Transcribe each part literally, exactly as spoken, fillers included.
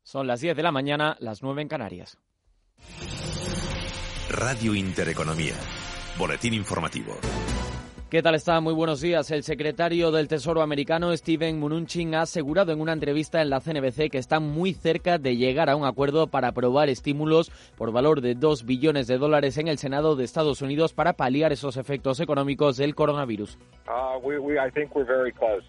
Son las diez de la mañana, las nueve en Canarias. Radio Intereconomía. Boletín informativo. ¿Qué tal está? Muy buenos días. El secretario del Tesoro americano, Steven Mnuchin, ha asegurado en una entrevista en la C N B C que está muy cerca de llegar a un acuerdo para aprobar estímulos por valor de dos billones de dólares en el Senado de Estados Unidos para paliar esos efectos económicos del coronavirus. Uh, we, we, I think we're very close.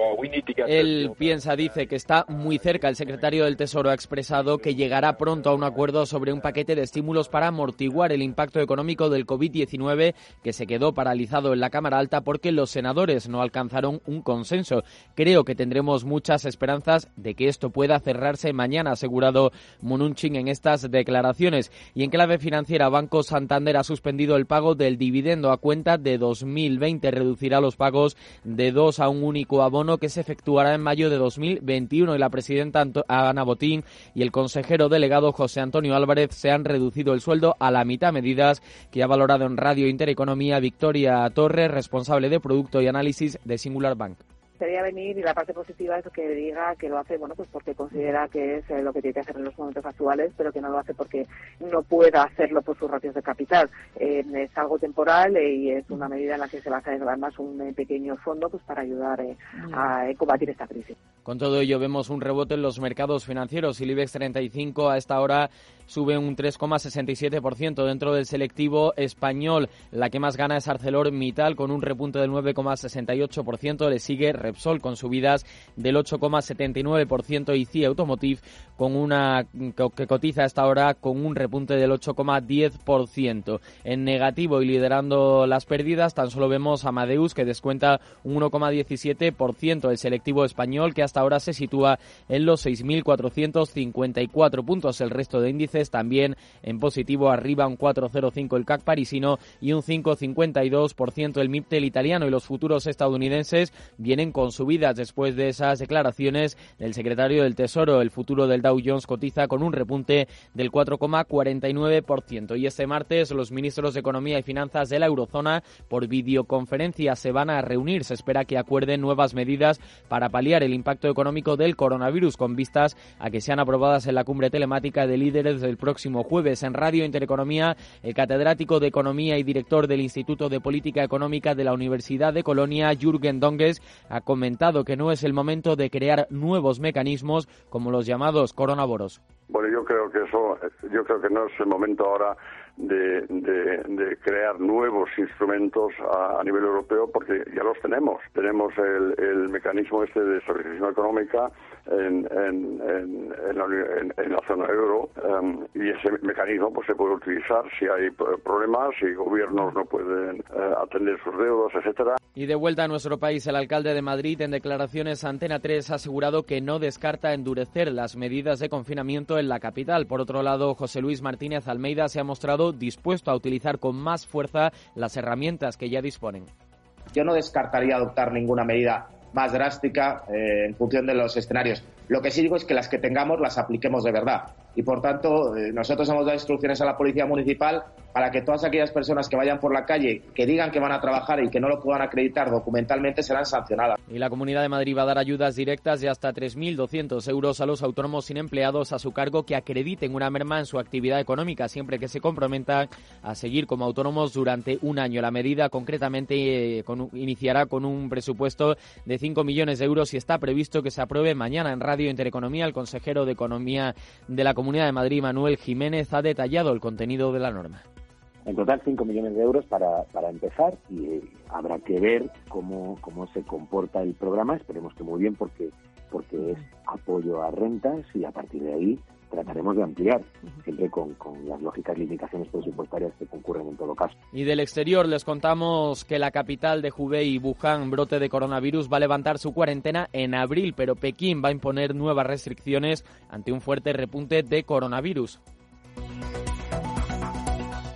Él piensa, dice, que está muy cerca. El secretario del Tesoro ha expresado que llegará pronto a un acuerdo sobre un paquete de estímulos para amortiguar el impacto económico del covid diecinueve, que se quedó paralizado en la Cámara Alta porque los senadores no alcanzaron un consenso. Creo que tendremos muchas esperanzas de que esto pueda cerrarse mañana, ha asegurado Mnuchin en estas declaraciones. Y en clave financiera, Banco Santander ha suspendido el pago del dividendo a cuenta de dos mil veinte. Reducirá los pagos de dos a un único abono que se efectuará en mayo de dos mil veintiuno, y la presidenta Ana Botín y el consejero delegado José Antonio Álvarez se han reducido el sueldo a la mitad, medidas que ha valorado en Radio Intereconomía Victoria Torres, responsable de producto y análisis de Singular Bank. Sería venir, y la parte positiva es que diga que lo hace, bueno, pues porque considera que es lo que tiene que hacer en los momentos actuales, pero que no lo hace porque no pueda hacerlo por sus ratios de capital. Eh, es algo temporal eh, y es una medida en la que se va a hacer además un eh, pequeño fondo pues para ayudar eh, a eh, combatir esta crisis. Con todo ello vemos un rebote en los mercados financieros. El IBEX treinta y cinco a esta hora sube un tres coma sesenta y siete por ciento. Dentro del selectivo español, la que más gana es ArcelorMittal con un repunte del nueve coma sesenta y ocho por ciento. Le sigue Repsol con subidas del ocho coma setenta y nueve por ciento y C I E Automotive con una que cotiza a esta hora con un repunte del ocho coma diez por ciento. En negativo y liderando las pérdidas tan solo vemos a Amadeus, que descuenta un uno coma diecisiete por ciento. El selectivo español, que hasta ahora se sitúa en los seis mil cuatrocientos cincuenta y cuatro puntos. El resto de índices también en positivo, arriba un cuatro coma cero cinco el C A C parisino y un cinco coma cincuenta y dos por ciento el MIPTEL italiano, y los futuros estadounidenses vienen con subidas después de esas declaraciones del secretario del Tesoro. El futuro del Dow Jones cotiza con un repunte del cuatro coma cuarenta y nueve por ciento. Y este martes los ministros de Economía y Finanzas de la Eurozona por videoconferencia se van a reunir. Se espera que acuerden nuevas medidas para paliar el impacto económico del coronavirus, con vistas a que sean aprobadas en la cumbre telemática de líderes del próximo jueves. En Radio Intereconomía, el catedrático de Economía y director del Instituto de Política Económica de la Universidad de Colonia, Jürgen Donges, ha comentado que no es el momento de crear nuevos mecanismos como los llamados coronabonos. Bueno, yo creo que eso, yo creo que no es el momento ahora de, de, de crear nuevos instrumentos a, a nivel europeo, porque ya los tenemos. Tenemos el, el mecanismo este de estabilización económica en, en, en, en, la, en, en la zona euro, um, y ese mecanismo pues se puede utilizar si hay problemas, si gobiernos no pueden uh, atender sus deudas, etcétera. Y de vuelta a nuestro país, el alcalde de Madrid, en declaraciones a Antena tres, ha asegurado que no descarta endurecer las medidas de confinamiento en la capital. Por otro lado, José Luis Martínez Almeida se ha mostrado dispuesto a utilizar con más fuerza las herramientas que ya disponen. Yo no descartaría adoptar ninguna medida más drástica eh, en función de los escenarios. Lo que sí digo es que las que tengamos las apliquemos de verdad. Y por tanto, eh, nosotros hemos dado instrucciones a la Policía Municipal para que todas aquellas personas que vayan por la calle, que digan que van a trabajar y que no lo puedan acreditar documentalmente, serán sancionadas. Y la Comunidad de Madrid va a dar ayudas directas de hasta tres mil doscientos euros a los autónomos sin empleados a su cargo que acrediten una merma en su actividad económica, siempre que se comprometan a seguir como autónomos durante un año. La medida concretamente eh, con, iniciará con un presupuesto de cinco millones de euros y está previsto que se apruebe mañana. En Radio Intereconomía, el consejero de Economía de la Comunidad de Madrid, Manuel Jiménez, ha detallado el contenido de la norma. En total cinco millones de euros para, para empezar, y eh, habrá que ver cómo, cómo se comporta el programa. Esperemos que muy bien, porque, porque es apoyo a rentas, y a partir de ahí trataremos de ampliar, siempre con, con las lógicas limitaciones presupuestarias que concurren en todo caso. Y del exterior les contamos que la capital de Hubei, Wuhan, brote de coronavirus, va a levantar su cuarentena en abril, pero Pekín va a imponer nuevas restricciones ante un fuerte repunte de coronavirus.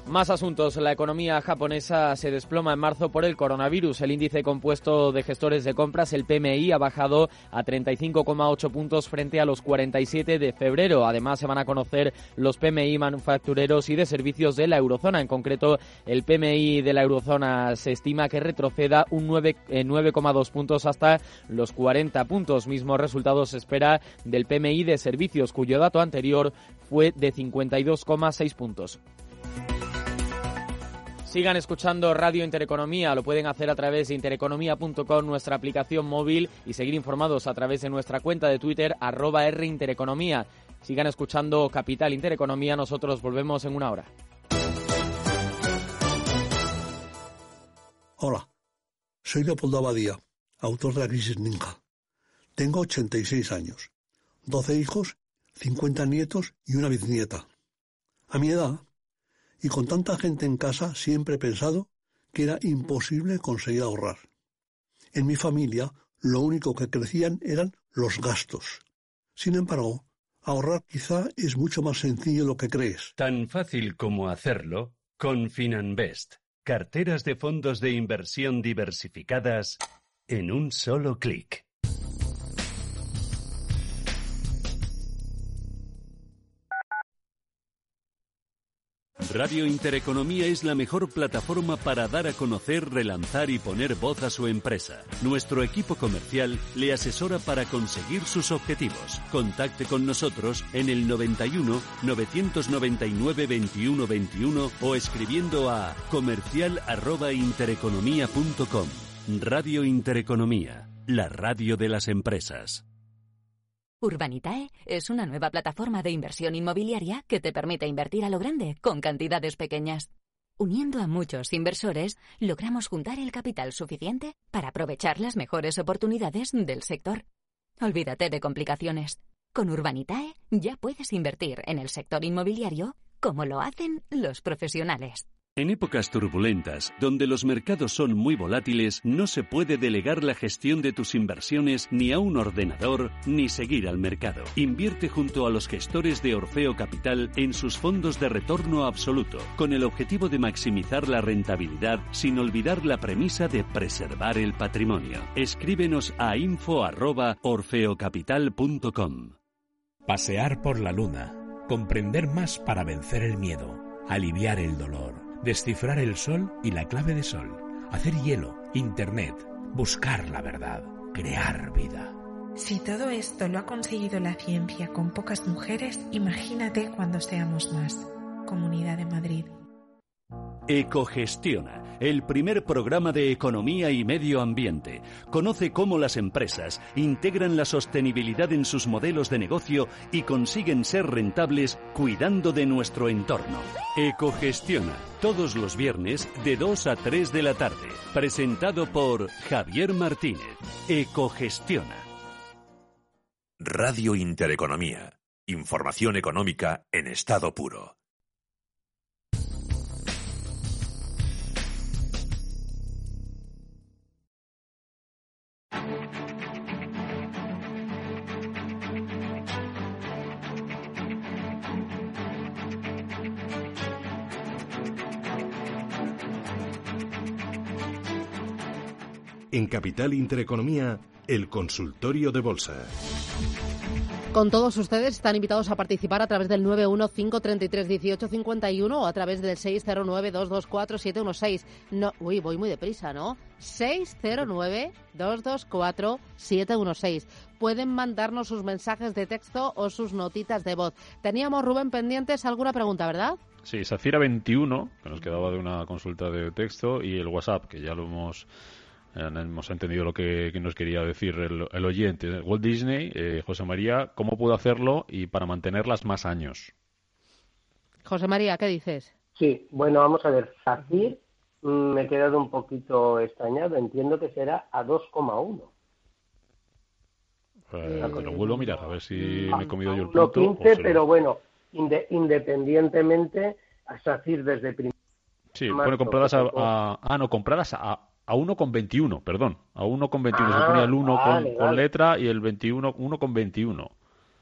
Más asuntos. La economía japonesa se desploma en marzo por el coronavirus. El índice compuesto de gestores de compras, el P M I, ha bajado a treinta y cinco coma ocho puntos frente a los cuarenta y siete de febrero. Además, se van a conocer los P M I manufactureros y de servicios de la eurozona. En concreto, el P M I de la eurozona se estima que retroceda un nueve coma dos puntos hasta los cuarenta puntos. Mismo resultado se espera del P M I de servicios, cuyo dato anterior fue de cincuenta y dos coma seis puntos. Sigan escuchando Radio Intereconomía, lo pueden hacer a través de intereconomía punto com, nuestra aplicación móvil, y seguir informados a través de nuestra cuenta de Twitter, arroba R Intereconomía. Sigan escuchando Capital Intereconomía, nosotros volvemos en una hora. Hola, soy Leopoldo Abadía, autor de La Crisis Ninja. Tengo ochenta y seis años, doce hijos, cincuenta nietos y una bisnieta. A mi edad, y con tanta gente en casa, siempre he pensado que era imposible conseguir ahorrar. En mi familia, lo único que crecían eran los gastos. Sin embargo, ahorrar quizá es mucho más sencillo de lo que crees. Tan fácil como hacerlo con Finanbest. Carteras de fondos de inversión diversificadas en un solo clic. Radio Intereconomía es la mejor plataforma para dar a conocer, relanzar y poner voz a su empresa. Nuestro equipo comercial le asesora para conseguir sus objetivos. Contacte con nosotros en el noventa y uno, novecientos noventa y nueve, veintiuno veintiuno o escribiendo a comercial arroba intereconomía punto com. Radio Intereconomía, la radio de las empresas. Urbanitae es una nueva plataforma de inversión inmobiliaria que te permite invertir a lo grande con cantidades pequeñas. Uniendo a muchos inversores, logramos juntar el capital suficiente para aprovechar las mejores oportunidades del sector. Olvídate de complicaciones. Con Urbanitae ya puedes invertir en el sector inmobiliario como lo hacen los profesionales. En épocas turbulentas, donde los mercados son muy volátiles, no se puede delegar la gestión de tus inversiones ni a un ordenador, ni seguir al mercado. Invierte junto a los gestores de Orfeo Capital en sus fondos de retorno absoluto, con el objetivo de maximizar la rentabilidad sin olvidar la premisa de preservar el patrimonio. Escríbenos a info arroba orfeocapital punto com. Pasear por la luna, comprender más para vencer el miedo, aliviar el dolor, descifrar el sol y la clave de sol, hacer hielo, internet, buscar la verdad, crear vida. Si todo esto lo ha conseguido la ciencia con pocas mujeres, imagínate cuando seamos más. Comunidad de Madrid. Ecogestiona, el primer programa de economía y medio ambiente. Conoce cómo las empresas integran la sostenibilidad en sus modelos de negocio y consiguen ser rentables cuidando de nuestro entorno. Ecogestiona, todos los viernes de dos a tres de la tarde. Presentado por Javier Martínez. Ecogestiona. Radio Intereconomía. Información económica en estado puro. En Capital Intereconomía, el consultorio de bolsa. Con todos ustedes están invitados a participar a través del nueve uno cinco tres tres uno ocho cinco uno o a través del seis cero nueve dos dos cuatro siete uno seis. No, uy, voy muy deprisa, ¿no? seis cero nueve dos dos cuatro siete uno seis. Pueden mandarnos sus mensajes de texto o sus notitas de voz. Teníamos, Rubén, pendientes alguna pregunta, ¿verdad? Sí, Safira veintiuno, que nos quedaba de una consulta de texto, y el WhatsApp, que ya lo hemos... Eh, hemos entendido lo que, que nos quería decir el, el oyente. Walt Disney, eh, José María, ¿cómo puedo hacerlo y para mantenerlas más años? José María, ¿qué dices? Sí, bueno, vamos a ver. Zafir, me he quedado un poquito extrañado. Entiendo que será a dos coma uno. Eh, eh, lo vuelvo a mirar, a ver si a, me he comido yo el punto. punto. quince, pero bueno, inde, independientemente, a Zafir desde primero. Sí, bueno, compradas a, a... Ah, no, compradas a... A uno coma veintiuno, perdón. A uno coma veintiuno. Ah, se ponía el uno vale, con, vale. con letra y el veintiuno, uno coma veintiuno.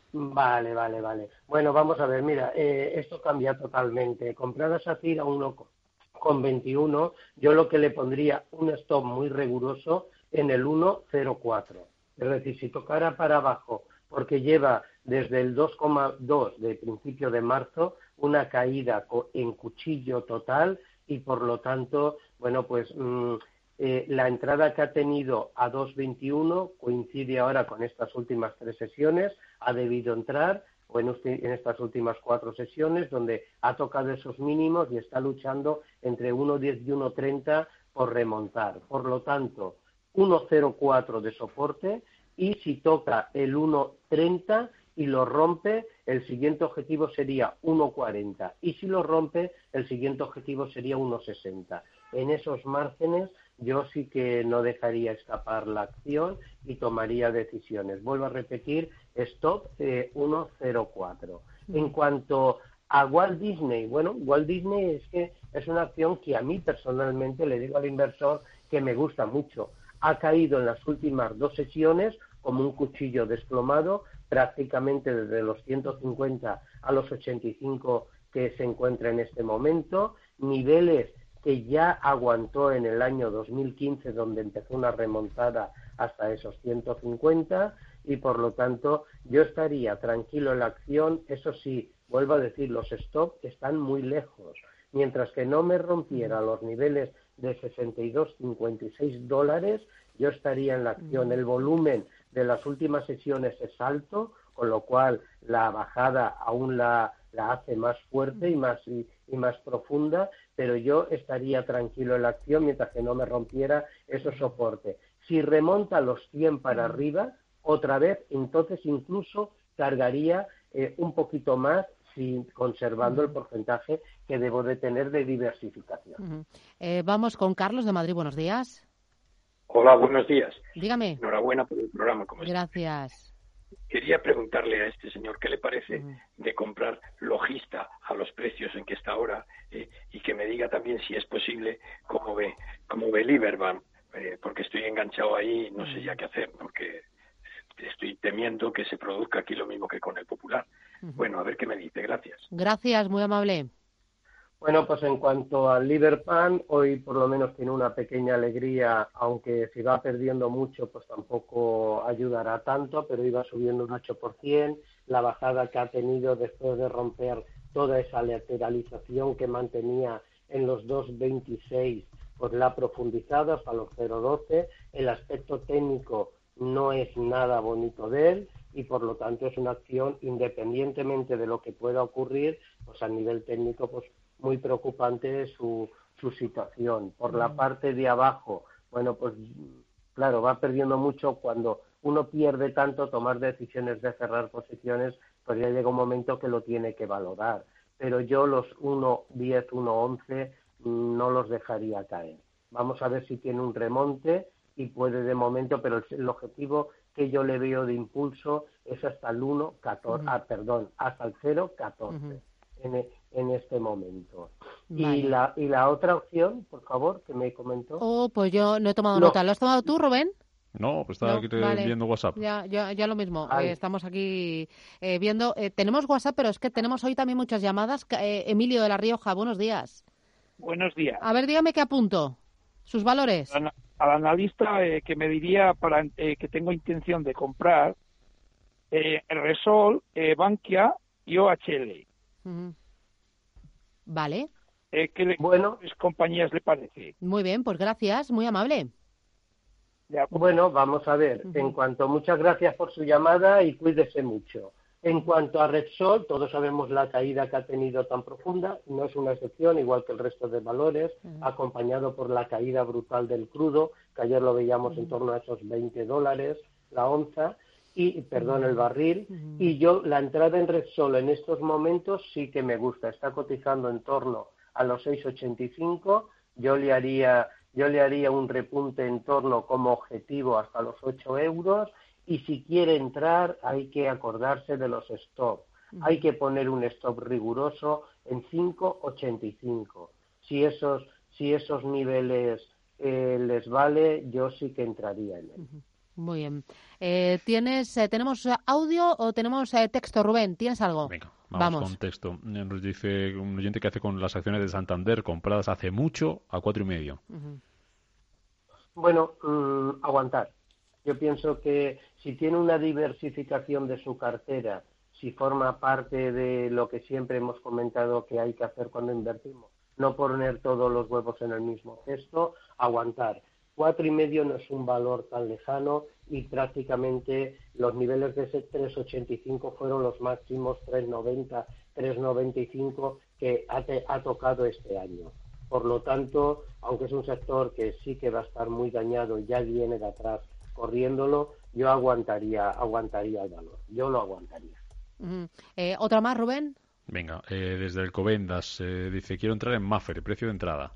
Vale, vale, vale. Bueno, vamos a ver, mira, eh, esto cambia totalmente. Comprar a SACIR a uno con veintiuno, yo lo que le pondría un stop muy riguroso en el uno coma cero cuatro. Es decir, si tocara para abajo, porque lleva desde el dos coma dos de principio de marzo una caída en cuchillo total y por lo tanto, bueno, pues mmm, eh, la entrada que ha tenido a dos veintiuno coincide ahora con estas últimas tres sesiones, ha debido entrar o en, usted, en estas últimas cuatro sesiones donde ha tocado esos mínimos y está luchando entre uno diez y uno treinta por remontar. Por lo tanto, uno cero cuatro de soporte y si toca el uno treinta y lo rompe, el siguiente objetivo sería uno cuarenta y si lo rompe, el siguiente objetivo sería uno sesenta. En esos márgenes yo sí que no dejaría escapar la acción y tomaría decisiones. Vuelvo a repetir, stop eh, uno cero cuatro. En cuanto a Walt Disney, bueno, Walt Disney es que es una acción que a mí personalmente le digo al inversor que me gusta mucho. Ha caído en las últimas dos sesiones como un cuchillo desplomado, prácticamente desde los ciento cincuenta a los ochenta y cinco que se encuentra en este momento, niveles que ya aguantó en el año dos mil quince, donde empezó una remontada hasta esos ciento cincuenta, y por lo tanto yo estaría tranquilo en la acción. Eso sí, vuelvo a decir, los stop están muy lejos. Mientras que no me rompiera los niveles de sesenta y dos cincuenta y seis dólares, yo estaría en la acción. El volumen de las últimas sesiones es alto, con lo cual la bajada aún la, la hace más fuerte y más, y, y más profunda, pero yo estaría tranquilo en la acción mientras que no me rompiera esos soportes. Si remonta los cien para arriba, otra vez, entonces incluso cargaría eh, un poquito más, sin, conservando el porcentaje que debo de tener de diversificación. Uh-huh. eh, vamos con Carlos de Madrid. Buenos días. Hola, buenos días. Dígame. Enhorabuena por el programa. ¿Cómo está? Gracias. Quería preguntarle a este señor qué le parece uh-huh. de comprar Logista a los precios en que está ahora eh, y que me diga también si es posible cómo ve cómo ve Liberbank, eh, porque estoy enganchado ahí y no sé ya qué hacer, porque estoy temiendo que se produzca aquí lo mismo que con el Popular. Uh-huh. Bueno, a ver qué me dice. Gracias. Gracias, muy amable. Bueno, pues en cuanto al Liberbank, hoy por lo menos tiene una pequeña alegría, aunque si va perdiendo mucho, pues tampoco ayudará tanto, pero iba subiendo un ocho por ciento. La bajada que ha tenido después de romper toda esa lateralización que mantenía en los dos veintiséis, pues la ha profundizado hasta los cero doce. El aspecto técnico no es nada bonito de él y por lo tanto es una acción, independientemente de lo que pueda ocurrir, pues a nivel técnico, pues muy preocupante su, su situación. Por la parte de abajo, bueno, pues claro, va perdiendo mucho. Cuando uno pierde tanto, tomar decisiones de cerrar posiciones, pues ya llega un momento que lo tiene que valorar. Pero yo los uno diez, uno once no los dejaría caer. Vamos a ver si tiene un remonte y puede de momento, pero el, el objetivo que yo le veo de impulso es hasta el uno catorce, uh-huh. ah, perdón, hasta el cero catorce. Uh-huh. En, en este momento. Vale. Y la y la otra opción, por favor, que me comentó. Oh, pues yo no he tomado no. nota. ¿Lo has tomado tú, Rubén? No, pues estaba no, aquí vale. viendo WhatsApp. Ya, ya, ya lo mismo. Eh, estamos aquí eh, viendo. Eh, tenemos WhatsApp, pero es que tenemos hoy también muchas llamadas. Eh, Emilio de La Rioja, buenos días. Buenos días. A ver, dígame qué apunto. Sus valores. Al, al analista eh, que me diría para eh, que tengo intención de comprar eh, Repsol, eh, Bankia y O H L. Uh-huh. Vale. Eh, ¿Qué le, bueno, compañías le parece? Muy bien, pues gracias, muy amable. Ya, bueno, vamos a ver. Uh-huh. En cuanto, muchas gracias por su llamada y cuídese mucho. En cuanto a Repsol, todos sabemos la caída que ha tenido tan profunda, no es una excepción, igual que el resto de valores, uh-huh. acompañado por la caída brutal del crudo, que ayer lo veíamos uh-huh. en torno a esos veinte dólares la onza. Y, perdón, el barril, uh-huh. y yo la entrada en Repsol en estos momentos sí que me gusta, está cotizando en torno a los seis ochenta y cinco, yo le haría yo le haría un repunte en torno como objetivo hasta los ocho euros, y si quiere entrar hay que acordarse de los stop, uh-huh. hay que poner un stop riguroso en cinco ochenta y cinco, si esos, si esos niveles eh, les vale, yo sí que entraría en él. Uh-huh. Muy bien. Eh, ¿tienes, eh, ¿Tenemos audio o tenemos eh, texto, Rubén? ¿Tienes algo? Venga, vamos, vamos con texto. Nos dice un oyente que hace con las acciones de Santander compradas hace mucho a cuatro y medio. Uh-huh. Bueno, mmm, aguantar. Yo pienso que si tiene una diversificación de su cartera, si forma parte de lo que siempre hemos comentado que hay que hacer cuando invertimos, no poner todos los huevos en el mismo cesto, aguantar. Cuatro y medio no es un valor tan lejano y prácticamente los niveles de ese tres ochenta y cinco fueron los máximos tres noventa, tres noventa y cinco que ha, te, ha tocado este año. Por lo tanto, aunque es un sector que sí que va a estar muy dañado y ya viene de atrás corriéndolo, yo aguantaría, aguantaría el valor. Yo lo aguantaría. Uh-huh. Eh, ¿Otra más, Rubén? Venga, eh, desde el Covendas eh, dice, quiero entrar en Mafre, precio de entrada.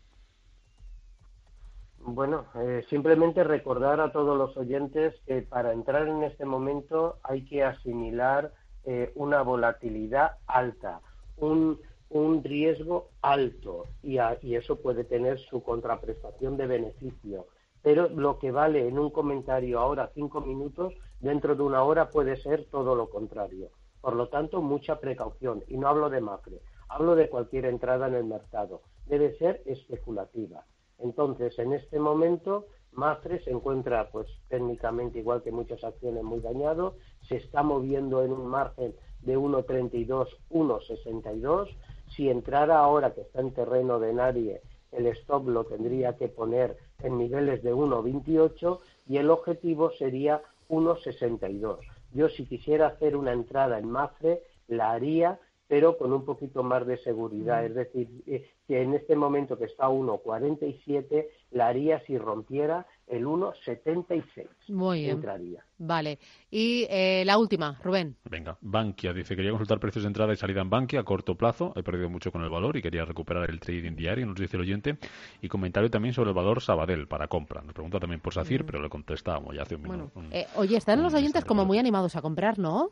Bueno, eh, simplemente recordar a todos los oyentes que para entrar en este momento hay que asimilar eh, una volatilidad alta, un, un riesgo alto y, a, y eso puede tener su contraprestación de beneficio. Pero lo que vale en un comentario ahora cinco minutos, dentro de una hora puede ser todo lo contrario. Por lo tanto, mucha precaución. Y no hablo de Mafre, hablo de cualquier entrada en el mercado. Debe ser especulativa. Entonces, en este momento, Mafre se encuentra, pues, técnicamente igual que muchas acciones muy dañado, se está moviendo en un margen de uno treinta y dos, uno sesenta y dos. Si entrara ahora que está en terreno de nadie, el stop lo tendría que poner en niveles de uno veintiocho y el objetivo sería uno sesenta y dos. Yo si quisiera hacer una entrada en Mafre, la haría, pero con un poquito más de seguridad. Mm. Es decir, eh, que en este momento que está a uno cuarenta y siete, la haría si rompiera el uno setenta y seis. Muy bien. Entraría. Vale. Y eh, la última, Rubén. Venga, Bankia dice, quería consultar precios de entrada y salida en Bankia a corto plazo. He perdido mucho con el valor y quería recuperar el trading diario, nos dice el oyente. Y comentario también sobre el valor Sabadell para compra. Nos pregunta también por SACIR, mm. pero le contestábamos ya hace un bueno, minuto. Un, eh, oye, están los oyentes como muy animados a comprar, ¿no?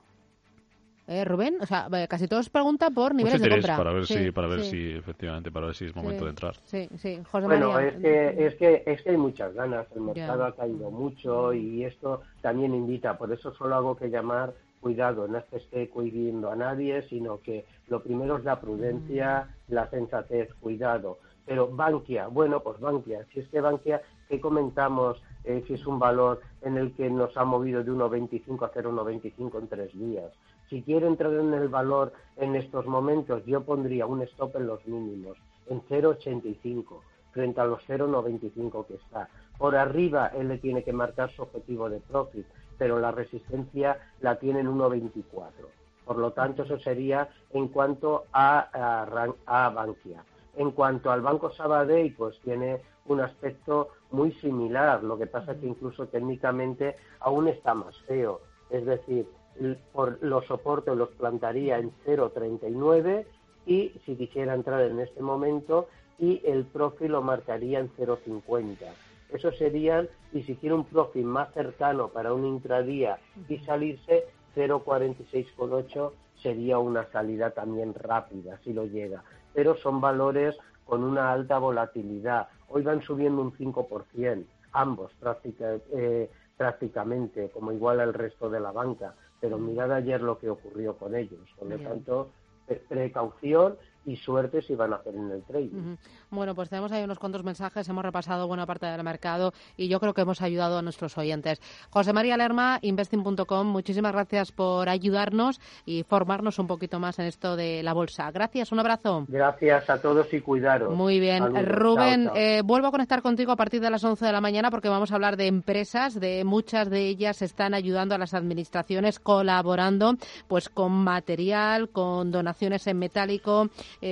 Eh, Rubén, o sea, casi todos preguntan por niveles de compra. Para ver sí, si, para ver sí. si, efectivamente, para ver si es momento sí, de entrar. Sí, sí. José bueno, María. es que, es que es que hay muchas ganas. El mercado yeah. ha caído mucho y esto también invita. Por eso solo hago que llamar cuidado. No es que esté cohibiendo a nadie, sino que lo primero es la prudencia, mm. la sensatez, cuidado. Pero Bankia, bueno, pues Bankia. Si es que Bankia, ¿qué comentamos? Eh, si es un valor en el que nos ha movido de uno veinticinco a cero coma uno veinticinco en tres días. Si quiero entrar en el valor en estos momentos, yo pondría un stop en los mínimos, en cero coma ochenta y cinco, frente a los cero coma noventa y cinco que está. Por arriba, él le tiene que marcar su objetivo de profit, pero la resistencia la tiene en uno coma veinticuatro. Por lo tanto, eso sería en cuanto a, a, a Bankia. En cuanto al Banco Sabadell, pues tiene un aspecto muy similar. Lo que pasa es que incluso técnicamente aún está más feo. Es decir, por los soportes los plantaría en cero coma treinta y nueve y si quisiera entrar en este momento y el profit lo marcaría en cero coma cincuenta. Eso serían, y si quiere un profit más cercano para un intradía y salirse, cero coma cuarenta y seis ocho sería una salida también rápida, si lo llega. Pero son valores con una alta volatilidad. Hoy van subiendo un cinco por ciento, ambos práctica, eh, prácticamente, como igual al resto de la banca. Pero mirad ayer lo que ocurrió con ellos. Por lo tanto, precaución y suerte si van a hacer en el trading. Uh-huh. Bueno, pues tenemos ahí unos cuantos mensajes, hemos repasado buena parte del mercado y yo creo que hemos ayudado a nuestros oyentes. José María Lerma, investing punto com, muchísimas gracias por ayudarnos y formarnos un poquito más en esto de la bolsa. Gracias, un abrazo. Gracias a todos y cuidaros. Muy bien. Saludos. Rubén, chao, chao. Eh, vuelvo a conectar contigo a partir de las once de la mañana porque vamos a hablar de empresas, de muchas de ellas están ayudando a las administraciones colaborando pues con material, con donaciones en metálico.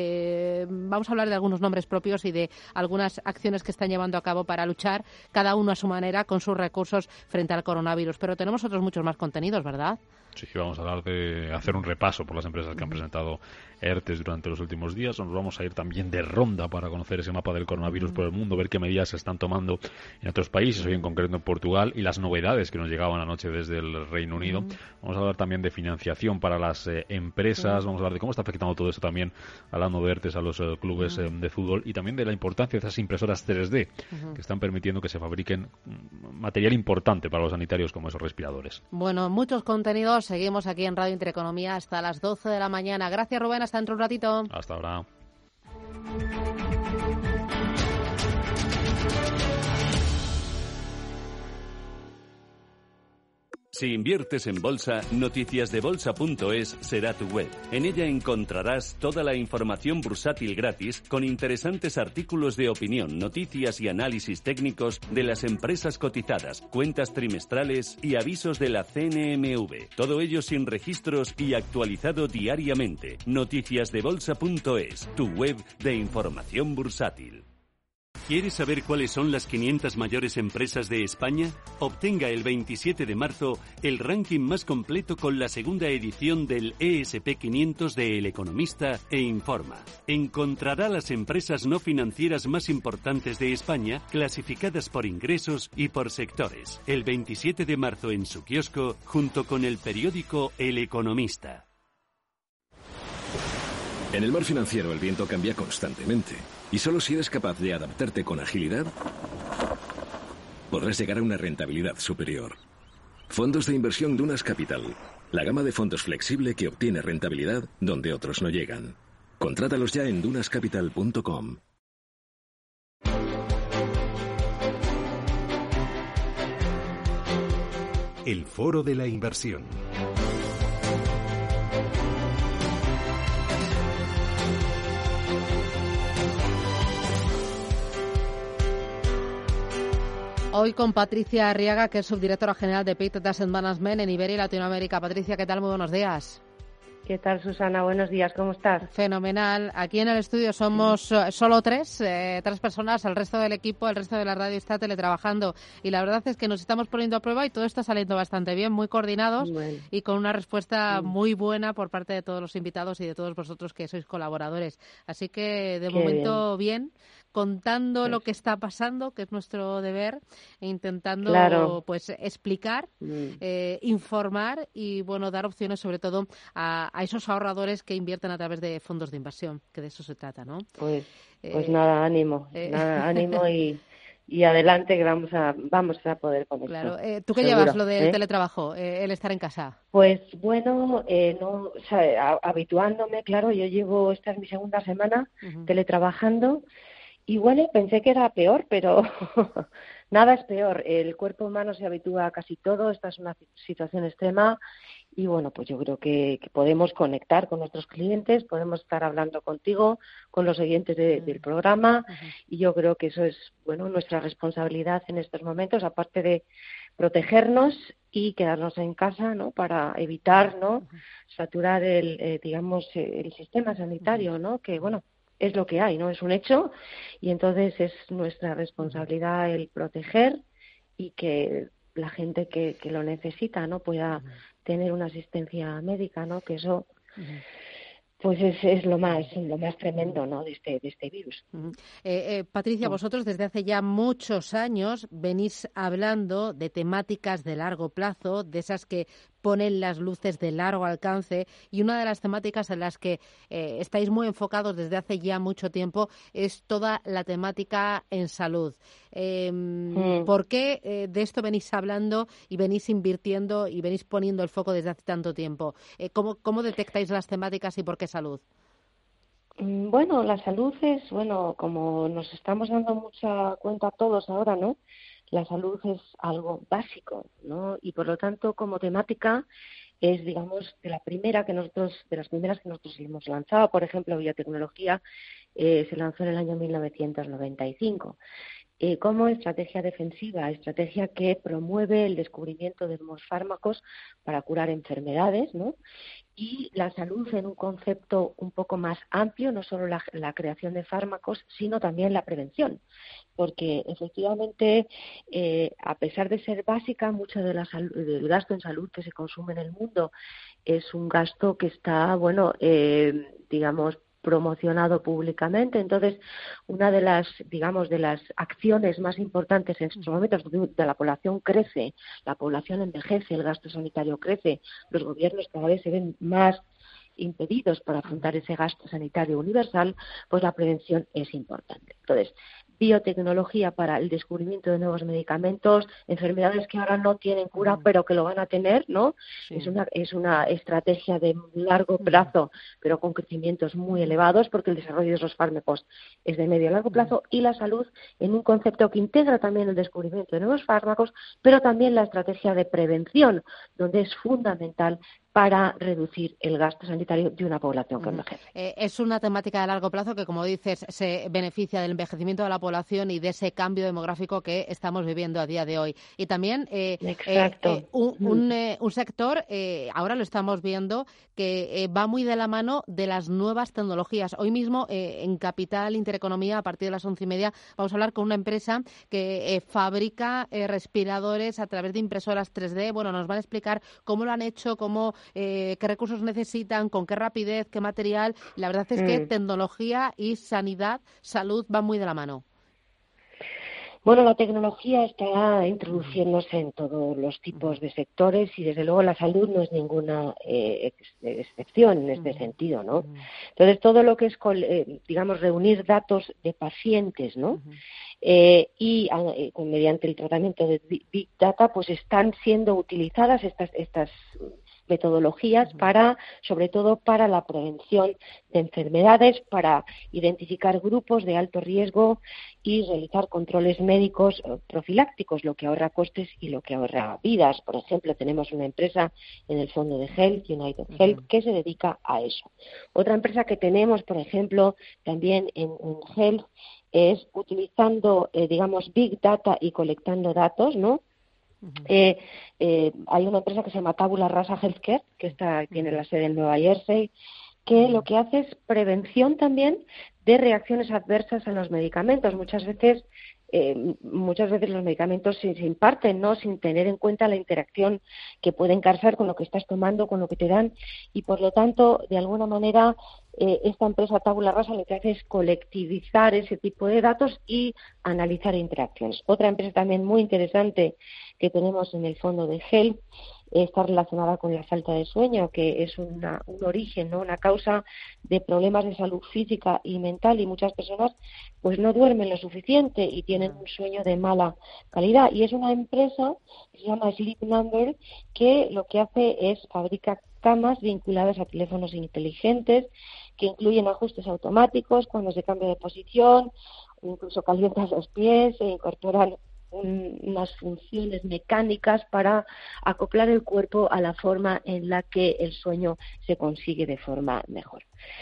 Eh, vamos a hablar de algunos nombres propios y de algunas acciones que están llevando a cabo para luchar, cada uno a su manera, con sus recursos frente al coronavirus. Pero tenemos otros muchos más contenidos, ¿verdad? Sí, vamos a hablar de hacer un repaso por las empresas que han presentado E R T E S durante los últimos días. Nos vamos a ir también de ronda para conocer ese mapa del coronavirus por el mundo, ver qué medidas se están tomando en otros países, hoy en concreto en Portugal, y las novedades que nos llegaban anoche desde el Reino Unido. Uh-huh. Vamos a hablar también de financiación para las eh, empresas, uh-huh. vamos a hablar de cómo está afectando todo eso también, hablando de E R T E S a los eh, clubes uh-huh. eh, de fútbol, y también de la importancia de esas impresoras tres D, uh-huh. que están permitiendo que se fabriquen material importante para los sanitarios como esos respiradores. Bueno, muchos contenidos. Seguimos aquí en Radio Intereconomía hasta las doce de la mañana. Gracias, Rubén. Hasta dentro de un ratito. Hasta ahora. Si inviertes en bolsa, noticias de bolsa punto es será tu web. En ella encontrarás toda la información bursátil gratis con interesantes artículos de opinión, noticias y análisis técnicos de las empresas cotizadas, cuentas trimestrales y avisos de la C N M V. Todo ello sin registros y actualizado diariamente. noticias de bolsa punto es, tu web de información bursátil. ¿Quieres saber cuáles son las quinientas mayores empresas de España? Obtenga el veintisiete de marzo el ranking más completo con la segunda edición del E S P quinientos de El Economista e Informa. Encontrará las empresas no financieras más importantes de España clasificadas por ingresos y por sectores. El veintisiete de marzo en su kiosco junto con el periódico El Economista. En el mar financiero el viento cambia constantemente y solo si eres capaz de adaptarte con agilidad podrás llegar a una rentabilidad superior. Fondos de inversión Dunas Capital, la gama de fondos flexible que obtiene rentabilidad donde otros no llegan. Contrátalos ya en dunas capital punto com. El Foro de la Inversión. Hoy con Patricia Arriaga, que es subdirectora general de Pictet Asset Management en Iberia y Latinoamérica. Patricia, ¿qué tal? Muy buenos días. ¿Qué tal, Susana? Buenos días, ¿cómo estás? Fenomenal. Aquí en el estudio somos solo tres, eh, tres personas, el resto del equipo, el resto de la radio está teletrabajando y la verdad es que nos estamos poniendo a prueba y todo está saliendo bastante bien, muy coordinados bueno. y con una respuesta sí. muy buena por parte de todos los invitados y de todos vosotros que sois colaboradores. Así que, de Qué momento, bien. bien. contando pues. lo que está pasando, que es nuestro deber, e intentando claro. pues explicar, mm. eh, informar y bueno dar opciones sobre todo a, a esos ahorradores que invierten a través de fondos de inversión, que de eso se trata, ¿no? Pues, pues eh, nada, ánimo, eh. nada, ánimo y, y adelante que vamos a vamos a poder con claro. esto. Eh, ¿Tú qué Seguro, llevas lo del ¿eh? teletrabajo, eh, el estar en casa? Pues bueno, eh, no, o sea, a, habituándome, claro, yo llevo, esta es mi segunda semana uh-huh. teletrabajando. Y bueno, pensé que era peor, pero nada es peor. El cuerpo humano se habitúa a casi todo. Esta es una situación extrema y bueno, pues yo creo que, que podemos conectar con nuestros clientes, podemos estar hablando contigo, con los oyentes de, del programa uh-huh. y yo creo que eso es bueno nuestra responsabilidad en estos momentos, aparte de protegernos y quedarnos en casa, ¿no? Para evitar, ¿no? Uh-huh. saturar el, eh, digamos, el sistema sanitario, ¿no? Que bueno. Es lo que hay, ¿no? Es un hecho y entonces es nuestra responsabilidad el proteger y que la gente que, que lo necesita, ¿no? Pueda uh-huh. tener una asistencia médica, ¿no? Que eso uh-huh. pues es, es lo más lo más tremendo, ¿no? de este de este virus. Uh-huh. eh, eh, Patricia, vosotros desde hace ya muchos años venís hablando de temáticas de largo plazo, de esas que ponen las luces de largo alcance y una de las temáticas en las que eh, estáis muy enfocados desde hace ya mucho tiempo es toda la temática en salud. Eh, mm. ¿Por qué eh, de esto venís hablando y venís invirtiendo y venís poniendo el foco desde hace tanto tiempo? Eh, ¿cómo, ¿Cómo detectáis las temáticas y por qué salud? Bueno, la salud es, bueno, como nos estamos dando mucha cuenta todos ahora, ¿no? La salud es algo básico, ¿no? Y por lo tanto, como temática, es, digamos, de la primera que nosotros, de las primeras que nosotros hemos lanzado. Por ejemplo, biotecnología eh, se lanzó en el año mil novecientos noventa y cinco. eh, como estrategia defensiva, estrategia que promueve el descubrimiento de nuevos fármacos para curar enfermedades, ¿no? Y la salud en un concepto un poco más amplio, no solo la, la creación de fármacos, sino también la prevención, porque efectivamente, eh, a pesar de ser básica, mucho de la sal- del gasto en salud que se consume en el mundo es un gasto que está, bueno, eh, digamos, promocionado públicamente. Entonces, una de las, digamos, de las acciones más importantes en estos momentos, donde la población crece, la población envejece, el gasto sanitario crece, los gobiernos cada vez se ven más impedidos para afrontar ese gasto sanitario universal, pues la prevención es importante. Entonces, biotecnología para el descubrimiento de nuevos medicamentos, enfermedades que ahora no tienen cura, pero que lo van a tener, ¿no? Sí. Es una es una estrategia de largo plazo, pero con crecimientos muy elevados, porque el desarrollo de esos fármacos es de medio a largo plazo, y la salud en un concepto que integra también el descubrimiento de nuevos fármacos, pero también la estrategia de prevención, donde es fundamental para reducir el gasto sanitario de una población que envejece. Eh, es una temática de largo plazo que, como dices, se beneficia del envejecimiento de la población y de ese cambio demográfico que estamos viviendo a día de hoy. Y también eh, Exacto. Eh, eh, un, un, eh, un sector, eh, ahora lo estamos viendo, que eh, va muy de la mano de las nuevas tecnologías. Hoy mismo, eh, en Capital Intereconomía, a partir de las once y media, vamos a hablar con una empresa que eh, fabrica eh, respiradores a través de impresoras tres D. Bueno, nos van a explicar cómo lo han hecho, cómo Eh, qué recursos necesitan, con qué rapidez, qué material. La verdad es que mm. tecnología y sanidad, salud van muy de la mano. Bueno, la tecnología está introduciéndose en todos los tipos de sectores y, desde luego, la salud no es ninguna eh, ex- excepción en este sentido, ¿no? Entonces, todo lo que es, eh, digamos, reunir datos de pacientes, ¿no? Eh, y eh, mediante el tratamiento de Big Data, pues están siendo utilizadas estas estas metodologías para, sobre todo, para la prevención de enfermedades, para identificar grupos de alto riesgo y realizar controles médicos profilácticos, lo que ahorra costes y lo que ahorra vidas. Por ejemplo, tenemos una empresa en el fondo de Health, United Health, que se dedica a eso. Otra empresa que tenemos, por ejemplo, también en, en Health, es utilizando, eh, digamos, Big Data y colectando datos, ¿no? Eh, eh, hay una empresa que se llama Tabula Rasa Healthcare, que está, tiene la sede en Nueva Jersey, que lo que hace es prevención también de reacciones adversas a los medicamentos. Muchas veces eh, muchas veces los medicamentos se, se imparten, ¿no?, sin tener en cuenta la interacción que pueden causar con lo que estás tomando, con lo que te dan, y por lo tanto, de alguna manera, eh, esta empresa Tabula Rasa lo que hace es colectivizar ese tipo de datos y analizar interacciones. Otra empresa también muy interesante que tenemos en el fondo de Health está relacionada con la falta de sueño, que es una, un origen, ¿no?, una causa de problemas de salud física y mental, y muchas personas pues no duermen lo suficiente y tienen un sueño de mala calidad. Y es una empresa que se llama Sleep Number, que lo que hace es fabricar camas vinculadas a teléfonos inteligentes que incluyen ajustes automáticos cuando se cambia de posición, o incluso calientan los pies e incorporan un, unas funciones mecánicas para acoplar el cuerpo a la forma en la que el sueño se consigue de forma mejor.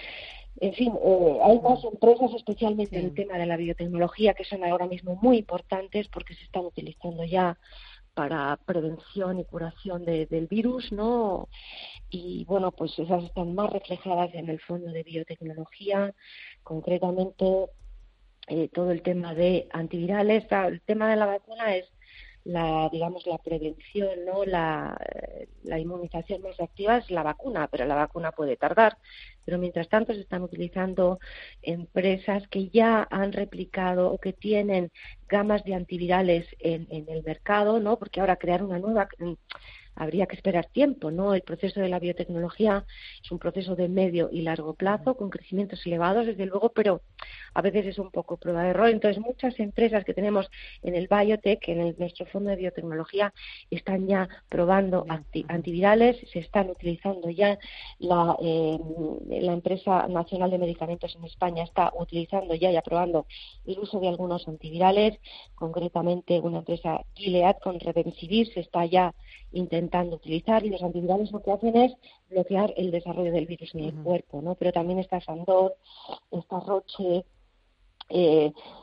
En fin, eh, hay más empresas, especialmente en el tema de la biotecnología, que son ahora mismo muy importantes porque se están utilizando ya para prevención y curación de, del virus, ¿no? Y bueno, pues esas están más reflejadas en el fondo de biotecnología, concretamente eh, todo el tema de antivirales. El tema de la vacuna es la, digamos, la prevención, ¿no? La, la inmunización más activa es la vacuna, pero la vacuna puede tardar. Pero mientras tanto se están utilizando empresas que ya han replicado o que tienen gamas de antivirales en, en el mercado, ¿no? Porque ahora crear una nueva habría que esperar tiempo, ¿no? El proceso de la biotecnología es un proceso de medio y largo plazo, con crecimientos elevados, desde luego, pero a veces es un poco prueba de error. Entonces, muchas empresas que tenemos en el biotech, en el, nuestro fondo de biotecnología, están ya probando anti, antivirales, se están utilizando ya, la, eh, la empresa nacional de medicamentos en España está utilizando ya y aprobando el uso de algunos antivirales, concretamente una empresa Gilead con Remdesivir se está ya intentando utilizar, y los antivirales lo que hacen es bloquear el desarrollo del virus en el uh-huh. cuerpo, ¿no? Pero también está Sandoz, está Roche, eh,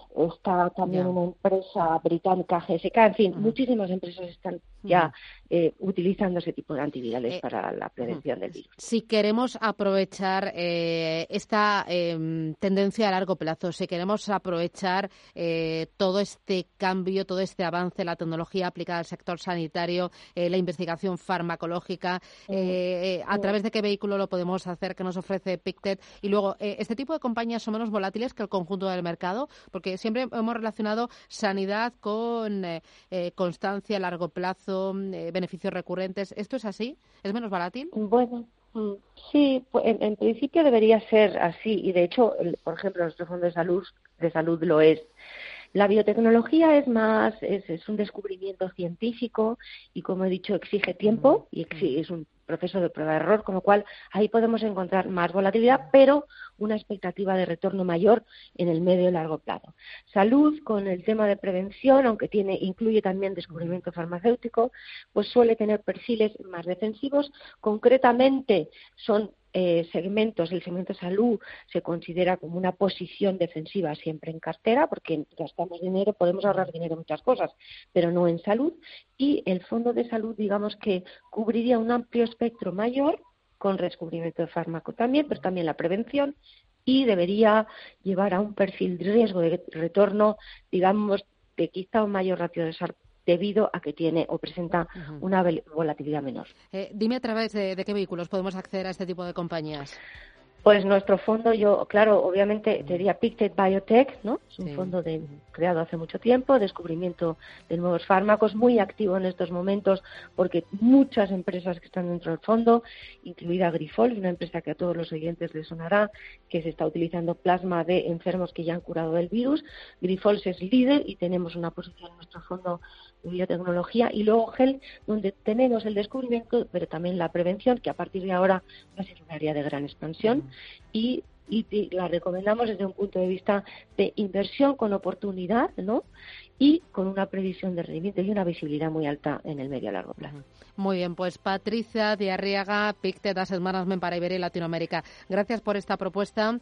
está también Ya. una empresa británica, G S K, en fin, Ujú. muchísimas empresas están ya eh, utilizando ese tipo de antivirales eh, para la prevención del virus. Si queremos aprovechar eh, esta eh, tendencia a largo plazo, si queremos aprovechar eh, todo este cambio, todo este avance, la tecnología aplicada al sector sanitario, eh, la investigación farmacológica, eh, eh, ¿a través de qué vehículo lo podemos hacer? ¿Qué nos ofrece Pictet? Y luego, eh, ¿este tipo de compañías son menos volátiles que el conjunto del mercado? Porque siempre hemos relacionado sanidad con eh, eh, constancia a largo plazo, eh, beneficios recurrentes. ¿Esto es así? ¿Es menos volátil? Bueno, mm, sí, pues en, en principio debería ser así y de hecho, el, por ejemplo, nuestro fondo de salud de salud lo es. La biotecnología es más, es, es un descubrimiento científico y, como he dicho, exige tiempo y exige, es un proceso de prueba-error, con lo cual ahí podemos encontrar más volatilidad, pero una expectativa de retorno mayor en el medio y largo plazo. Salud, con el tema de prevención, aunque tiene incluye también descubrimiento farmacéutico, pues suele tener perfiles más defensivos. Concretamente son Eh, segmentos, el segmento salud se considera como una posición defensiva siempre en cartera, porque gastamos dinero, podemos ahorrar dinero en muchas cosas, pero no en salud, y el fondo de salud, digamos que cubriría un amplio espectro mayor, con descubrimiento de fármaco también, pero también la prevención, y debería llevar a un perfil de riesgo de retorno, digamos, de quizá un mayor ratio de sal debido a que tiene o presenta uh-huh. una volatilidad menor. Eh, dime a través de, de qué vehículos podemos acceder a este tipo de compañías. Pues nuestro fondo, yo, claro, obviamente te diría Pictet Biotech, ¿no? Es un sí. fondo de, creado hace mucho tiempo, descubrimiento de nuevos fármacos, muy activo en estos momentos porque muchas empresas que están dentro del fondo, incluida Grifols, una empresa que a todos los oyentes les sonará, que se está utilizando plasma de enfermos que ya han curado del virus. Grifols es líder y tenemos una posición en nuestro fondo de biotecnología, y luego G E L, donde tenemos el descubrimiento, pero también la prevención, que a partir de ahora va a ser un área de gran expansión. Y, y, y la recomendamos desde un punto de vista de inversión con oportunidad, ¿no? Y con una previsión de rendimiento y una visibilidad muy alta en el medio a largo plazo. Muy bien, pues Patricia de Arriaga, Pictet Asset Management para Iberia y Latinoamérica. Gracias por esta propuesta.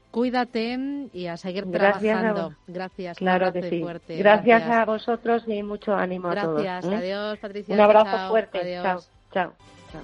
Cuídate y a seguir Gracias trabajando. A Gracias. Claro que sí. Fuerte. Gracias, Gracias a vosotros y mucho ánimo Gracias. a todos. Gracias. ¿eh? Adiós, Patricia. Un abrazo chao. fuerte. Adiós. Chao. Chao. Chao.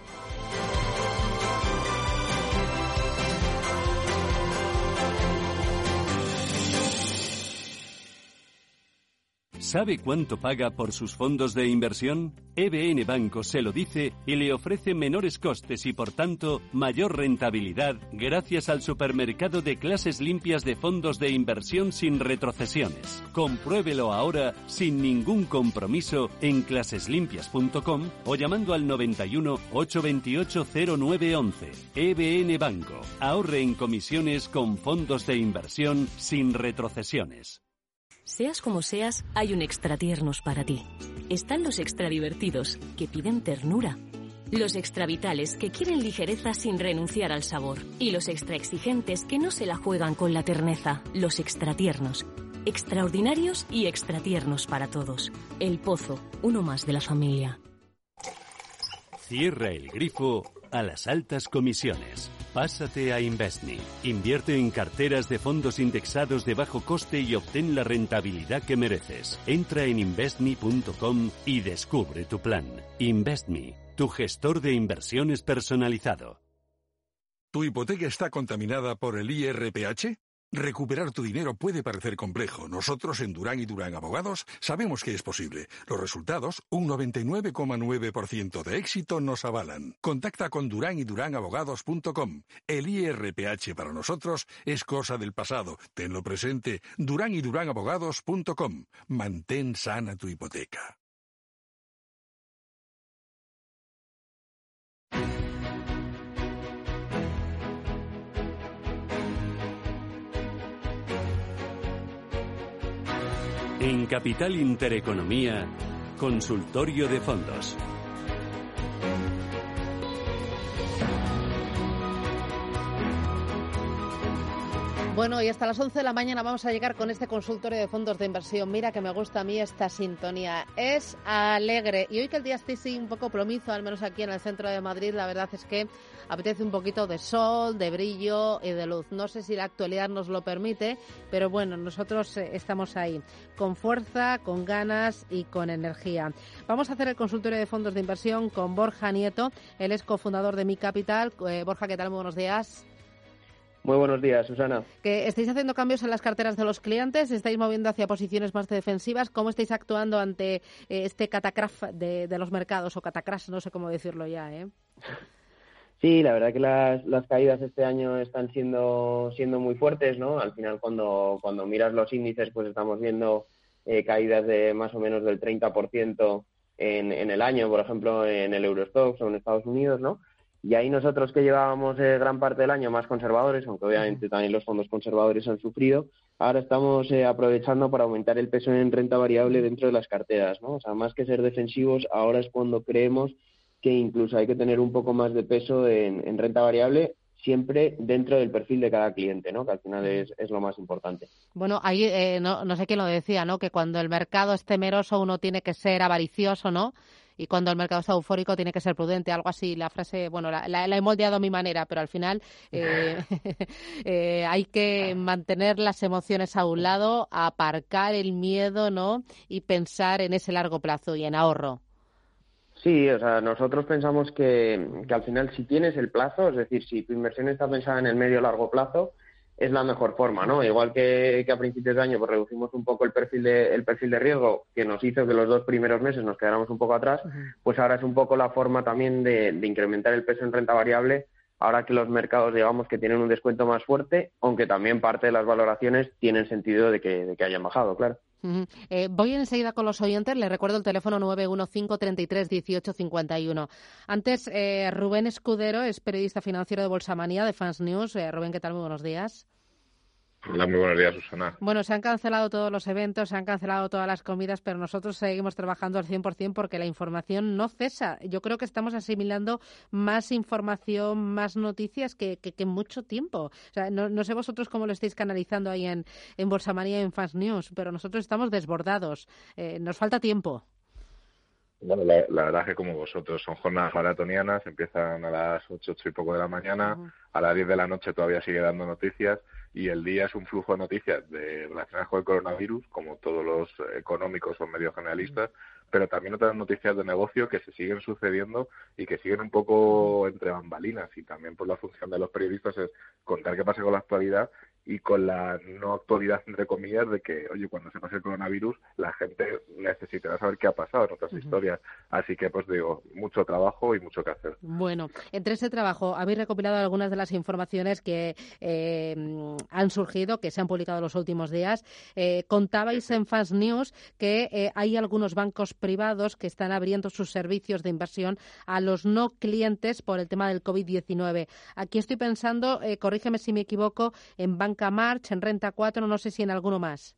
¿Sabe cuánto paga por sus fondos de inversión? E B N Banco se lo dice y le ofrece menores costes y, por tanto, mayor rentabilidad gracias al supermercado de clases limpias de fondos de inversión sin retrocesiones. Compruébelo ahora sin ningún compromiso en clases limpias punto com o llamando al noventa y uno, ochocientos veintiocho, cero nueve once. E B N Banco. Ahorre en comisiones con fondos de inversión sin retrocesiones. Seas como seas, hay un extra tiernos para ti. Están los extra divertidos, que piden ternura. Los extra vitales, que quieren ligereza sin renunciar al sabor. Y los extra exigentes, que no se la juegan con la terneza. Los extra tiernos. Extraordinarios y extra tiernos para todos. El Pozo, uno más de la familia. Cierra el grifo a las altas comisiones. Pásate a InvestMe. Invierte en carteras de fondos indexados de bajo coste y obtén la rentabilidad que mereces. Entra en investme punto com y descubre tu plan. InvestMe, tu gestor de inversiones personalizado. ¿Tu hipoteca está contaminada por el I R P H? Recuperar tu dinero puede parecer complejo. Nosotros en Durán y Durán Abogados sabemos que es posible. Los resultados, un noventa y nueve coma nueve por ciento de éxito, nos avalan. Contacta con durán y durán abogados punto com. El I R P H para nosotros es cosa del pasado. Tenlo presente. durán y durán abogados punto com. Mantén sana tu hipoteca. En Capital Intereconomía, consultorio de fondos. Bueno, y hasta las once de la mañana vamos a llegar con este consultorio de fondos de inversión. Mira que me gusta a mí esta sintonía. Es alegre. Y hoy que el día esté sí, un poco plomizo, al menos aquí en el centro de Madrid, la verdad es que apetece un poquito de sol, de brillo y de luz. No sé si la actualidad nos lo permite, pero bueno, nosotros eh, estamos ahí, con fuerza, con ganas y con energía. Vamos a hacer el consultorio de fondos de inversión con Borja Nieto. Él es cofundador de Mi Capital. Eh, Borja, ¿qué tal? Muy buenos días. Muy buenos días, Susana. Que estáis haciendo cambios en las carteras de los clientes, estáis moviendo hacia posiciones más defensivas. ¿Cómo estáis actuando ante eh, este catacraf de, de los mercados, o catacrash, no sé cómo decirlo ya, ¿eh? Sí, la verdad que las, las caídas este año están siendo siendo muy fuertes, ¿no? Al final, cuando cuando miras los índices, pues estamos viendo eh, caídas de más o menos del treinta por ciento en, en el año, por ejemplo, en el Eurostoxx o en Estados Unidos, ¿no? Y ahí nosotros, que llevábamos eh, gran parte del año más conservadores, aunque obviamente también los fondos conservadores han sufrido, ahora estamos eh, aprovechando para aumentar el peso en renta variable dentro de las carteras, ¿no? O sea, más que ser defensivos, ahora es cuando creemos que incluso hay que tener un poco más de peso en, en renta variable, siempre dentro del perfil de cada cliente, ¿no? Que al final es, es lo más importante. Bueno, ahí eh, no, no sé quién lo decía, ¿no? Que cuando el mercado es temeroso uno tiene que ser avaricioso, ¿no? Y cuando el mercado está eufórico tiene que ser prudente, algo así. La frase, bueno, la, la, la he moldeado a mi manera, pero al final eh, eh, hay que mantener las emociones a un lado, aparcar el miedo, ¿no? Y pensar en ese largo plazo y en ahorro. Sí, o sea, nosotros pensamos que, que al final, si tienes el plazo, es decir, si tu inversión está pensada en el medio o largo plazo, es la mejor forma, ¿no? Igual que, que a principios de año pues reducimos un poco el perfil de el perfil de riesgo, que nos hizo que los dos primeros meses nos quedáramos un poco atrás, pues ahora es un poco la forma también de, de incrementar el peso en renta variable, ahora que los mercados, digamos, que tienen un descuento más fuerte, aunque también parte de las valoraciones tienen sentido de que, de que hayan bajado, claro. Uh-huh. Eh, voy enseguida con los oyentes. Les recuerdo el teléfono nueve uno cinco, treinta y tres, dieciocho cincuenta y uno. Antes, eh, Rubén Escudero es periodista financiero de Bolsamanía, de Fans News. Eh, Rubén, ¿qué tal? Muy buenos días. Hola, muy buenos días, Susana. Bueno, se han cancelado todos los eventos, se han cancelado todas las comidas, pero nosotros seguimos trabajando al cien por ciento porque la información no cesa. Yo creo que estamos asimilando más información, más noticias que, que, que mucho tiempo. O sea, no, no sé vosotros cómo lo estáis canalizando ahí en, en Bolsamanía y en Fans News, pero nosotros estamos desbordados. Eh, nos falta tiempo. Bueno, la, la verdad es que como vosotros son jornadas maratonianas, empiezan a las ocho, ocho y poco de la mañana, uh-huh. A las diez de la noche todavía sigue dando noticias y el día es un flujo de noticias de, relacionadas con el coronavirus, como todos los económicos o medios generalistas, uh-huh. Pero también otras noticias de negocio que se siguen sucediendo y que siguen un poco uh-huh. entre bambalinas, y también por la función de los periodistas es contar qué pasa con la actualidad y con la no actualidad, entre comillas, de que, oye, cuando se pase el coronavirus, la gente necesitará saber qué ha pasado en otras uh-huh. historias. Así que, pues digo, mucho trabajo y mucho que hacer. Bueno, entre ese trabajo, habéis recopilado algunas de las informaciones que eh, han surgido, que se han publicado en los últimos días. Eh, contabais en Fans News que eh, hay algunos bancos privados que están abriendo sus servicios de inversión a los no clientes por el tema del covid diecinueve. Aquí estoy pensando, eh, corrígeme si me equivoco, en Banca March, en Renta cuatro, no sé si en alguno más.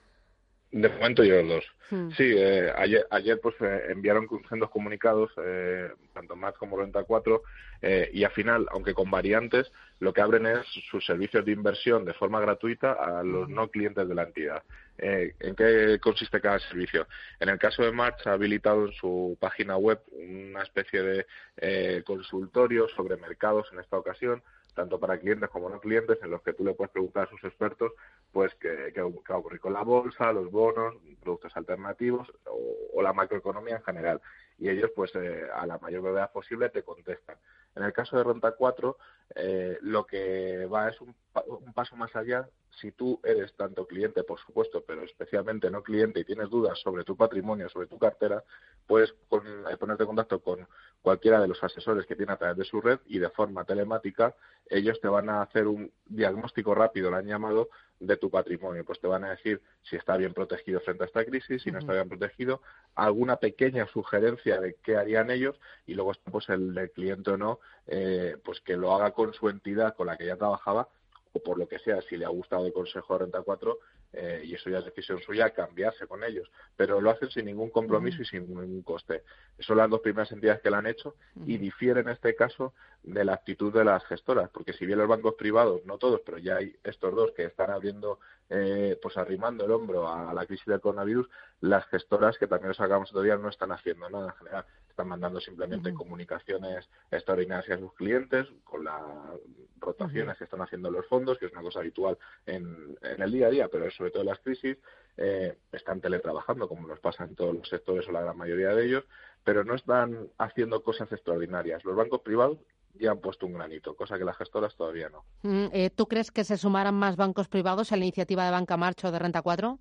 De momento yo los dos. Hmm. Sí, eh, ayer, ayer pues eh, enviaron sendos comunicados, eh, tanto March como Renta cuatro, eh, y al final, aunque con variantes, lo que abren es sus servicios de inversión de forma gratuita a los no clientes de la entidad. Eh, ¿En qué consiste cada servicio? En el caso de March, ha habilitado en su página web una especie de eh, consultorio sobre mercados en esta ocasión, tanto para clientes como no clientes, en los que tú le puedes preguntar a sus expertos pues qué, qué va a ocurrir con la bolsa, los bonos, productos alternativos o, o la macroeconomía en general. Y ellos, pues eh, a la mayor brevedad posible, te contestan. En el caso de Renta cuatro, eh, lo que va es un, un paso más allá. Si tú eres tanto cliente, por supuesto, pero especialmente no cliente, y tienes dudas sobre tu patrimonio, sobre tu cartera, puedes con, eh, ponerte en contacto con cualquiera de los asesores que tiene a través de su red, y de forma telemática ellos te van a hacer un diagnóstico rápido, lo han llamado, de tu patrimonio. Pues te van a decir si está bien protegido frente a esta crisis, si no está bien protegido, alguna pequeña sugerencia de qué harían ellos, y luego está pues el del cliente o no, eh, pues que lo haga con su entidad con la que ya trabajaba, o por lo que sea, si le ha gustado el consejo de Renta cuatro, eh, y eso ya es decisión suya, cambiarse con ellos, pero lo hacen sin ningún compromiso y sin ningún coste. Son las dos primeras entidades que lo han hecho y difiere en este caso de la actitud de las gestoras, porque si bien los bancos privados, no todos, pero ya hay estos dos que están abriendo, eh, pues arrimando el hombro a la crisis del coronavirus, las gestoras, que también lo sacamos otro día, no están haciendo nada en general, están mandando simplemente uh-huh. comunicaciones extraordinarias a sus clientes, con las rotaciones uh-huh. que están haciendo los fondos, que es una cosa habitual en, en el día a día, pero sobre todo en las crisis, eh, están teletrabajando, como nos pasa en todos los sectores o la gran mayoría de ellos, pero no están haciendo cosas extraordinarias. Los bancos privados ya han puesto un granito, cosa que las gestoras todavía no. Mm, eh, ¿Tú crees que se sumarán más bancos privados a la iniciativa de Banca March o de Renta cuatro?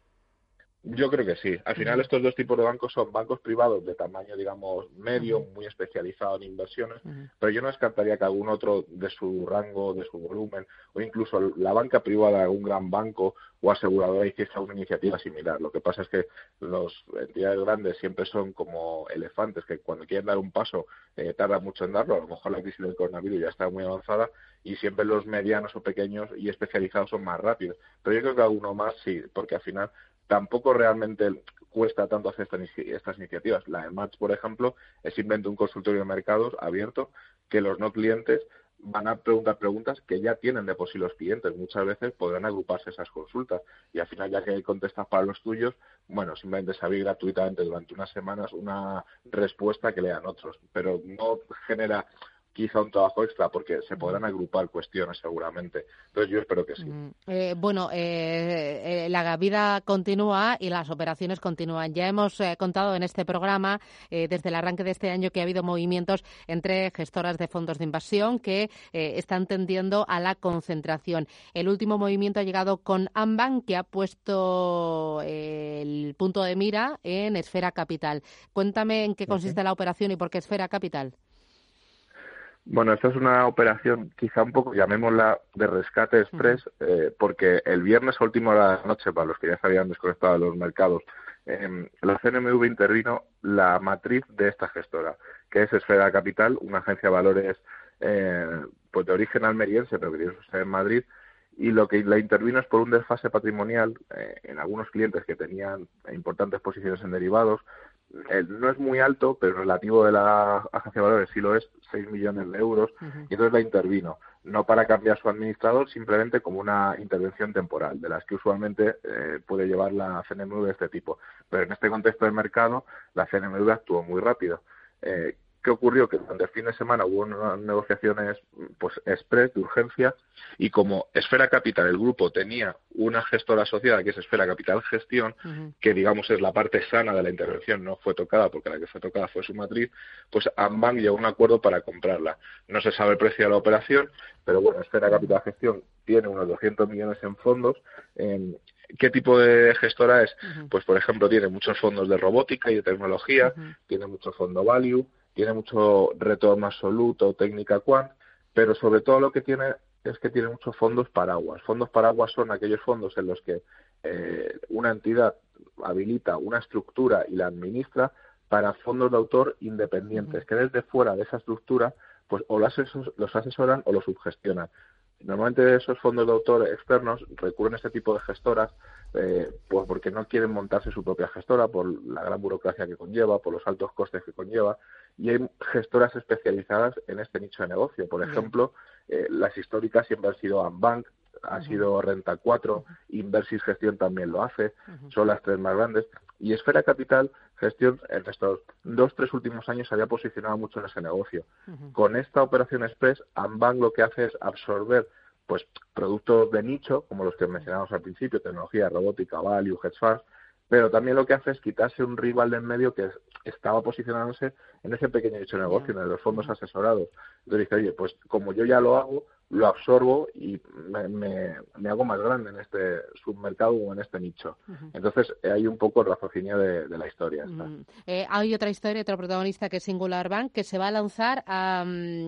Yo creo que sí. Al final estos dos tipos de bancos son bancos privados de tamaño, digamos, medio, uh-huh. muy especializado en inversiones, uh-huh. pero yo no descartaría que algún otro de su rango, de su volumen, o incluso la banca privada de algún gran banco o aseguradora hiciese una iniciativa similar. Lo que pasa es que las entidades grandes siempre son como elefantes, que cuando quieren dar un paso eh, tardan mucho en darlo. A lo mejor la crisis del coronavirus ya está muy avanzada y siempre los medianos o pequeños y especializados son más rápidos. Pero yo creo que alguno más sí, porque al final tampoco realmente cuesta tanto hacer estas, estas iniciativas. La de March, por ejemplo, es simplemente un consultorio de mercados abierto que los no clientes van a preguntar preguntas que ya tienen de por sí los clientes. Muchas veces podrán agruparse esas consultas y al final, ya que contestas para los tuyos, bueno, simplemente saber gratuitamente durante unas semanas una respuesta que lean otros, pero no genera quizá un trabajo extra, porque se podrán agrupar cuestiones seguramente. Entonces yo espero que sí. Mm, eh, bueno, eh, eh, la vida continúa y las operaciones continúan. Ya hemos eh, contado en este programa, eh, desde el arranque de este año, que ha habido movimientos entre gestoras de fondos de inversión que eh, están tendiendo a la concentración. El último movimiento ha llegado con Ambank, que ha puesto eh, el punto de mira en Esfera Capital. Cuéntame en qué consiste uh-huh. la operación y por qué Esfera Capital. Bueno, esta es una operación quizá un poco, llamémosla, de rescate express, uh-huh. eh, porque el viernes a última hora de la noche, para los que ya se habían desconectado de los mercados, eh, la C N M V intervino la matriz de esta gestora, que es Esfera Capital, una agencia de valores eh, pues de origen almeriense, pero que tiene su sede en Madrid, y lo que la intervino es por un desfase patrimonial eh, en algunos clientes que tenían importantes posiciones en derivados. Eh, no es muy alto, pero relativo de la agencia de valores sí lo es, seis millones de euros, uh-huh. y entonces la intervino, no para cambiar su administrador, simplemente como una intervención temporal, de las que usualmente eh, puede llevar la C N M V de este tipo. Pero en este contexto de mercado, la C N M V actuó muy rápido. Eh, ¿Qué ocurrió? Que durante el fin de semana hubo unas negociaciones pues express, de urgencia, y como Esfera Capital, el grupo, tenía una gestora asociada que es Esfera Capital Gestión, uh-huh. que digamos es la parte sana de la intervención, no fue tocada porque la que fue tocada fue su matriz, pues Ambank llegó a un acuerdo para comprarla. No se sabe el precio de la operación, pero bueno, Esfera Capital Gestión tiene unos doscientos millones en fondos. Eh, ¿Qué tipo de gestora es? Uh-huh. Pues, por ejemplo, tiene muchos fondos de robótica y de tecnología, uh-huh. tiene mucho fondo value, tiene mucho retorno absoluto, técnica quant, pero sobre todo lo que tiene es que tiene muchos fondos paraguas. Fondos paraguas son aquellos fondos en los que eh, una entidad habilita una estructura y la administra para fondos de autor independientes, uh-huh. que desde fuera de esa estructura pues o los, asesor, los asesoran o los subgestionan. Normalmente esos fondos de autor externos recurren a este tipo de gestoras eh, pues porque no quieren montarse su propia gestora por la gran burocracia que conlleva, por los altos costes que conlleva, y hay gestoras especializadas en este nicho de negocio. Por ejemplo, eh, las históricas siempre han sido Ambank, ha uh-huh. sido Renta cuatro, uh-huh. Inversis Gestión también lo hace, uh-huh. son las tres más grandes, y Esfera Capital Gestión en estos dos, tres últimos años se había posicionado mucho en ese negocio. Uh-huh. Con esta operación express, Ambank lo que hace es absorber pues productos de nicho, como los que mencionamos al principio, tecnología, robótica, value, hedge funds, pero también lo que hace es quitarse un rival de en medio que es, estaba posicionándose en ese pequeño nicho de negocio, yeah. en los fondos asesorados. Entonces dice, oye, pues como yo ya lo hago, lo absorbo y me, me, me hago más grande en este submercado o en este nicho. Uh-huh. Entonces hay un poco el raciocinio de, de la historia. Uh-huh. Eh, hay otra historia, otro protagonista que es Singular Bank, que se va a lanzar a,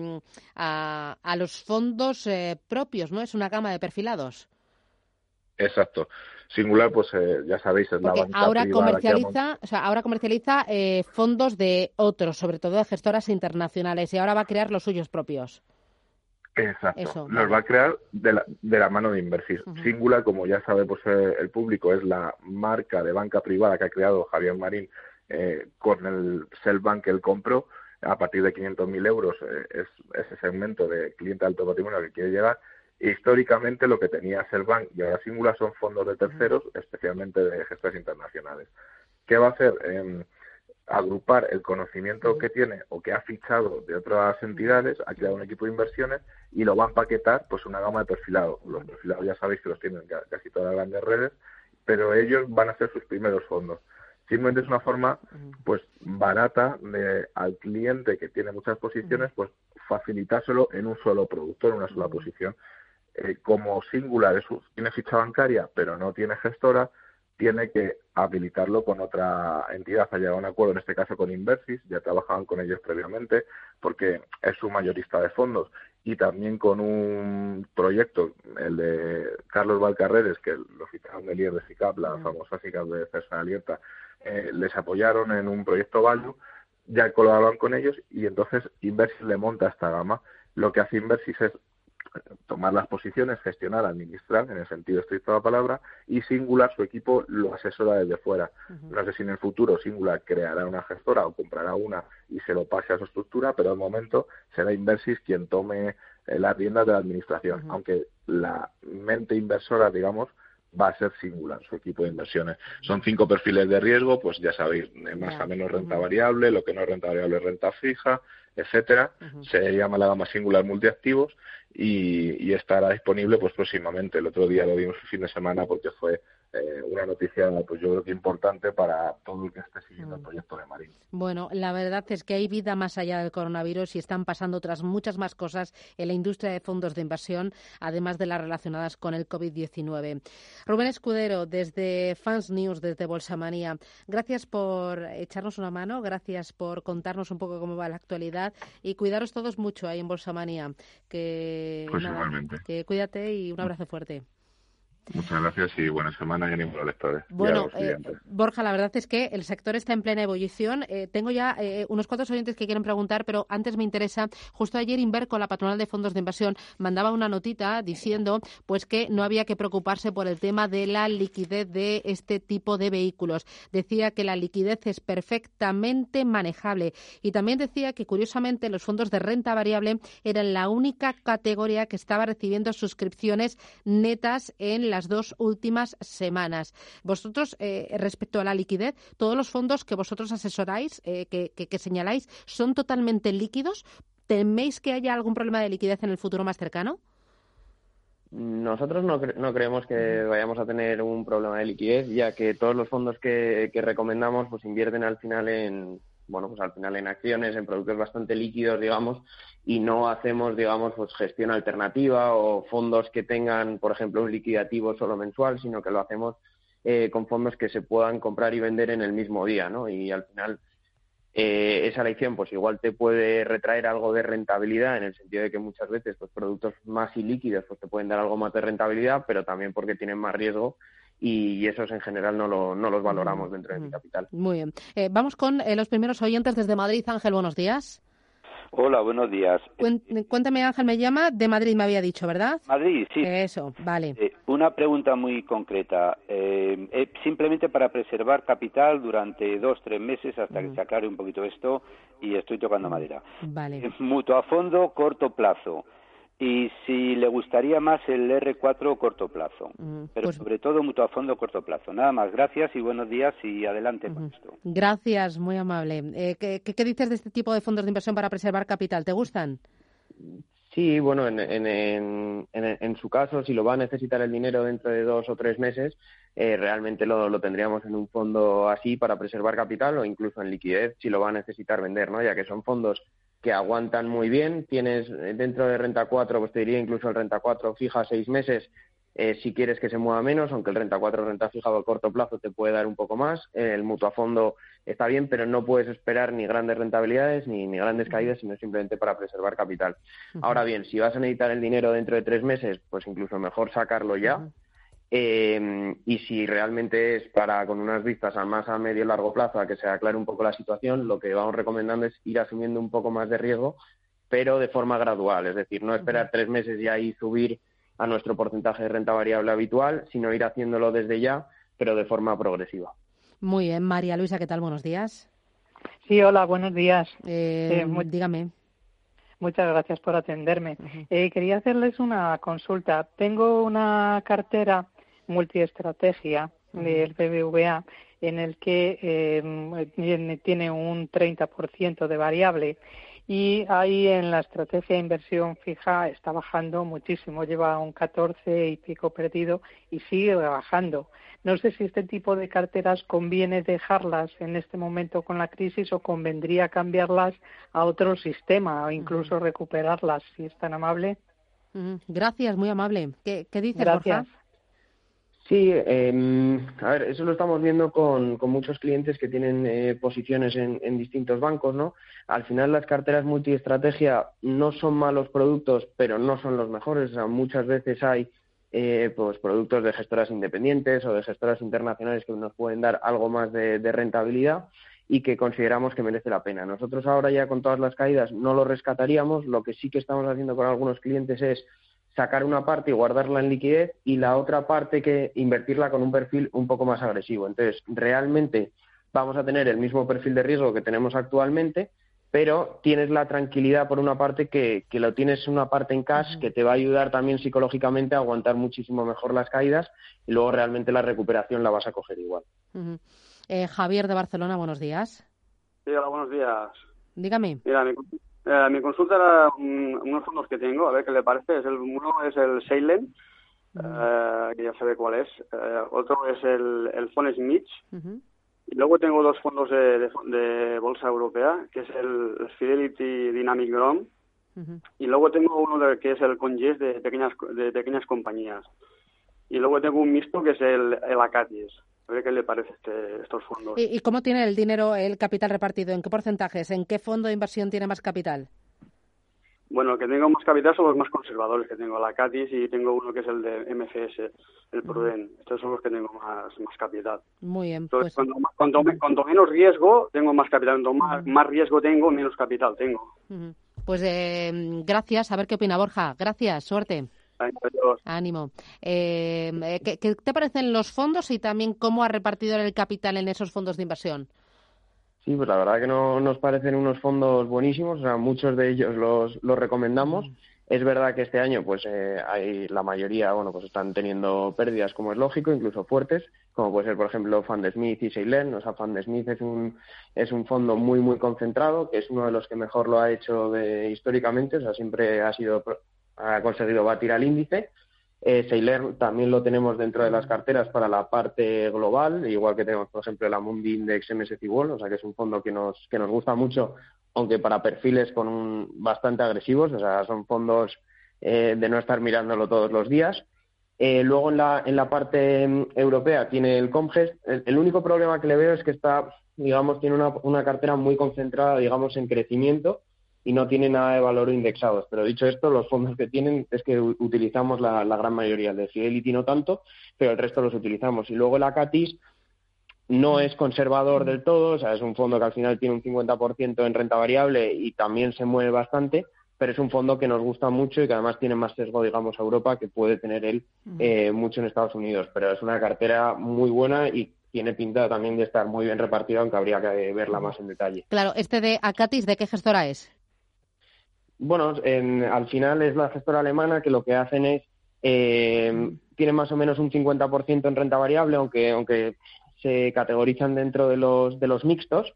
a, a los fondos eh, propios, ¿no? Es una gama de perfilados. Exacto. Singular, pues eh, ya sabéis, es Porque la banca ahora privada comercializa, o sea, ahora comercializa eh, fondos de otros, sobre todo de gestoras internacionales, y ahora va a crear los suyos propios. Exacto, Eso, los vale. va a crear de la, de la mano de Inversis. Ujú. Singular, como ya sabe pues eh, el público, es la marca de banca privada que ha creado Javier Marín eh, con el Selbank que él compró. A partir de quinientos mil euros eh, es ese segmento de cliente de alto patrimonio al que quiere llegar. Históricamente lo que tenía Selbank y ahora Singular son fondos de terceros, especialmente de gestores internacionales. ¿Qué va a hacer? Eh, agrupar el conocimiento que tiene o que ha fichado de otras entidades, ha creado un equipo de inversiones y lo va a empaquetar pues una gama de perfilados. Los perfilados ya sabéis que los tienen casi todas las grandes redes, pero ellos van a ser sus primeros fondos. Simplemente es una forma pues barata de al cliente que tiene muchas posiciones pues facilitárselo en un solo producto, en una sola posición. Eh, como Singular es, tiene ficha bancaria pero no tiene gestora, tiene que habilitarlo con otra entidad. Ha llegado a un acuerdo, en este caso con Inversis, ya trabajaban con ellos previamente, porque es su mayorista de fondos, y también con un proyecto, el de Carlos Valcarreres, que lo ficharon del I R de SICAP, la famosa SICAP de César Alierta, eh, les apoyaron en un proyecto Value, ya colaboraban con ellos, y entonces Inversis le monta esta gama. Lo que hace Inversis es tomar las posiciones, gestionar, administrar, en el sentido estricto de la palabra, y Singular, su equipo, lo asesora desde fuera. Uh-huh. No sé si en el futuro Singular creará una gestora o comprará una y se lo pase a su estructura, pero de momento será Inversis quien tome eh, las riendas de la administración, uh-huh. aunque la mente inversora, digamos, va a ser Singular, su equipo de inversiones. Son cinco perfiles de riesgo, pues ya sabéis, más o menos renta uh-huh. variable, lo que no es renta variable es renta fija, etcétera. Uh-huh. Se llama la gama Singular Multiactivos y, y estará disponible pues próximamente. El otro día lo vimos el fin de semana porque fue eh, una noticia, pues yo creo que importante para todo el que esté siguiendo uh-huh. el proyecto de Marín. Bueno, la verdad es que hay vida más allá del coronavirus y están pasando otras muchas más cosas en la industria de fondos de inversión, además de las relacionadas con el covid diecinueve. Rubén Escudero, desde Fans News, desde Bolsamanía, gracias por echarnos una mano, gracias por contarnos un poco cómo va la actualidad y cuidaros todos mucho ahí en Bolsamanía. Que, pues nada, igualmente. Que cuídate y un abrazo fuerte. Muchas gracias y buena semana y ánimo a los lectores. Bueno, eh, Borja, la verdad es que el sector está en plena ebullición. Eh, tengo ya eh, unos cuantos oyentes que quieren preguntar, pero antes me interesa, justo ayer Inverco, la patronal de fondos de inversión, mandaba una notita diciendo pues que no había que preocuparse por el tema de la liquidez de este tipo de vehículos. Decía que la liquidez es perfectamente manejable y también decía que, curiosamente, los fondos de renta variable eran la única categoría que estaba recibiendo suscripciones netas en las dos últimas semanas. Vosotros, eh, respecto a la liquidez, todos los fondos que vosotros asesoráis, eh, que, que, que señaláis, ¿son totalmente líquidos? ¿Teméis que haya algún problema de liquidez en el futuro más cercano? Nosotros no, cre- no creemos que vayamos a tener un problema de liquidez, ya que todos los fondos que, que recomendamos pues invierten al final en bueno pues al final en acciones, en productos bastante líquidos, digamos, y no hacemos, digamos, pues gestión alternativa o fondos que tengan, por ejemplo, un liquidativo solo mensual, sino que lo hacemos eh, con fondos que se puedan comprar y vender en el mismo día, ¿no? Y al final eh, esa elección pues igual te puede retraer algo de rentabilidad, en el sentido de que muchas veces pues productos más ilíquidos pues te pueden dar algo más de rentabilidad, pero también porque tienen más riesgo. Y esos en general no, lo, no los valoramos dentro de mi capital. Muy bien. Eh, vamos con eh, los primeros oyentes desde Madrid. Ángel, buenos días. Hola, buenos días. Cuéntame, Ángel, me llama de Madrid, me había dicho, ¿verdad? Madrid, sí. Eso, vale. Eh, una pregunta muy concreta. Eh, eh, simplemente para preservar capital durante dos, tres meses hasta mm. que se aclare un poquito esto y estoy tocando madera. Vale. Eh, mutuo a fondo, corto plazo. Y si le gustaría más el erre cuatro corto plazo, mm, pero pues, sobre todo mutuo a fondo corto plazo. Nada más, gracias y buenos días y adelante uh-huh. con esto. Gracias, muy amable. Eh, ¿qué, ¿Qué dices de este tipo de fondos de inversión para preservar capital? ¿Te gustan? Sí, bueno, en, en, en, en, en su caso, si lo va a necesitar el dinero dentro de dos o tres meses, eh, realmente lo, lo tendríamos en un fondo así para preservar capital o incluso en liquidez si lo va a necesitar vender, ¿no? Ya que son fondos que aguantan muy bien. Tienes dentro de renta cuatro, pues te diría incluso el renta cuatro fija seis meses, eh, si quieres que se mueva menos, aunque el renta cuatro renta fija a corto plazo te puede dar un poco más. Eh, el mutuo a fondo está bien, pero no puedes esperar ni grandes rentabilidades ni, ni grandes caídas, sino simplemente para preservar capital. Uh-huh. Ahora bien, si vas a necesitar el dinero dentro de tres meses, pues incluso mejor sacarlo ya. Uh-huh. Eh, y si realmente es para con unas vistas a más a medio y largo plazo a que se aclare un poco la situación, lo que vamos recomendando es ir asumiendo un poco más de riesgo, pero de forma gradual, es decir, no esperar tres meses y ahí subir a nuestro porcentaje de renta variable habitual, sino ir haciéndolo desde ya, pero de forma progresiva. Muy bien, María Luisa, ¿qué tal? Buenos días. Sí, hola, buenos días. Eh, Eh, mu- dígame. Muchas gracias por atenderme. Eh, quería hacerles una consulta. Tengo una cartera multiestrategia del B B V A en el que eh, tiene- tiene un treinta por ciento de variable y ahí en la estrategia de inversión fija está bajando muchísimo, lleva un catorce y pico perdido y sigue bajando. No sé si este tipo de carteras conviene dejarlas en este momento con la crisis o convendría cambiarlas a otro sistema o incluso recuperarlas, si es tan amable. Ujú. Gracias, muy amable. ¿Qué, qué dices, Gracias. Borja? Sí, eh, a ver, eso lo estamos viendo con, con muchos clientes que tienen eh, posiciones en, en distintos bancos, ¿no? Al final las carteras multiestrategia no son malos productos, pero no son los mejores. O sea, muchas veces hay eh, pues productos de gestoras independientes o de gestoras internacionales que nos pueden dar algo más de, de rentabilidad y que consideramos que merece la pena. Nosotros ahora ya con todas las caídas no lo rescataríamos. Lo que sí que estamos haciendo con algunos clientes es sacar una parte y guardarla en liquidez y la otra parte que invertirla con un perfil un poco más agresivo. Entonces, realmente vamos a tener el mismo perfil de riesgo que tenemos actualmente, pero tienes la tranquilidad por una parte que, que lo tienes una parte en cash que te va a ayudar también psicológicamente a aguantar muchísimo mejor las caídas y luego realmente la recuperación la vas a coger igual. Ujú. Eh, Javier de Barcelona, buenos días. Sí, hola, buenos días. Dígame. Mira, mi, eh, mi consulta era un- unos fondos que tengo, a ver qué le parece. Es el, uno es el Seilen, eh, que ya sabe cuál es. Eh, otro es el, el Fond Smith. Y luego tengo dos fondos de, de, de bolsa europea, que es el Fidelity Dynamic Grom. Y luego tengo uno de, que es el Conges de pequeñas de pequeñas compañías. Y luego tengo un mixto que es el, el Acatis. A ver qué le parece este, estos fondos. ¿Y, ¿Y cómo tiene el dinero, el capital repartido? ¿En qué porcentajes? ¿En qué fondo de inversión tiene más capital? Bueno, el que tengo más capital son los más conservadores que tengo, la Catis, y tengo uno que es el de M F S, el Prudent. Estos son los que tengo más, más capital. Muy bien, Entonces, pues cuanto, más- cuanto, me- cuanto menos riesgo, tengo más capital. Cuanto más, más riesgo tengo, menos capital tengo. ujú. Pues eh, gracias. A ver qué opina Borja. Gracias, suerte. Adiós. Ánimo. Eh, eh, ¿qué, qué te parecen los fondos y también cómo ha repartido el capital en esos fondos de inversión? Sí, pues la verdad que no, nos parecen unos fondos buenísimos, o sea, muchos de ellos los, los recomendamos. Es verdad que este año, pues eh, hay la mayoría, bueno, pues están teniendo pérdidas, como es lógico, incluso fuertes, como puede ser, por ejemplo, Fund Smith y Seilen. O sea, Fund Smith es un es un fondo muy muy concentrado, que es uno de los que mejor lo ha hecho de, históricamente, o sea, siempre ha sido ha conseguido batir al índice. Eh, Seiler también lo tenemos dentro de las carteras para la parte global, igual que tenemos, por ejemplo, el Amundi Index M S C I World, o sea que es un fondo que nos que nos gusta mucho, aunque para perfiles con un, bastante agresivos, o sea, son fondos eh, de no estar mirándolo todos los días. Eh, luego en la en la parte mm, europea tiene el Comgest. El, el único problema que le veo es que está, digamos, tiene una, una cartera muy concentrada, digamos, en crecimiento, y no tiene nada de valor indexados. Pero dicho esto, los fondos que tienen es que u- utilizamos la, la gran mayoría. El de Fidelity no tanto, pero el resto los utilizamos. Y luego el Acatis no es conservador del todo, o sea, es un fondo que al final tiene un cincuenta por ciento en renta variable y también se mueve bastante, pero es un fondo que nos gusta mucho y que además tiene más sesgo, digamos, a Europa, que puede tener él eh, mucho en Estados Unidos. Pero es una cartera muy buena y tiene pinta también de estar muy bien repartida, aunque habría que verla más en detalle. Claro, este de Acatis, ¿de qué gestora es? Bueno, en- al final es la gestora alemana que lo que hacen es, eh, tiene más o menos un cincuenta por ciento en renta variable, aunque aunque se categorizan dentro de los de los mixtos,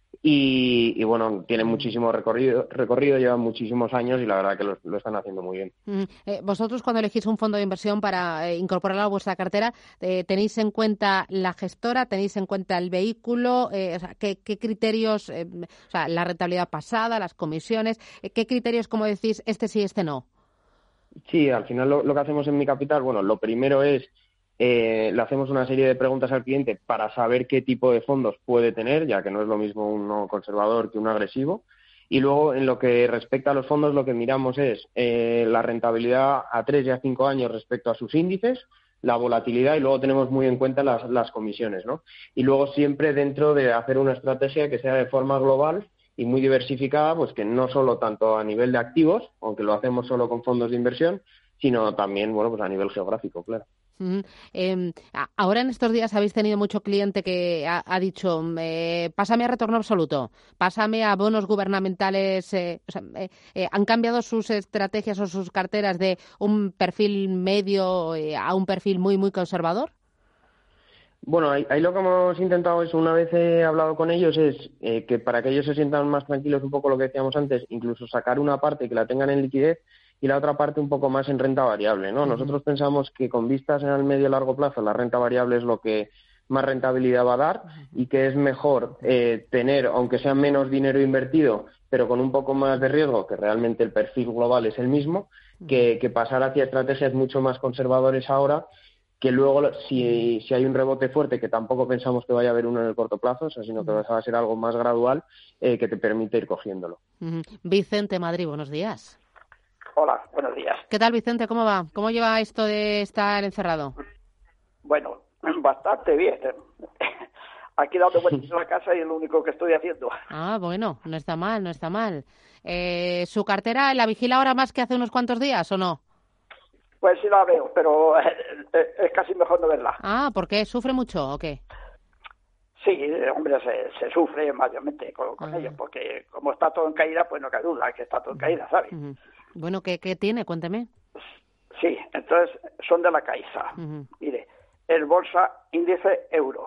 y, y bueno, tienen muchísimo recorrido, recorrido, llevan muchísimos años y la verdad que lo, lo están haciendo muy bien. Mm, eh, vosotros cuando elegís un fondo de inversión para eh, incorporarlo a vuestra cartera, eh, ¿tenéis en cuenta la gestora, tenéis en cuenta el vehículo? Eh, o sea, ¿qué, qué criterios, eh, o sea, la rentabilidad pasada, las comisiones, eh, qué criterios, como decís, este sí, este no? Sí, al final lo, lo que hacemos en Mi Capital, bueno, lo primero es, eh, le hacemos una serie de preguntas al cliente para saber qué tipo de fondos puede tener, ya que no es lo mismo uno conservador que uno agresivo. Y luego, en lo que respecta a los fondos, lo que miramos es eh, la rentabilidad a tres y a cinco años respecto a sus índices, la volatilidad, y luego tenemos muy en cuenta las, las comisiones, ¿no? Y luego siempre dentro de hacer una estrategia que sea de forma global y muy diversificada, pues que no solo tanto a nivel de activos, aunque lo hacemos solo con fondos de inversión, sino también, bueno, pues a nivel geográfico, claro. Uh-huh. Eh, ahora en estos días habéis tenido mucho cliente que ha, ha dicho eh, pásame a retorno absoluto, pásame a bonos gubernamentales, eh, o sea, eh, eh, ¿han cambiado sus estrategias o sus carteras de un perfil medio eh, a un perfil muy, muy conservador? Bueno, ahí, ahí lo que hemos intentado es, una vez he hablado con ellos, es eh, que para que ellos se sientan más tranquilos, un poco lo que decíamos antes, incluso sacar una parte que la tengan en liquidez y la otra parte un poco más en renta variable, ¿no? Uh-huh. Nosotros pensamos que con vistas en el medio y largo plazo la renta variable es lo que más rentabilidad va a dar y que es mejor eh, tener, aunque sea menos dinero invertido, pero con un poco más de riesgo, que realmente el perfil global es el mismo, que, que pasar hacia estrategias mucho más conservadores ahora, que luego si, si hay un rebote fuerte, que tampoco pensamos que vaya a haber uno en el corto plazo, o sea, sino que va a ser algo más gradual, eh, que te permite ir cogiéndolo. Uh-huh. Vicente Madrid, buenos días. Hola, buenos días. ¿Qué tal, Vicente? ¿Cómo va? ¿Cómo lleva esto de estar encerrado? Bueno, bastante bien. Aquí dando vueltas en la casa y es lo único que estoy haciendo. Ah, bueno, no está mal, no está mal. Eh, ¿Su cartera la vigila ahora más que hace unos cuantos días o no? Pues sí la veo, pero es casi mejor no verla. Ah, ¿por qué? ¿Sufre mucho o qué? Sí, hombre, se, se sufre mayormente con, con ah. ellos, porque como está todo en caída, pues no cabe duda que está todo en caída, ¿sabes? Uh-huh. Bueno, ¿qué, ¿qué tiene? Cuénteme. Sí, entonces son de la Caixa. Uh-huh. Mire, el Bolsa Índice Euro.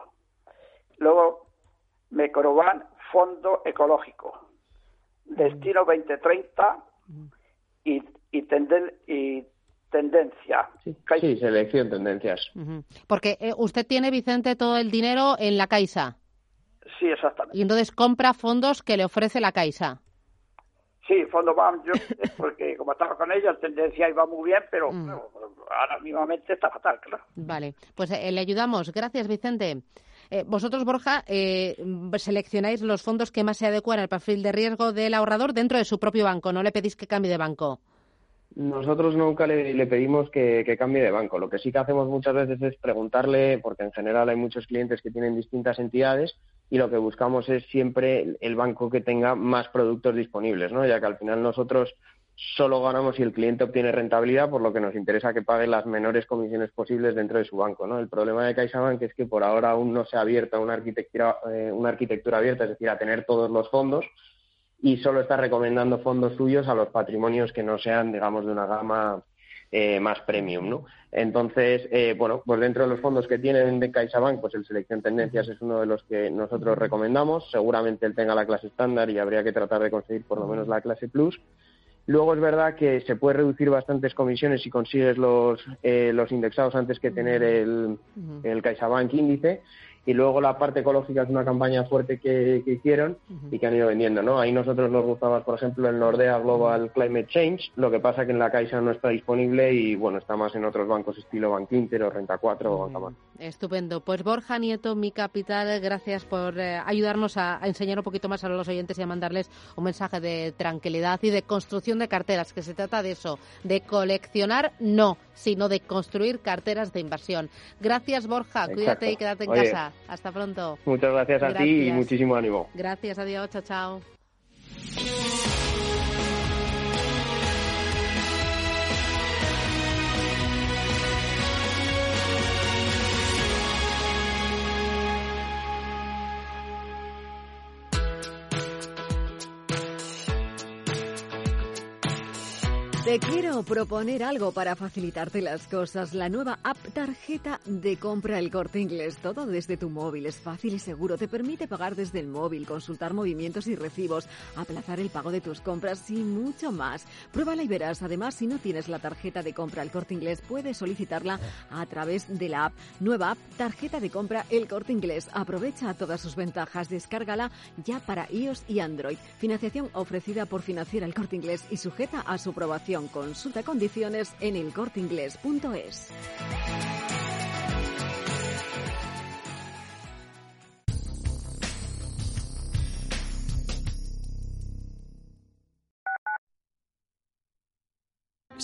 Luego, Mecroban Fondo Ecológico. Destino uh-huh. veinte treinta uh-huh. y, y, tenden, y Tendencia. Sí, sí, selección tendencias. Uh-huh. Porque eh, usted tiene, Vicente, todo el dinero en la Caixa. Sí, exactamente. Y entonces compra fondos que le ofrece la Caixa. Sí, fondo B A M, yo, porque como estaba con ella, la tendencia iba muy bien, pero mm. bueno, ahora mismamente está fatal, claro. Vale, pues eh, le ayudamos. Gracias, Vicente. Eh, vosotros, Borja, eh, seleccionáis los fondos que más se adecuan al perfil de riesgo del ahorrador dentro de su propio banco, no le pedís que cambie de banco. Nosotros nunca le, le pedimos que, que cambie de banco. Lo que sí que hacemos muchas veces es preguntarle, porque en general hay muchos clientes que tienen distintas entidades, y lo que buscamos es siempre el banco que tenga más productos disponibles, ¿no? Ya que al final nosotros solo ganamos si el cliente obtiene rentabilidad, por lo que nos interesa que pague las menores comisiones posibles dentro de su banco, ¿no? El problema de CaixaBank es que por ahora aún no se ha abierto una arquitectura, eh, una arquitectura abierta, es decir, a tener todos los fondos, y solo está recomendando fondos suyos a los patrimonios que no sean, digamos, de una gama eh, más premium, ¿no? Entonces, eh, bueno, pues dentro de los fondos que tienen de CaixaBank, pues el Selección Tendencias es uno de los que nosotros recomendamos. Seguramente él tenga la clase estándar y habría que tratar de conseguir por lo menos la clase plus. Luego es verdad que se puede reducir bastantes comisiones si consigues los eh, los indexados antes que tener el, el CaixaBank índice. Y luego la parte ecológica es una campaña fuerte que, que hicieron uh-huh. y que han ido vendiendo, ¿no? Ahí nosotros nos gustaba, por ejemplo, el Nordea Global Climate Change, lo que pasa que en la Caixa no está disponible y, bueno, está más en otros bancos estilo Bankinter o Renta cuatro uh-huh. o Bancaman. Estupendo. Pues Borja Nieto, Mi Capital, gracias por eh, ayudarnos a, a enseñar un poquito más a los oyentes y a mandarles un mensaje de tranquilidad y de construcción de carteras, que se trata de eso, de coleccionar no, sino de construir carteras de inversión. Gracias, Borja. Exacto. Cuídate y quédate en Oye. casa. Hasta pronto. Muchas gracias a gracias. ti y muchísimo ánimo. Gracias, adiós, chao, chao. Te quiero proponer algo para facilitarte las cosas. La nueva app Tarjeta de Compra El Corte Inglés. Todo desde tu móvil. Es fácil y seguro. Te permite pagar desde el móvil, consultar movimientos y recibos, aplazar el pago de tus compras y mucho más. Pruébala y verás. Además, si no tienes la tarjeta de compra El Corte Inglés, puedes solicitarla a través de la app. Nueva app Tarjeta de Compra El Corte Inglés. Aprovecha todas sus ventajas. Descárgala ya para iOS y Android. Financiación ofrecida por Financiera El Corte Inglés y sujeta a su aprobación. Consulta condiciones en el corte inglés punto es.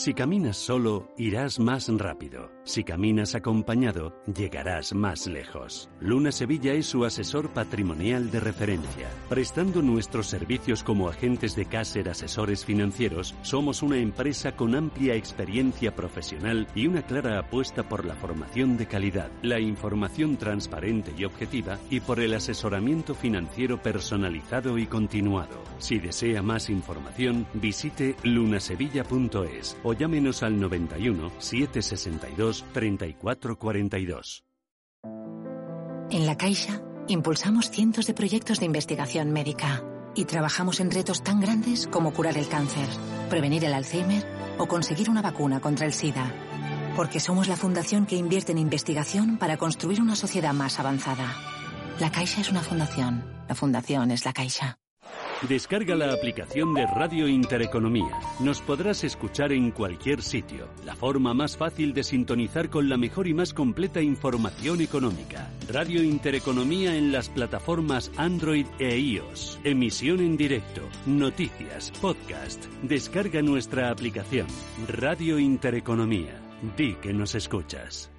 Si caminas solo, irás más rápido. Si caminas acompañado, llegarás más lejos. Luna Sevilla es su asesor patrimonial de referencia. Prestando nuestros servicios como agentes de Caser Asesores Financieros, somos una empresa con amplia experiencia profesional y una clara apuesta por la formación de calidad, la información transparente y objetiva y por el asesoramiento financiero personalizado y continuado. Si desea más información, visite lunasevilla punto es o llámenos al noventa y uno, setecientos sesenta y dos, treinta y cuatro cuarenta y dos. En La Caixa, impulsamos cientos de proyectos de investigación médica y trabajamos en retos tan grandes como curar el cáncer, prevenir el Alzheimer o conseguir una vacuna contra el SIDA. Porque somos la fundación que invierte en investigación para construir una sociedad más avanzada. La Caixa es una fundación. La fundación es La Caixa. Descarga la aplicación de Radio Intereconomía. Nos podrás escuchar en cualquier sitio. La forma más fácil de sintonizar con la mejor y más completa información económica. Radio Intereconomía en las plataformas Android e iOS. Emisión en directo, noticias, podcast. Descarga nuestra aplicación. Radio Intereconomía. Di que nos escuchas.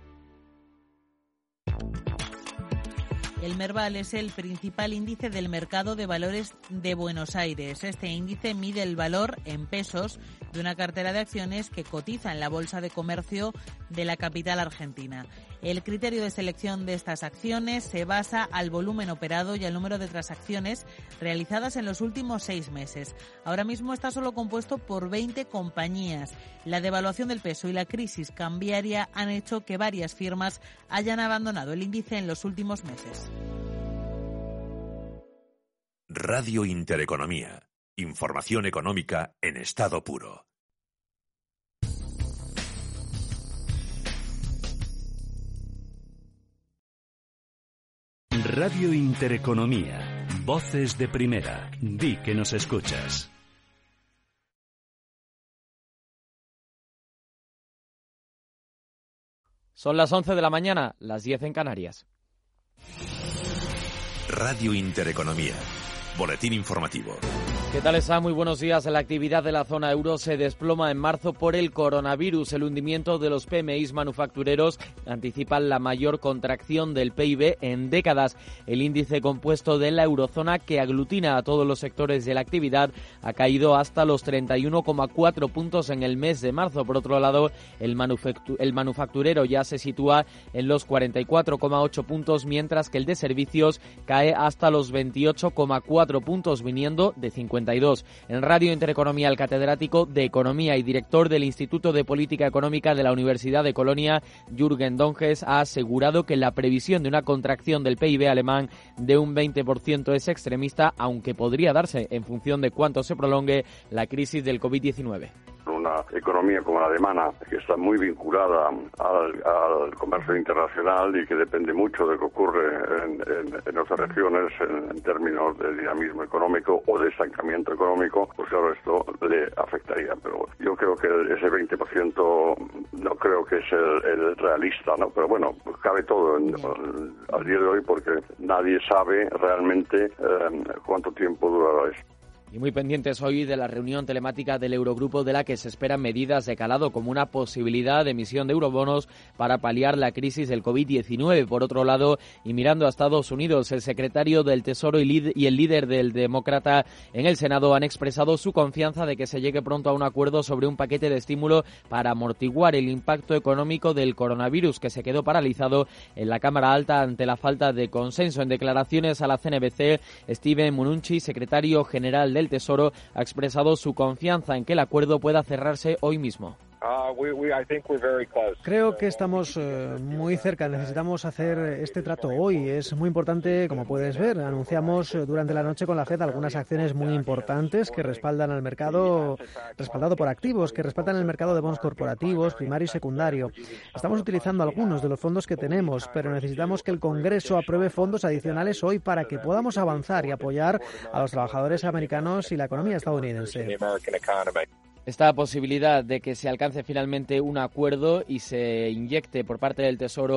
El Merval es el principal índice del mercado de valores de Buenos Aires. Este índice mide el valor en pesos de una cartera de acciones que cotiza en la Bolsa de Comercio de la capital argentina. El criterio de selección de estas acciones se basa al volumen operado y al número de transacciones realizadas en los últimos seis meses. Ahora mismo está solo compuesto por veinte compañías. La devaluación del peso y la crisis cambiaria han hecho que varias firmas hayan abandonado el índice en los últimos meses. Radio Intereconomía. Información económica en estado puro. Radio Intereconomía. Voces de primera. Di que nos escuchas. Son las once de la mañana, las diez en Canarias. Radio Intereconomía. Boletín informativo. ¿Qué tal está? Muy buenos días. La actividad de la zona euro se desploma en marzo por el coronavirus. El hundimiento de los P M Is manufactureros anticipa la mayor contracción del P I B en décadas. El índice compuesto de la eurozona, que aglutina a todos los sectores de la actividad, ha caído hasta los treinta y uno coma cuatro puntos en el mes de marzo. Por otro lado, el, manufactu- el manufacturero ya se sitúa en los cuarenta y cuatro coma ocho puntos, mientras que el de servicios cae hasta los veintiocho coma cuatro puntos, viniendo de cincuenta y dos. En Radio Intereconomía, el catedrático de Economía y director del Instituto de Política Económica de la Universidad de Colonia, Jürgen Donges, ha asegurado que la previsión de una contracción del P I B alemán de un veinte por ciento es extremista, aunque podría darse en función de cuánto se prolongue la crisis del covid diecinueve. Una economía como la alemana, que está muy vinculada al, al comercio internacional y que depende mucho de lo que ocurre en, en, en otras regiones en, en términos de dinamismo económico o de estancamiento económico, pues claro, esto le afectaría. Pero yo creo que ese veinte por ciento no creo que es el, el realista, ¿no? Pero bueno, pues cabe todo en, al, al día de hoy, porque nadie sabe realmente eh, cuánto tiempo durará esto. Y muy pendientes hoy de la reunión telemática del Eurogrupo, de la que se esperan medidas de calado, como una posibilidad de emisión de eurobonos para paliar la crisis del covid diecinueve. Por otro lado, y mirando a Estados Unidos, el secretario del Tesoro y el líder del Demócrata en el Senado han expresado su confianza de que se llegue pronto a un acuerdo sobre un paquete de estímulo para amortiguar el impacto económico del coronavirus, que se quedó paralizado en la Cámara Alta ante la falta de consenso. En declaraciones a la C N B C, Steven Mnuchin, secretario general del El Tesoro, ha expresado su confianza en que el acuerdo pueda cerrarse hoy mismo. Creo que estamos eh, muy cerca. Necesitamos hacer este trato hoy. Es muy importante, como puedes ver. Anunciamos durante la noche con la Fed algunas acciones muy importantes que respaldan al mercado, respaldado por activos, que respaldan el mercado de bonos corporativos, primario y secundario. Estamos utilizando algunos de los fondos que tenemos, pero necesitamos que el Congreso apruebe fondos adicionales hoy para que podamos avanzar y apoyar a los trabajadores americanos y la economía estadounidense. Esta posibilidad de que se alcance finalmente un acuerdo y se inyecte por parte del Tesoro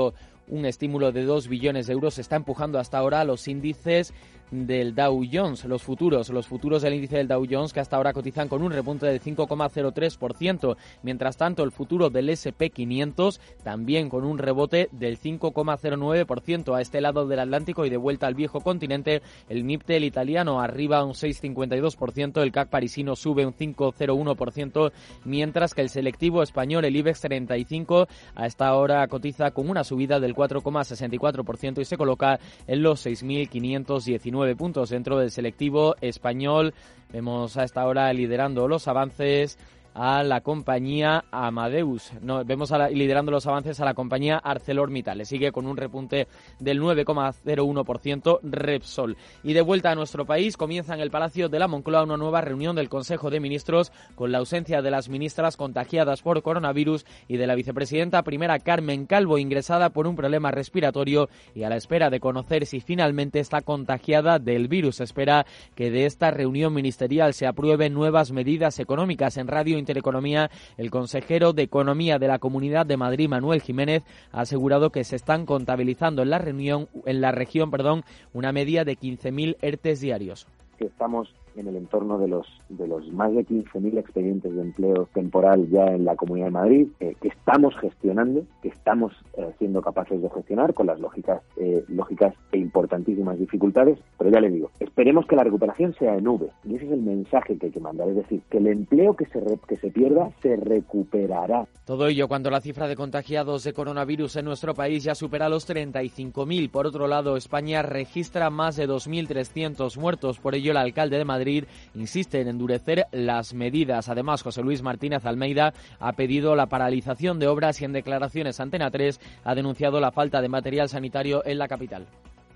un estímulo de dos billones de euros está empujando hasta ahora los índices del Dow Jones, los futuros, los futuros del índice del Dow Jones, que hasta ahora cotizan con un repunte del cinco coma cero tres por ciento. Mientras tanto, el futuro del ese and pe quinientos también con un rebote del cinco coma cero nueve por ciento. A este lado del Atlántico y de vuelta al viejo continente, el Mibtel italiano arriba un seis coma cincuenta y dos por ciento, el C A C parisino sube un cinco coma cero uno por ciento, mientras que el selectivo español, el IBEX treinta y cinco, a esta hora cotiza con una subida del cuatro coma sesenta y cuatro por ciento y se coloca en los seis mil quinientos diecinueve puntos. Dentro del selectivo español vemos a esta hora liderando los avances a la compañía Amadeus. No, vemos a la, liderando los avances a la compañía ArcelorMittal. Le sigue con un repunte del nueve coma cero uno por ciento Repsol. Y de vuelta a nuestro país, comienza en el Palacio de la Moncloa una nueva reunión del Consejo de Ministros con la ausencia de las ministras contagiadas por coronavirus y de la vicepresidenta primera Carmen Calvo, ingresada por un problema respiratorio y a la espera de conocer si finalmente está contagiada del virus. Se espera que de esta reunión ministerial se aprueben nuevas medidas económicas. En Radio Intereconomía, el consejero de Economía de la Comunidad de Madrid, Manuel Jiménez, ha asegurado que se están contabilizando en la reunión, en la región, perdón, una media de quince mil ERTEs diarios. Que estamos en el entorno de los de los más de quince mil expedientes de empleo temporal ya en la Comunidad de Madrid, eh, que estamos gestionando, que estamos eh, siendo capaces de gestionar con las lógicas eh, lógicas e importantísimas dificultades, pero ya le digo, esperemos que la recuperación sea en V, y ese es el mensaje que hay que mandar, es decir, que el empleo que se re, que se pierda se recuperará. Todo ello cuando la cifra de contagiados de coronavirus en nuestro país ya supera los treinta y cinco mil. Por otro lado, España registra más de dos mil trescientos muertos. Por ello, el alcalde de Madrid insiste en endurecer las medidas. Además, José Luis Martínez Almeida ha pedido la paralización de obras y en declaraciones a Antena tres ha denunciado la falta de material sanitario en la capital.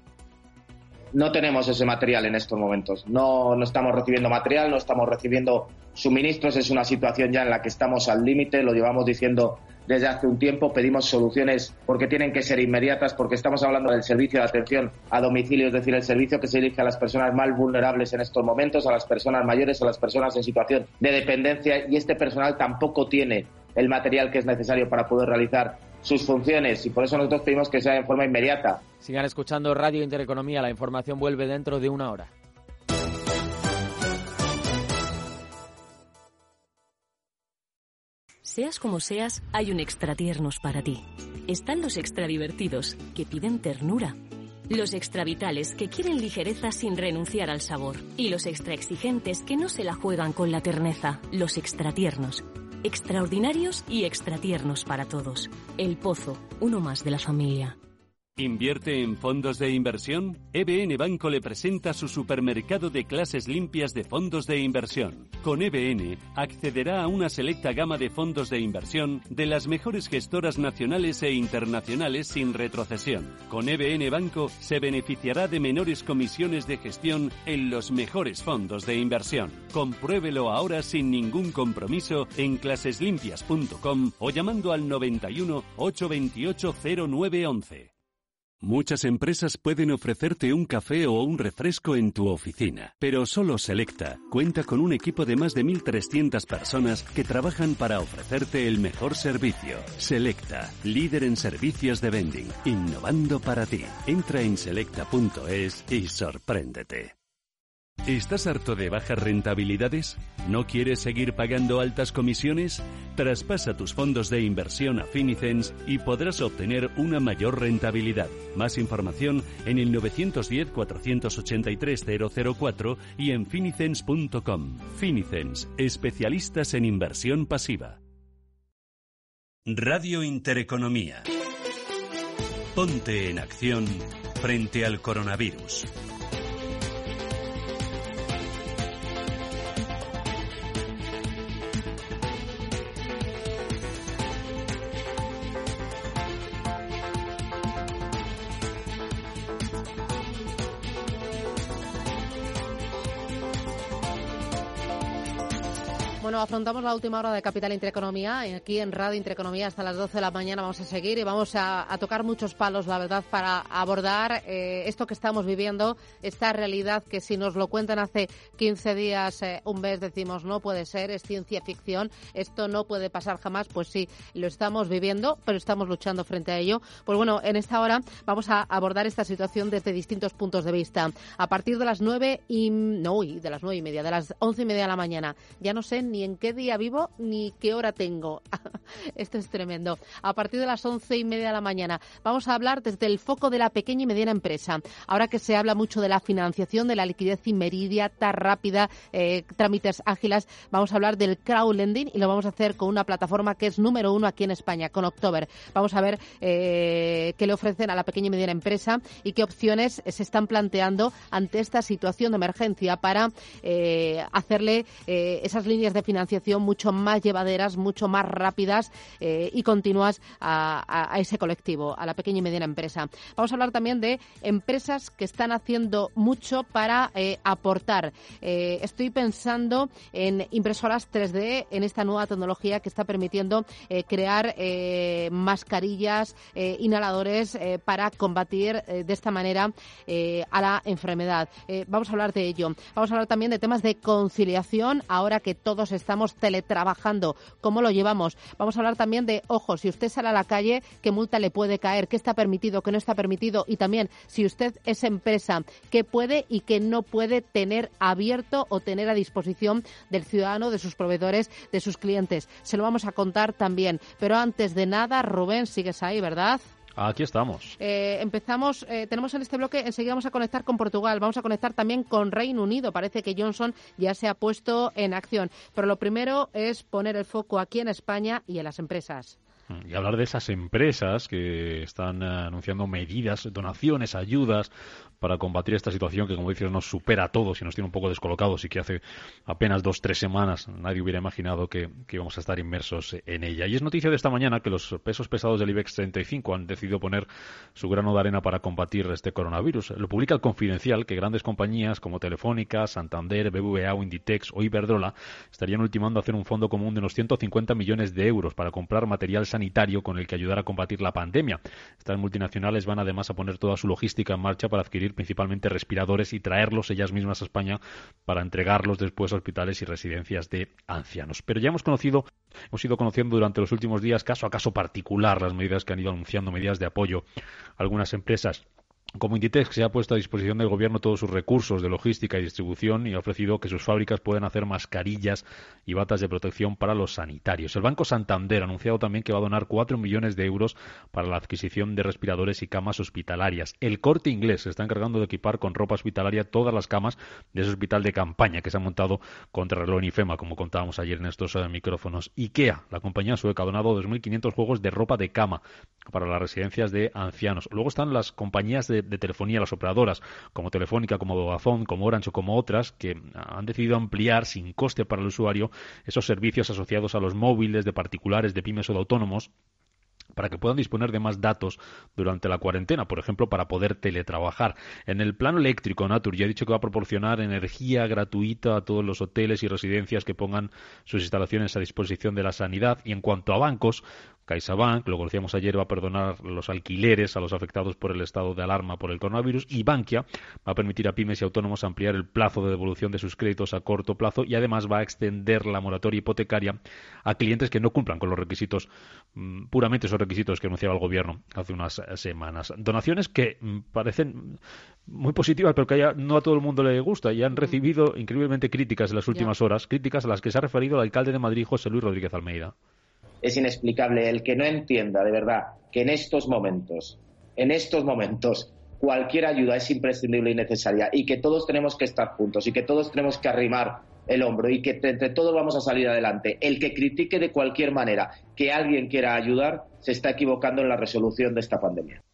No tenemos ese material en estos momentos. No, no estamos recibiendo material, no estamos recibiendo suministros. Es una situación ya en la que estamos al límite, lo llevamos diciendo desde hace un tiempo. Pedimos soluciones porque tienen que ser inmediatas, porque estamos hablando del servicio de atención a domicilio, es decir, el servicio que se dirige a las personas más vulnerables en estos momentos, a las personas mayores, a las personas en situación de dependencia, y este personal tampoco tiene el material que es necesario para poder realizar sus funciones, y por eso nosotros pedimos que sea de forma inmediata. Sigan escuchando Radio Intereconomía, la información vuelve dentro de una hora. Seas como seas, hay un extra tiernos para ti. Están los extra divertidos, que piden ternura. Los extra vitales, que quieren ligereza sin renunciar al sabor. Y los extra exigentes, que no se la juegan con la terneza. Los extra tiernos. Extraordinarios y extra tiernos para todos. El Pozo, uno más de la familia. ¿Invierte en fondos de inversión? E B N Banco le presenta su supermercado de clases limpias de fondos de inversión. Con E B N accederá a una selecta gama de fondos de inversión de las mejores gestoras nacionales e internacionales sin retrocesión. Con E B N Banco se beneficiará de menores comisiones de gestión en los mejores fondos de inversión. Compruébelo ahora sin ningún compromiso en clases limpias punto com o llamando al noventa y uno, ochocientos veintiocho, cero nueve once. Muchas empresas pueden ofrecerte un café o un refresco en tu oficina, pero solo Selecta cuenta con un equipo de más de mil trescientas personas que trabajan para ofrecerte el mejor servicio. Selecta, líder en servicios de vending, innovando para ti. Entra en selecta punto es y sorpréndete. ¿Estás harto de bajas rentabilidades? ¿No quieres seguir pagando altas comisiones? Traspasa tus fondos de inversión a Finicens y podrás obtener una mayor rentabilidad. Más información en el nueve uno cero, cuatro ocho tres, cero cero cuatro y en finicens punto com. Finicens, especialistas en inversión pasiva. Radio Intereconomía. Ponte en acción frente al coronavirus. Bueno, afrontamos la última hora de Capital Intereconomía. Aquí en Radio Intereconomía hasta las doce de la mañana vamos a seguir y vamos a, a tocar muchos palos, la verdad, para abordar eh, esto que estamos viviendo, esta realidad que si nos lo cuentan hace quince días, eh, un mes, decimos no puede ser, es ciencia ficción, esto no puede pasar jamás. Pues sí, lo estamos viviendo, pero estamos luchando frente a ello. Pues bueno, en esta hora vamos a abordar esta situación desde distintos puntos de vista. A partir de las nueve y... no, uy, de las nueve y media, de las once y media de la mañana. Ya no sé ni en qué día vivo ni qué hora tengo. Esto es tremendo. A partir de las once y media de la mañana vamos a hablar desde el foco de la pequeña y mediana empresa. Ahora que se habla mucho de la financiación, de la liquidez inmediata, rápida, eh, trámites ágiles, vamos a hablar del crowdlending y lo vamos a hacer con una plataforma que es número uno aquí en España, con October. Vamos a ver eh, qué le ofrecen a la pequeña y mediana empresa y qué opciones se están planteando ante esta situación de emergencia para eh, hacerle eh, esas líneas de financiación mucho más llevaderas, mucho más rápidas eh, y continuas a, a, a ese colectivo, a la pequeña y mediana empresa. Vamos a hablar también de empresas que están haciendo mucho para eh, aportar. Eh, estoy pensando en impresoras tres D, en esta nueva tecnología que está permitiendo eh, crear eh, mascarillas, eh, inhaladores eh, para combatir eh, de esta manera eh, a la enfermedad. Eh, vamos a hablar de ello. Vamos a hablar también de temas de conciliación, ahora que todos estamos teletrabajando. ¿Cómo lo llevamos? Vamos a hablar también de, ojo, si usted sale a la calle, ¿qué multa le puede caer? ¿Qué está permitido? ¿Qué no está permitido? Y también, si usted es empresa, ¿qué puede y qué no puede tener abierto o tener a disposición del ciudadano, de sus proveedores, de sus clientes? Se lo vamos a contar también. Pero antes de nada, Rubén, sigues ahí, ¿verdad? Aquí estamos. Eh, empezamos, eh, tenemos en este bloque, enseguida vamos a conectar con Portugal, vamos a conectar también con Reino Unido. Parece que Johnson ya se ha puesto en acción. Pero lo primero es poner el foco aquí en España y en las empresas. Y hablar de esas empresas que están anunciando medidas, donaciones, ayudas para combatir esta situación que, como dices, nos supera a todos y nos tiene un poco descolocados y que hace apenas dos, tres semanas nadie hubiera imaginado que, que íbamos a estar inmersos en ella. Y es noticia de esta mañana que los pesos pesados del IBEX treinta y cinco han decidido poner su grano de arena para combatir este coronavirus. Lo publica el Confidencial, que grandes compañías como Telefónica, Santander, B B V A o Inditex o Iberdrola estarían ultimando hacer un fondo común de unos ciento cincuenta millones de euros para comprar material sanitario con el que ayudar a combatir la pandemia. Estas multinacionales van además a poner toda su logística en marcha para adquirir principalmente respiradores y traerlos ellas mismas a España para entregarlos después a hospitales y residencias de ancianos. Pero ya hemos conocido, hemos ido conociendo durante los últimos días caso a caso particular las medidas que han ido anunciando, medidas de apoyo a algunas empresas. Como Inditex, se ha puesto a disposición del Gobierno todos sus recursos de logística y distribución y ha ofrecido que sus fábricas puedan hacer mascarillas y batas de protección para los sanitarios. El Banco Santander ha anunciado también que va a donar cuatro millones de euros para la adquisición de respiradores y camas hospitalarias. El Corte Inglés se está encargando de equipar con ropa hospitalaria todas las camas de ese hospital de campaña que se ha montado contra el IFEMA, como contábamos ayer en estos uh, micrófonos. IKEA, la compañía sueca, ha donado dos mil quinientos juegos de ropa de cama para las residencias de ancianos. Luego están las compañías de de telefonía, las operadoras como Telefónica, como Vodafone, como Orange o como otras que han decidido ampliar sin coste para el usuario esos servicios asociados a los móviles de particulares, de pymes o de autónomos, para que puedan disponer de más datos durante la cuarentena, por ejemplo, para poder teletrabajar. En el plano eléctrico, Naturgy ya ha dicho que va a proporcionar energía gratuita a todos los hoteles y residencias que pongan sus instalaciones a disposición de la sanidad. Y en cuanto a bancos, CaixaBank, lo conocíamos ayer, va a perdonar los alquileres a los afectados por el estado de alarma por el coronavirus, y Bankia va a permitir a pymes y autónomos ampliar el plazo de devolución de sus créditos a corto plazo y además va a extender la moratoria hipotecaria a clientes que no cumplan con los requisitos, mmm, puramente esos requisitos que anunciaba el Gobierno hace unas semanas. Donaciones que mmm, parecen muy positivas, pero que haya, no a todo el mundo le gusta, y han recibido increíblemente críticas en las últimas horas, críticas a las que se ha referido el alcalde de Madrid, José Luis Rodríguez Almeida. Es inexplicable el que no entienda de verdad que en estos momentos, en estos momentos, cualquier ayuda es imprescindible y necesaria y que todos tenemos que estar juntos y que todos tenemos que arrimar el hombro y que entre todos vamos a salir adelante. El que critique de cualquier manera que alguien quiera ayudar se está equivocando en la resolución de esta pandemia.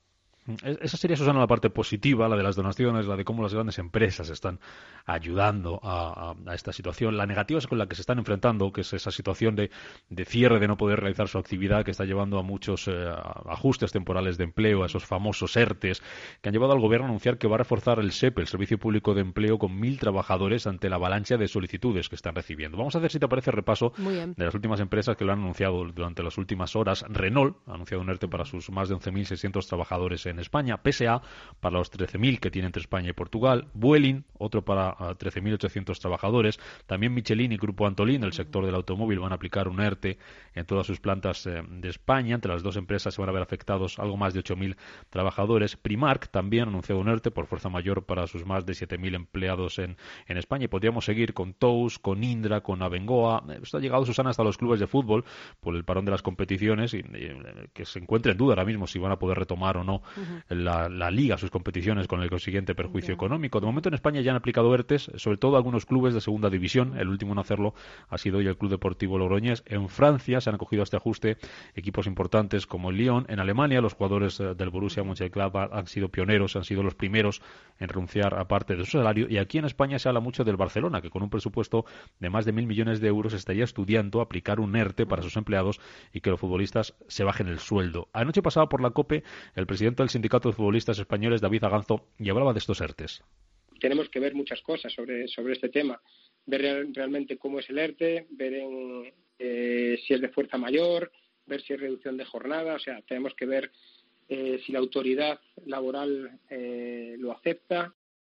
Esa sería, Susana, la parte positiva, la de las donaciones, la de cómo las grandes empresas están ayudando a, a, a esta situación. La negativa es con la que se están enfrentando, que es esa situación de, de cierre, de no poder realizar su actividad, que está llevando a muchos eh, ajustes temporales de empleo, a esos famosos ERTES, que han llevado al Gobierno a anunciar que va a reforzar el S E P, el Servicio Público de Empleo, con mil trabajadores ante la avalancha de solicitudes que están recibiendo. Vamos a hacer, si te parece, repaso de las últimas empresas que lo han anunciado durante las últimas horas. Renault ha anunciado un ERTE para sus más de once mil seiscientos trabajadores en España, P S A para los trece mil que tiene entre España y Portugal, Vueling, otro para uh, trece mil ochocientos trabajadores, también Michelin y Grupo Antolín del sector del automóvil van a aplicar un ERTE en todas sus plantas eh, de España. Entre las dos empresas se van a ver afectados algo más de ocho mil trabajadores. Primark también ha anunciado un ERTE por fuerza mayor para sus más de siete mil empleados en, en España, y podríamos seguir con Tous, con Indra, con Abengoa. Esto ha llegado, Susana, hasta los clubes de fútbol por el parón de las competiciones, y, y que se encuentra en duda ahora mismo si van a poder retomar o no uh-huh. la, la liga, sus competiciones, con el consiguiente perjuicio yeah. económico. De momento en España ya han aplicado ERTES, sobre todo algunos clubes de segunda división. El último en hacerlo ha sido hoy el Club Deportivo Logroñés. En Francia se han acogido a este ajuste equipos importantes como el Lyon. En Alemania los jugadores del Borussia Mönchengladbach han sido pioneros, han sido los primeros en renunciar a parte de su salario. Y aquí en España se habla mucho del Barcelona, que con un presupuesto de más de mil millones de euros estaría estudiando aplicar un ERTE para sus empleados y que los futbolistas se bajen el sueldo. Anoche pasaba por la COPE el presidente del Sindicato de Futbolistas Españoles, David Aganzo, y hablaba de estos ERTES. Tenemos que ver muchas cosas sobre, sobre este tema, ver real, realmente cómo es el ERTE, ver en, eh, si es de fuerza mayor, ver si es reducción de jornada, o sea, tenemos que ver eh, si la autoridad laboral eh, lo acepta.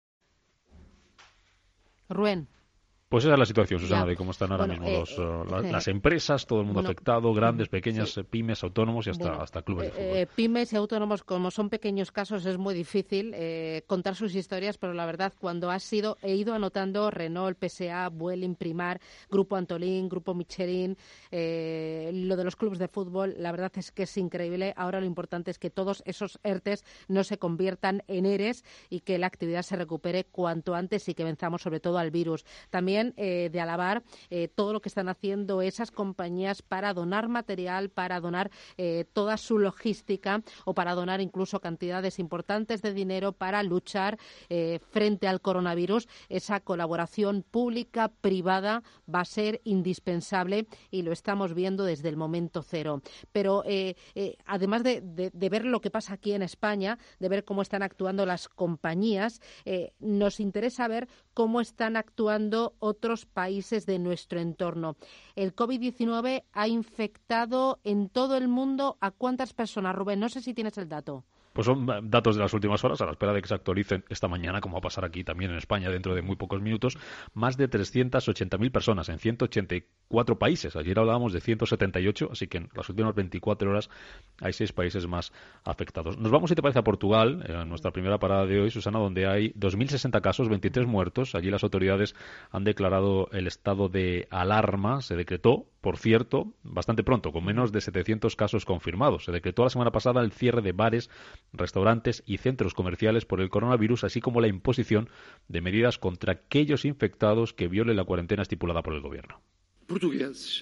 Rubén. Pues esa es la situación, Susana, ya. de cómo están ahora bueno, mismo eh, los, uh, la, eh, las empresas, todo el mundo bueno, afectado, grandes, pequeñas, sí. pymes, autónomos y hasta, bueno, hasta clubes de fútbol. Eh, pymes y autónomos, como son pequeños casos, es muy difícil eh, contar sus historias, pero la verdad, cuando ha sido, he ido anotando Renault, P S A, Vueling, Primar, Grupo Antolín, Grupo Michelin, eh, lo de los clubes de fútbol, la verdad es que es increíble. Ahora lo importante es que todos esos ERTES no se conviertan en ERES y que la actividad se recupere cuanto antes y que venzamos sobre todo al virus. También eh, de alabar Eh, todo lo que están haciendo esas compañías para donar material, para donar eh, toda su logística o para donar incluso cantidades importantes de dinero para luchar eh, frente al coronavirus. Esa colaboración pública-privada va a ser indispensable y lo estamos viendo desde el momento cero. Pero eh, eh, además de, de, de ver lo que pasa aquí en España, de ver cómo están actuando las compañías, eh, nos interesa ver cómo están actuando otros países de nuestro entorno. El COVID diecinueve ha infectado en todo el mundo ¿a cuántas personas, Rubén? No sé si tienes el dato. Pues son datos de las últimas horas, a la espera de que se actualicen esta mañana, como va a pasar aquí también en España dentro de muy pocos minutos. Más de trescientas ochenta mil personas en ciento ochenta y cuatro países. Ayer hablábamos de ciento setenta y ocho, así que en las últimas veinticuatro horas hay seis países más afectados. Nos vamos, si te parece, a Portugal, en nuestra primera parada de hoy, Susana, donde hay dos mil sesenta casos, veintitrés muertos. Allí las autoridades han declarado el estado de alarma. Se decretó, por cierto, bastante pronto, con menos de setecientos casos confirmados. Se decretó la semana pasada el cierre de bares, restaurantes y centros comerciales por el coronavirus, así como la imposición de medidas contra aquellos infectados que violen la cuarentena estipulada por el gobierno. Portugueses,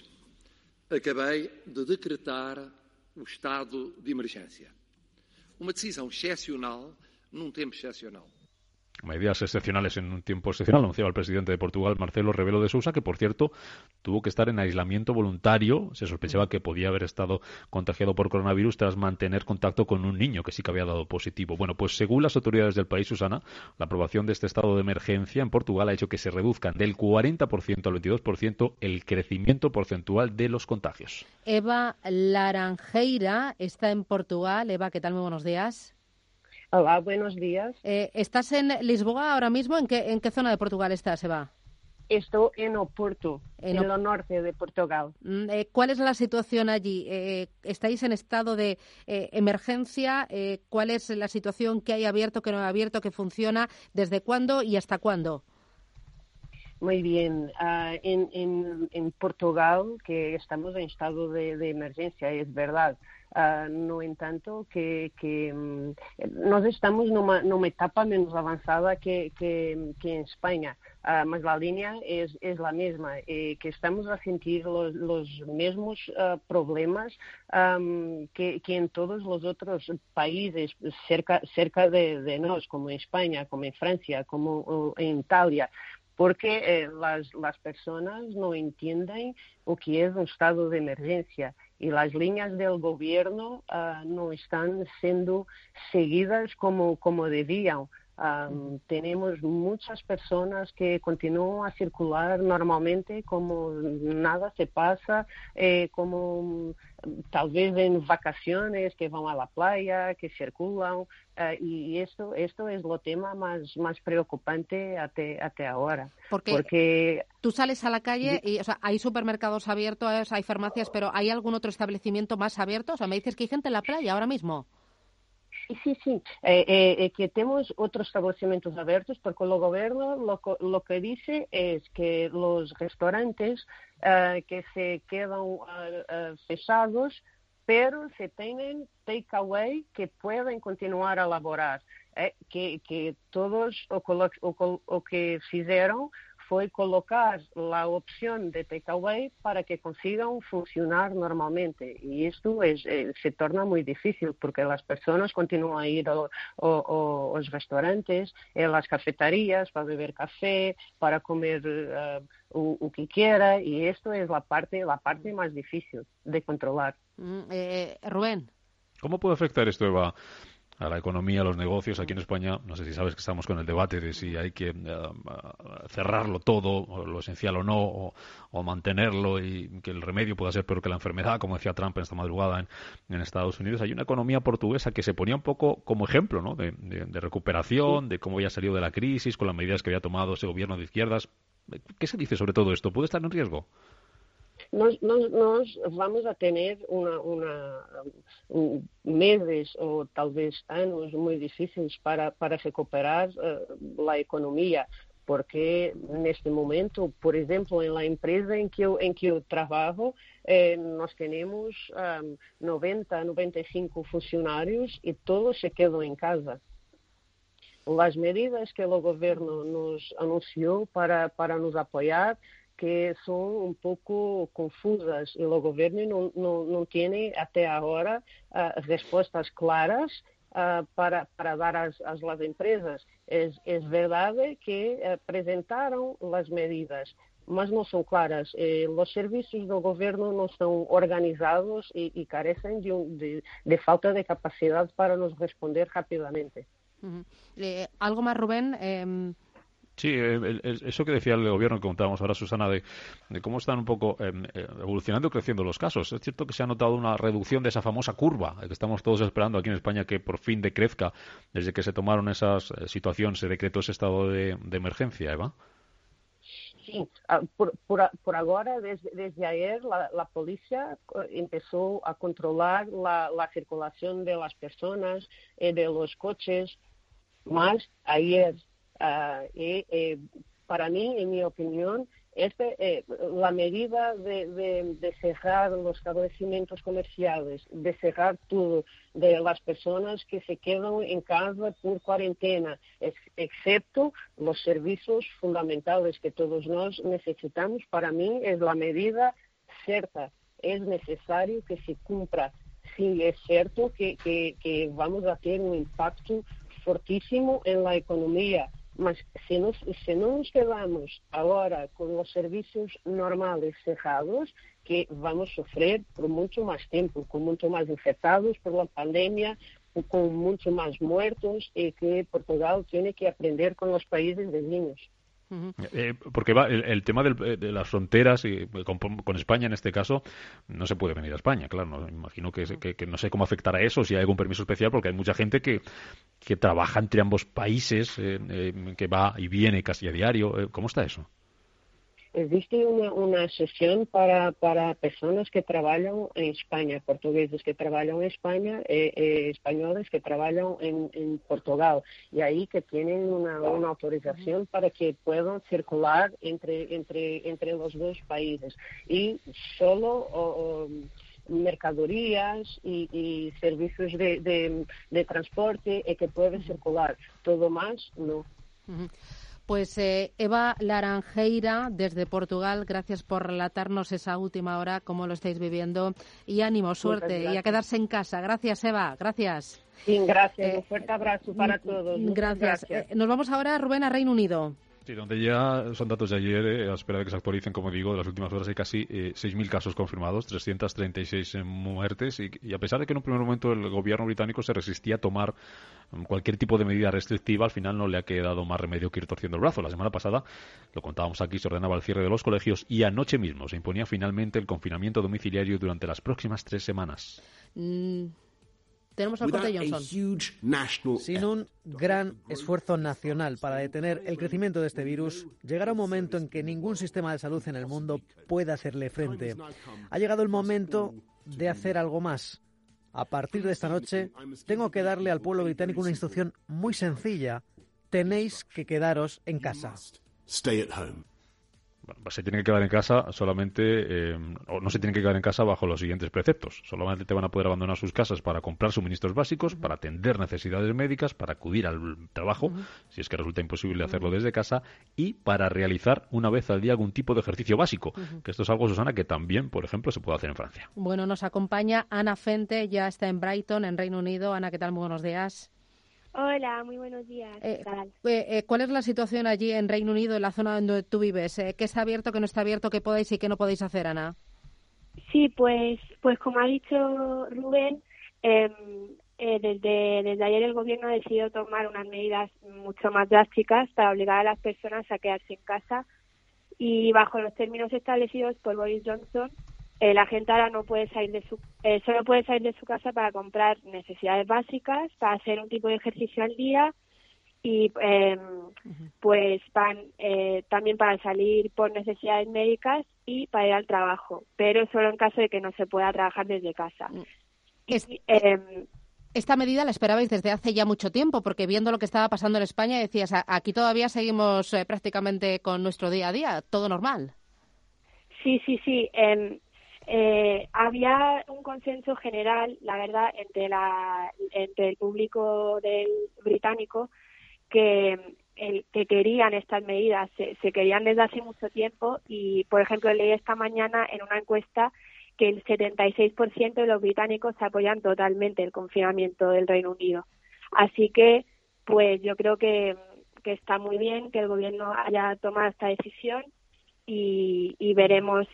acabei de decretar o estado de emergência. Uma decisão excepcional num tempo excepcional. Medidas excepcionales en un tiempo excepcional, anunciaba el presidente de Portugal, Marcelo Rebelo de Sousa, que, por cierto, tuvo que estar en aislamiento voluntario. Se sospechaba que podía haber estado contagiado por coronavirus tras mantener contacto con un niño que sí que había dado positivo. Bueno, pues según las autoridades del país, Susana, la aprobación de este estado de emergencia en Portugal ha hecho que se reduzcan del cuarenta por ciento al veintidós por ciento el crecimiento porcentual de los contagios. Eva Laranjeira está en Portugal. Eva, ¿qué tal? Muy buenos días. Hola, buenos días. Eh, ¿Estás en Lisboa ahora mismo? ¿En qué, en qué zona de Portugal estás, Eva? Estoy en Oporto, en, en el norte de Portugal. Eh, ¿Cuál es la situación allí? Eh, ¿Estáis en estado de eh, emergencia? Eh, ¿Cuál es la situación que hay abierto, que no hay abierto, que funciona? ¿Desde cuándo y hasta cuándo? Muy bien. Uh, en, en, en Portugal, que estamos en estado de, de emergencia, es verdad. Uh, no entanto, que, que um, nós estamos numa, numa etapa menos avançada que, que, que em Espanha. Uh, mas la línea es, es la misma, eh, que estamos a sentir los, los mismos uh, problemas um, que, que en todos los otros países cerca, cerca de, de nosotros, como en España, como en Francia, como uh, en Italia, porque eh, las, las personas no entienden lo que es un estado de emergencia y las líneas del gobierno uh, no están siendo seguidas como, como debían. Um, tenemos muchas personas que continúan a circular normalmente como nada se pasa, eh, como tal vez en vacaciones que van a la playa, que circulan, uh, y esto esto es lo tema más más preocupante hasta, hasta ahora. Porque, porque tú sales a la calle y, o sea, hay supermercados abiertos, hay farmacias, pero ¿hay algún otro establecimiento más abierto? O sea, me dices que hay gente en la playa ahora mismo. Sí, sí, eh, eh, que tenemos otros establecimientos abiertos porque el gobierno lo, lo que dice es que los restaurantes uh, que se quedan uh, uh, fechados, pero se tienen takeaway que pueden continuar a laborar, eh, que, que todos o, o, o que fizeram fue colocar la opción de takeaway para que consigan funcionar normalmente. Y esto es, eh, se torna muy difícil porque las personas continúan a ir a, a, a los restaurantes, a las cafeterías para beber café, para comer uh, lo que quiera, y esto es la parte, la parte más difícil de controlar. Mm, eh, Rubén. ¿Cómo puede afectar esto, Eva, a la economía, a los negocios aquí en España? No sé si sabes que estamos con el debate de si hay que uh, cerrarlo todo, lo esencial o no, o, o mantenerlo, y que el remedio pueda ser peor que la enfermedad, como decía Trump en esta madrugada en, en Estados Unidos. Hay una economía portuguesa que se ponía un poco como ejemplo, ¿no?, de, de, de recuperación, sí, de cómo había salido de la crisis con las medidas que había tomado ese gobierno de izquierdas. ¿Qué se dice sobre todo esto? ¿Puede estar en riesgo? Nos, nos, nos vamos a tener una, una, un, meses o tal vez años muy difíciles para, para recuperar uh, la economía, porque en este momento, por ejemplo, en la empresa en que yo, en que yo trabajo, eh, nos tenemos um, noventa, noventa y cinco funcionarios y todos se quedan en casa. Las medidas que el gobierno nos anunció para, para nos apoyar, que son un poco confusas, y el gobierno no, no, no tiene hasta ahora uh, respuestas claras uh, para, para dar a, a las empresas. Es, es verdad que uh, presentaron las medidas, mas no son claras. Eh, los servicios del gobierno no están organizados y, y carecen de, un, de, de falta de capacidad para nos responder rápidamente. Uh-huh. Eh, ¿Algo más, Rubén? Eh... Sí, el, el, eso que decía el gobierno que contábamos ahora, Susana, de, de cómo están un poco eh, evolucionando y creciendo los casos. Es cierto que se ha notado una reducción de esa famosa curva que estamos todos esperando aquí en España que por fin decrezca desde que se tomaron esas eh, situaciones, se decretó ese estado de, de emergencia, Eva. Sí, por, por, por ahora, desde, desde ayer, la, la policía empezó a controlar la, la circulación de las personas y de los coches, más ayer. Uh, y, eh, para mí, en mi opinión, este, eh, la medida de, de, de cerrar los establecimientos comerciales, de cerrar todo, de las personas que se quedan en casa por cuarentena, es, excepto los servicios fundamentales que todos nos necesitamos, para mí es la medida cierta. Es necesario que se cumpla. Sí, es cierto que, que, que vamos a tener un impacto fortísimo en la economía. Mas si, nos, si no nos quedamos ahora con los servicios normales cerrados, que vamos a sufrir por mucho más tiempo, con mucho más infectados por la pandemia, con mucho más muertos, y que Portugal tiene que aprender con los países vecinos. Uh-huh. Eh, porque va el, el tema del, de las fronteras y con, con España en este caso no se puede venir a España, claro, no, imagino que, que, que no sé cómo afectará eso, si hay algún permiso especial, porque hay mucha gente que, que trabaja entre ambos países, eh, eh, que va y viene casi a diario. eh, ¿Cómo está eso? Existe una, una sesión para, para personas que trabajan en España, portugueses que trabajan en España, eh, eh, españoles que trabajan en, en Portugal, y ahí que tienen una, una autorización para que puedan circular entre, entre, entre los dos países. Y solo o, o, mercaderías y, y servicios de, de, de transporte eh, que pueden circular. Todo más, no. Uh-huh. Pues eh, Eva Laranjeira, desde Portugal, gracias por relatarnos esa última hora, cómo lo estáis viviendo. Y ánimo, suerte, y a quedarse en casa. Gracias, Eva, gracias. Sí, gracias. Eh, Un fuerte abrazo para todos. Gracias. gracias. Eh, nos vamos ahora, Rubén, a Reino Unido. Sí, donde ya son datos de ayer, eh, a espera de que se actualicen, como digo, de las últimas horas hay casi eh, seis mil casos confirmados, trescientas treinta y seis muertes, y, y a pesar de que en un primer momento el gobierno británico se resistía a tomar um, cualquier tipo de medida restrictiva, al final no le ha quedado más remedio que ir torciendo el brazo. La semana pasada, lo contábamos aquí, se ordenaba el cierre de los colegios y anoche mismo se imponía finalmente el confinamiento domiciliario durante las próximas tres semanas. Mm. Tenemos al corte Johnson. Sin un gran esfuerzo nacional para detener el crecimiento de este virus, llegará un momento en que ningún sistema de salud en el mundo pueda hacerle frente. Ha llegado el momento de hacer algo más. A partir de esta noche, tengo que darle al pueblo británico una instrucción muy sencilla. Tenéis que quedaros en casa. Bueno, se tienen que quedar en casa solamente, eh, o no se tienen que quedar en casa bajo los siguientes preceptos. Solamente te van a poder abandonar sus casas para comprar suministros básicos, uh-huh. para atender necesidades médicas, para acudir al trabajo, uh-huh. si es que resulta imposible hacerlo desde casa, y para realizar una vez al día algún tipo de ejercicio básico. Uh-huh. Que esto es algo, Susana, que también, por ejemplo, se puede hacer en Francia. Bueno, nos acompaña Ana Fente, ya está en Brighton, en Reino Unido. Ana, ¿qué tal? Muy buenos días. Hola, muy buenos días. ¿Qué eh, tal? Eh, ¿Cuál es la situación allí en Reino Unido, en la zona donde tú vives? Eh, ¿Qué está abierto, qué no está abierto, qué podéis y qué no podéis hacer, Ana? Sí, pues, pues como ha dicho Rubén, eh, eh, desde, desde ayer el Gobierno ha decidido tomar unas medidas mucho más drásticas para obligar a las personas a quedarse en casa y bajo los términos establecidos por Boris Johnson, eh, la gente ahora no puede salir de su, eh, solo puede salir de su casa para comprar necesidades básicas, para hacer un tipo de ejercicio al día y eh, uh-huh. pues van eh, también para salir por necesidades médicas y para ir al trabajo, pero solo en caso de que no se pueda trabajar desde casa. Es, y, eh, esta medida la esperabais desde hace ya mucho tiempo, porque viendo lo que estaba pasando en España decías, aquí todavía seguimos eh, prácticamente con nuestro día a día, todo normal. Sí, sí, sí. Eh, Eh, había un consenso general, la verdad, entre la entre el público del británico que el, que querían estas medidas, se, se querían desde hace mucho tiempo y, por ejemplo, leí esta mañana en una encuesta que el setenta y seis por ciento de los británicos apoyan totalmente el confinamiento del Reino Unido. Así que, pues yo creo que, que está muy bien que el Gobierno haya tomado esta decisión y, y veremos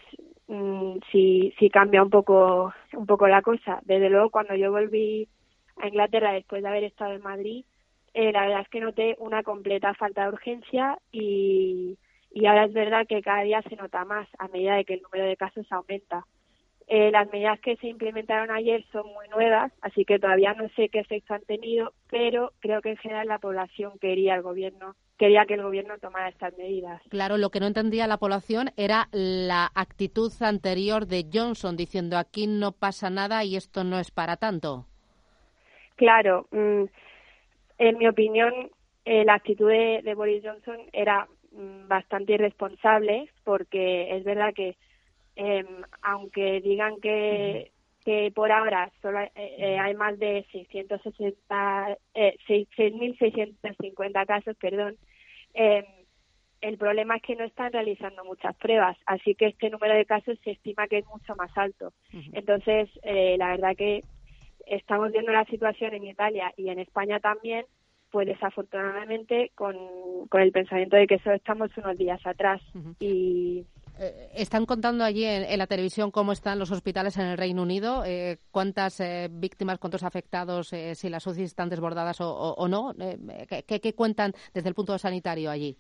Si, si cambia un poco un poco la cosa. Desde luego, cuando yo volví a Inglaterra después de haber estado en Madrid, eh, la verdad es que noté una completa falta de urgencia y, y ahora es verdad que cada día se nota más a medida de que el número de casos aumenta. Eh, las medidas que se implementaron ayer son muy nuevas, así que todavía no sé qué efecto han tenido, pero creo que en general la población quería el gobierno quería que el gobierno tomara estas medidas. Claro, lo que no entendía la población era la actitud anterior de Johnson, diciendo aquí no pasa nada y esto no es para tanto. Claro, mmm, en mi opinión, eh, la actitud de, de Boris Johnson era mmm, bastante irresponsable, porque es verdad que eh, aunque digan que, uh-huh. que por ahora solo eh, eh, hay más de seiscientos sesenta, eh, seis mil seiscientos cincuenta casos, perdón, Eh, el problema es que no están realizando muchas pruebas, así que este número de casos se estima que es mucho más alto. Uh-huh. Entonces, eh, la verdad que estamos viendo la situación en Italia y en España también, pues desafortunadamente con, con el pensamiento de que solo estamos unos días atrás. Uh-huh. Y eh, están contando allí en, en la televisión cómo están los hospitales en el Reino Unido, eh, cuántas eh, víctimas, cuántos afectados, eh, si las U C I están desbordadas o, o, o no. Eh, ¿qué, ¿Qué cuentan desde el punto sanitario allí?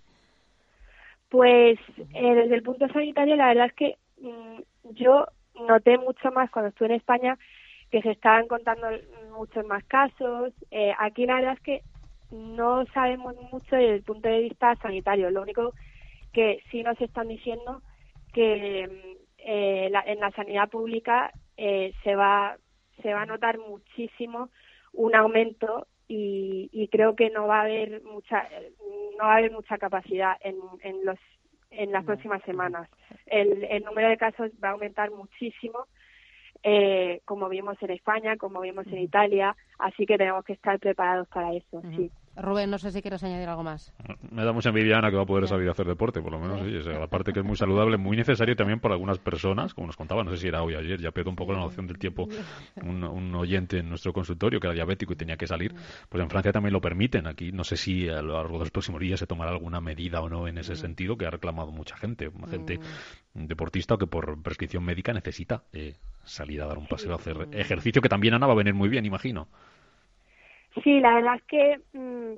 Pues eh, desde el punto sanitario la verdad es que mmm, yo noté mucho más cuando estuve en España que se estaban contando muchos más casos. Eh, aquí la verdad es que no sabemos mucho desde el punto de vista sanitario. Lo único que sí nos están diciendo que eh, la, en la sanidad pública eh, se va se va a notar muchísimo un aumento y, y creo que no va a haber mucha no va a haber mucha capacidad en, en los en las próximas semanas. El, el número de casos va a aumentar muchísimo, eh, como vimos en España, como vimos en Italia, así que tenemos que estar preparados para eso. Uh-huh. Sí. Rubén, no sé si quieres añadir algo más. Me da mucha envidia Ana que va a poder salir a hacer deporte, por lo menos, sí. O sea, aparte que es muy saludable, muy necesario también para algunas personas, como nos contaba, no sé si era hoy o ayer, ya pierdo un poco la noción del tiempo, un, un oyente en nuestro consultorio que era diabético y tenía que salir, pues en Francia también lo permiten. Aquí no sé si a lo largo de los próximos días se tomará alguna medida o no en ese sentido, que ha reclamado mucha gente, gente deportista o que por prescripción médica necesita eh, salir a dar un paseo, a hacer ejercicio, que también Ana va a venir muy bien, imagino. Sí, la verdad es que mmm,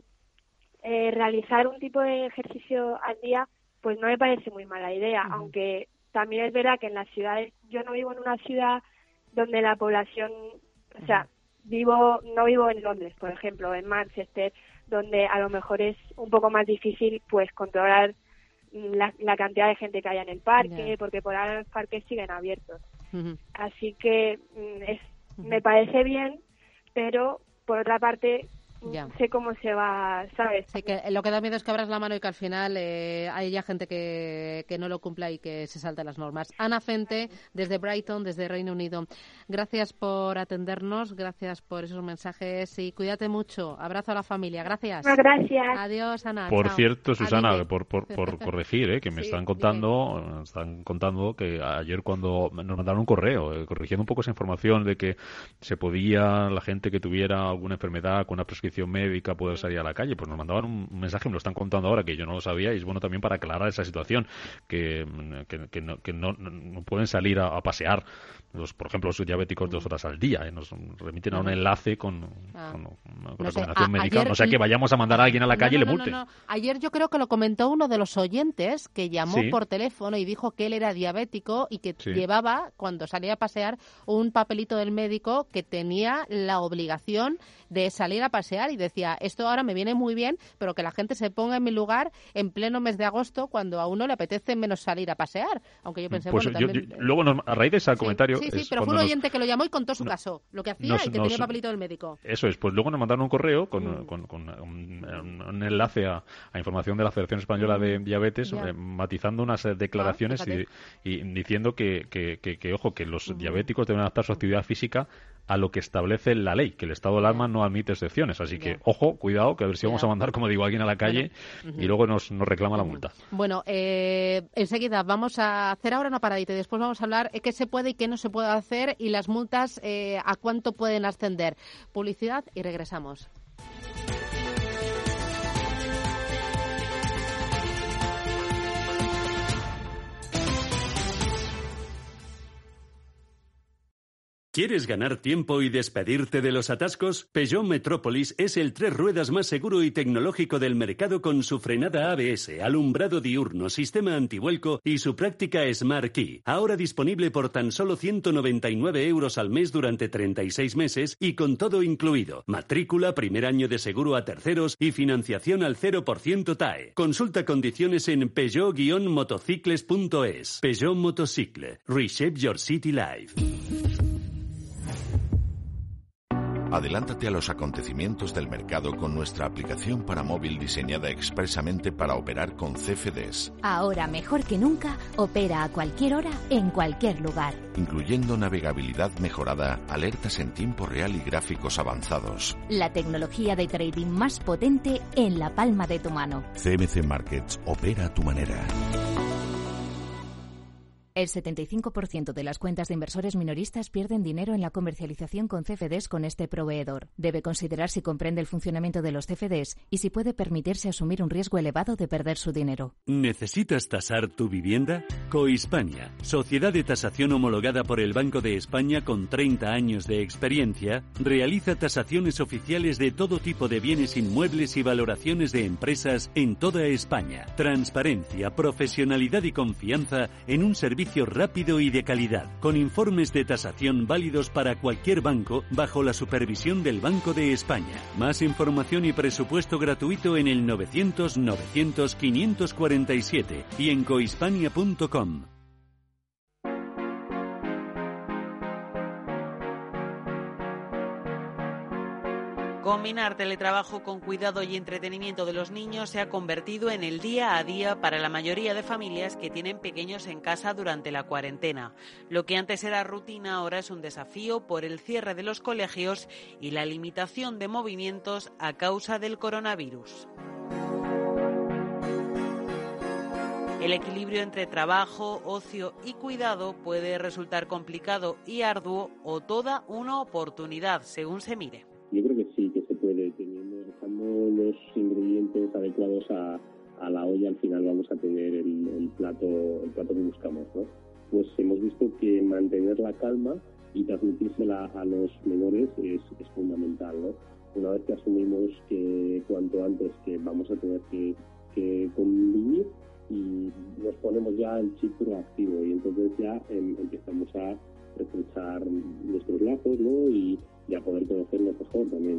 eh, realizar un tipo de ejercicio al día pues no me parece muy mala idea, uh-huh. aunque también es verdad que en las ciudades, yo no vivo en una ciudad donde la población, o sea, uh-huh. vivo no vivo en Londres, por ejemplo, en Manchester, donde a lo mejor es un poco más difícil pues controlar la, la cantidad de gente que haya en el parque, yeah. porque por ahora los parques siguen abiertos. Uh-huh. Así que es, uh-huh. me parece bien, pero por otra parte, ya. sé cómo se va, ¿sabes? Sí, que lo que da miedo es que abras la mano y que al final eh, hay ya gente que, que no lo cumpla y que se salta las normas. Ana Fente, desde Brighton, desde Reino Unido. Gracias por atendernos, gracias por esos mensajes y cuídate mucho. Abrazo a la familia. Gracias. No, gracias. Adiós, Ana. Por Chao. cierto, Susana, por, por, por corregir, eh, que me sí, están contando, dime. están contando que ayer cuando nos mandaron un correo, eh, corrigiendo un poco esa información de que se podía, la gente que tuviera alguna enfermedad con una prescripción médica poder salir a la calle, pues nos mandaban un mensaje, me lo están contando ahora, que yo no lo sabía, y es bueno también para aclarar esa situación, que, que, que, no, que no, no pueden salir a, a pasear, los, por ejemplo, los diabéticos dos horas al día, ¿eh? Nos remiten a un enlace con, ah. con una no recomendación sé, médica, ayer, no sea que vayamos a mandar a alguien a la calle no, no, y le multen. No, no, no. Ayer yo creo que lo comentó uno de los oyentes que llamó sí. por teléfono y dijo que él era diabético y que sí. llevaba, cuando salía a pasear, un papelito del médico que tenía la obligación de salir a pasear y decía, esto ahora me viene muy bien, pero que la gente se ponga en mi lugar en pleno mes de agosto cuando a uno le apetece menos salir a pasear, aunque yo pensé, pues bueno, yo, también... Yo, luego, nos, a raíz de ese sí, comentario... Sí, sí, pero fue un oyente nos... que lo llamó y contó su caso, lo que hacía nos, y que nos, tenía el papelito del médico. Eso es, pues luego nos mandaron un correo con, mm. con, con un, un enlace a, a información de la Federación Española mm. de Diabetes, yeah. eh, matizando unas eh, declaraciones ah, y, y diciendo que, que, que, que, ojo, que los mm. diabéticos deben adaptar su actividad física a lo que establece la ley, que el estado de alarma no admite excepciones. Así que, ojo, cuidado, que a ver si vamos a mandar, como digo, a alguien a la calle bueno. y luego nos, nos reclama la multa. Bueno, eh, enseguida vamos a hacer ahora una paradita y después vamos a hablar de qué se puede y qué no se puede hacer y las multas eh, a cuánto pueden ascender. Publicidad y regresamos. ¿Quieres ganar tiempo y despedirte de los atascos? Peugeot Metrópolis es el tres ruedas más seguro y tecnológico del mercado con su frenada A B S, alumbrado diurno, sistema antivuelco y su práctica Smart Key. Ahora disponible por tan solo ciento noventa y nueve euros al mes durante treinta y seis meses y con todo incluido. Matrícula, primer año de seguro a terceros y financiación al cero por ciento T A E. Consulta condiciones en peugeot guion motocicles punto es. Peugeot Motocicle. Reshape your city life. Adelántate a los acontecimientos del mercado con nuestra aplicación para móvil diseñada expresamente para operar con C F Ds. Ahora, mejor que nunca, opera a cualquier hora, en cualquier lugar. Incluyendo navegabilidad mejorada, alertas en tiempo real y gráficos avanzados. La tecnología de trading más potente en la palma de tu mano. C M C Markets, opera a tu manera. El setenta y cinco por ciento de las cuentas de inversores minoristas pierden dinero en la comercialización con C F Ds con este proveedor. Debe considerar si comprende el funcionamiento de los C F Ds y si puede permitirse asumir un riesgo elevado de perder su dinero. ¿Necesitas tasar tu vivienda? Cohispania, sociedad de tasación homologada por el Banco de España con treinta años de experiencia, realiza tasaciones oficiales de todo tipo de bienes inmuebles y valoraciones de empresas en toda España. Transparencia, profesionalidad y confianza en un servicio rápido y de calidad, con informes de tasación válidos para cualquier banco bajo la supervisión del Banco de España. Más información y presupuesto gratuito en el novecientos novecientos quinientos cuarenta y siete y en cohispania punto com. Combinar teletrabajo con cuidado y entretenimiento de los niños se ha convertido en el día a día para la mayoría de familias que tienen pequeños en casa durante la cuarentena. Lo que antes era rutina ahora es un desafío por el cierre de los colegios y la limitación de movimientos a causa del coronavirus. El equilibrio entre trabajo, ocio y cuidado puede resultar complicado y arduo o toda una oportunidad, según se mire. Yo creo que sí, que se puede, teniendo, dejando los ingredientes adecuados a, a la olla, al final vamos a tener el, el plato el plato que buscamos, ¿no? Pues hemos visto que mantener la calma y transmitírsela a los menores es, es fundamental, ¿no? Una vez que asumimos que cuanto antes que vamos a tener que, que convivir, y nos ponemos ya el chip proactivo y entonces ya em, empezamos a estrechar nuestros lazos, ¿no? y, y a poder conocernos mejor también.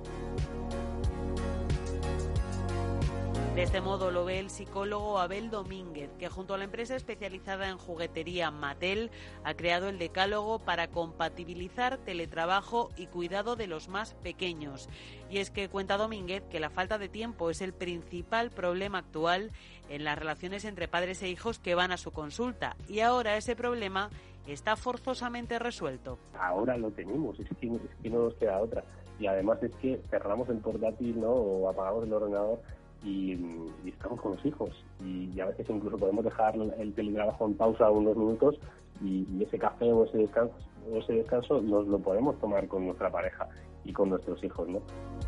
De este modo lo ve el psicólogo Abel Domínguez, que junto a la empresa especializada en juguetería Mattel ha creado el decálogo para compatibilizar teletrabajo y cuidado de los más pequeños. Y es que cuenta Domínguez que la falta de tiempo es el principal problema actual en las relaciones entre padres e hijos que van a su consulta, y ahora ese problema está forzosamente resuelto. Ahora lo tenemos, es que, es que no nos queda otra. Y además es que cerramos el portátil, ¿no? O apagamos el ordenador y, y estamos con los hijos. Y, y a veces incluso podemos dejar el teletrabajo en pausa unos minutos y, y ese café o ese descanso, o ese descanso nos lo podemos tomar con nuestra pareja y con nuestros hijos, ¿no?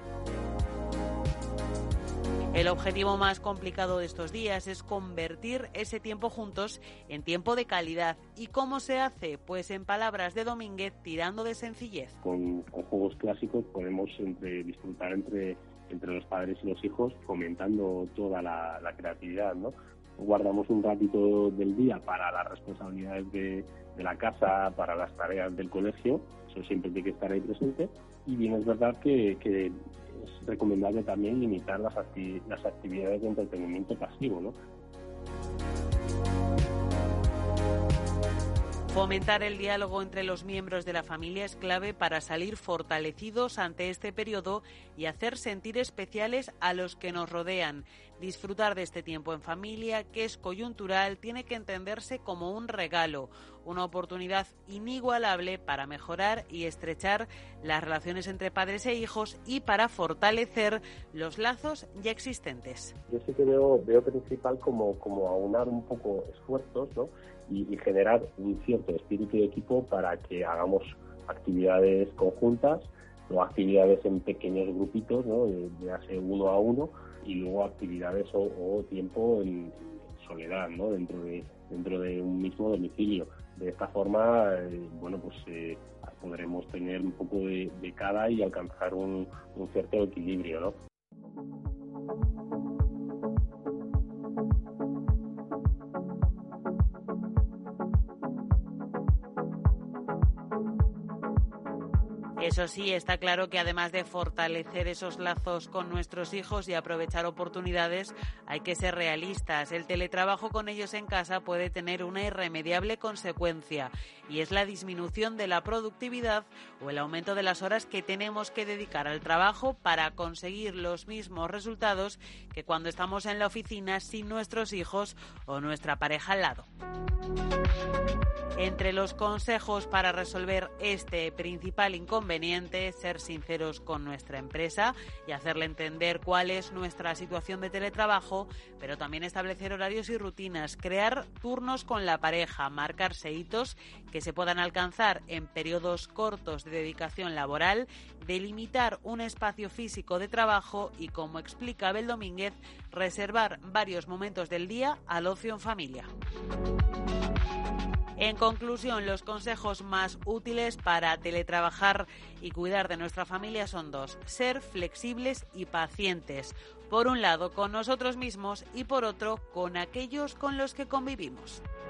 El objetivo más complicado de estos días es convertir ese tiempo juntos en tiempo de calidad. ¿Y cómo se hace? Pues en palabras de Domínguez, tirando de sencillez. Con, con juegos clásicos podemos entre, disfrutar entre, entre los padres y los hijos, fomentando toda la, la creatividad, ¿no? Guardamos un ratito del día para las responsabilidades de, de la casa, para las tareas del colegio, eso siempre tiene que estar ahí presente. Y bien es verdad que, que es recomendable también limitar las, acti- las actividades de entretenimiento pasivo, ¿no? Fomentar el diálogo entre los miembros de la familia es clave para salir fortalecidos ante este periodo y hacer sentir especiales a los que nos rodean. Disfrutar de este tiempo en familia, que es coyuntural, tiene que entenderse como un regalo, una oportunidad inigualable para mejorar y estrechar las relaciones entre padres e hijos y para fortalecer los lazos ya existentes. Yo sí que veo, veo principal como, como aunar un poco esfuerzos, ¿no? y, y generar un cierto espíritu de equipo para que hagamos actividades conjuntas o actividades en pequeños grupitos, ¿no? de hace uno a uno, y luego actividades o, o tiempo en, en soledad, ¿no? dentro de dentro de un mismo domicilio. De esta forma, eh, bueno, pues eh, podremos tener un poco de, de cada y alcanzar un, un cierto equilibrio, ¿no? Eso sí, está claro que además de fortalecer esos lazos con nuestros hijos y aprovechar oportunidades, hay que ser realistas. El teletrabajo con ellos en casa puede tener una irremediable consecuencia, y es la disminución de la productividad o el aumento de las horas que tenemos que dedicar al trabajo para conseguir los mismos resultados que cuando estamos en la oficina sin nuestros hijos o nuestra pareja al lado. Entre los consejos para resolver este principal inconveniente, ser sinceros con nuestra empresa y hacerle entender cuál es nuestra situación de teletrabajo, pero también establecer horarios y rutinas, crear turnos con la pareja, marcarse hitos que se puedan alcanzar en periodos cortos de dedicación laboral, delimitar un espacio físico de trabajo y, como explica Abel Domínguez, reservar varios momentos del día al ocio en familia. En conclusión, los consejos más útiles para teletrabajar y cuidar de nuestra familia son dos: ser flexibles y pacientes, por un lado con nosotros mismos y por otro con aquellos con los que convivimos.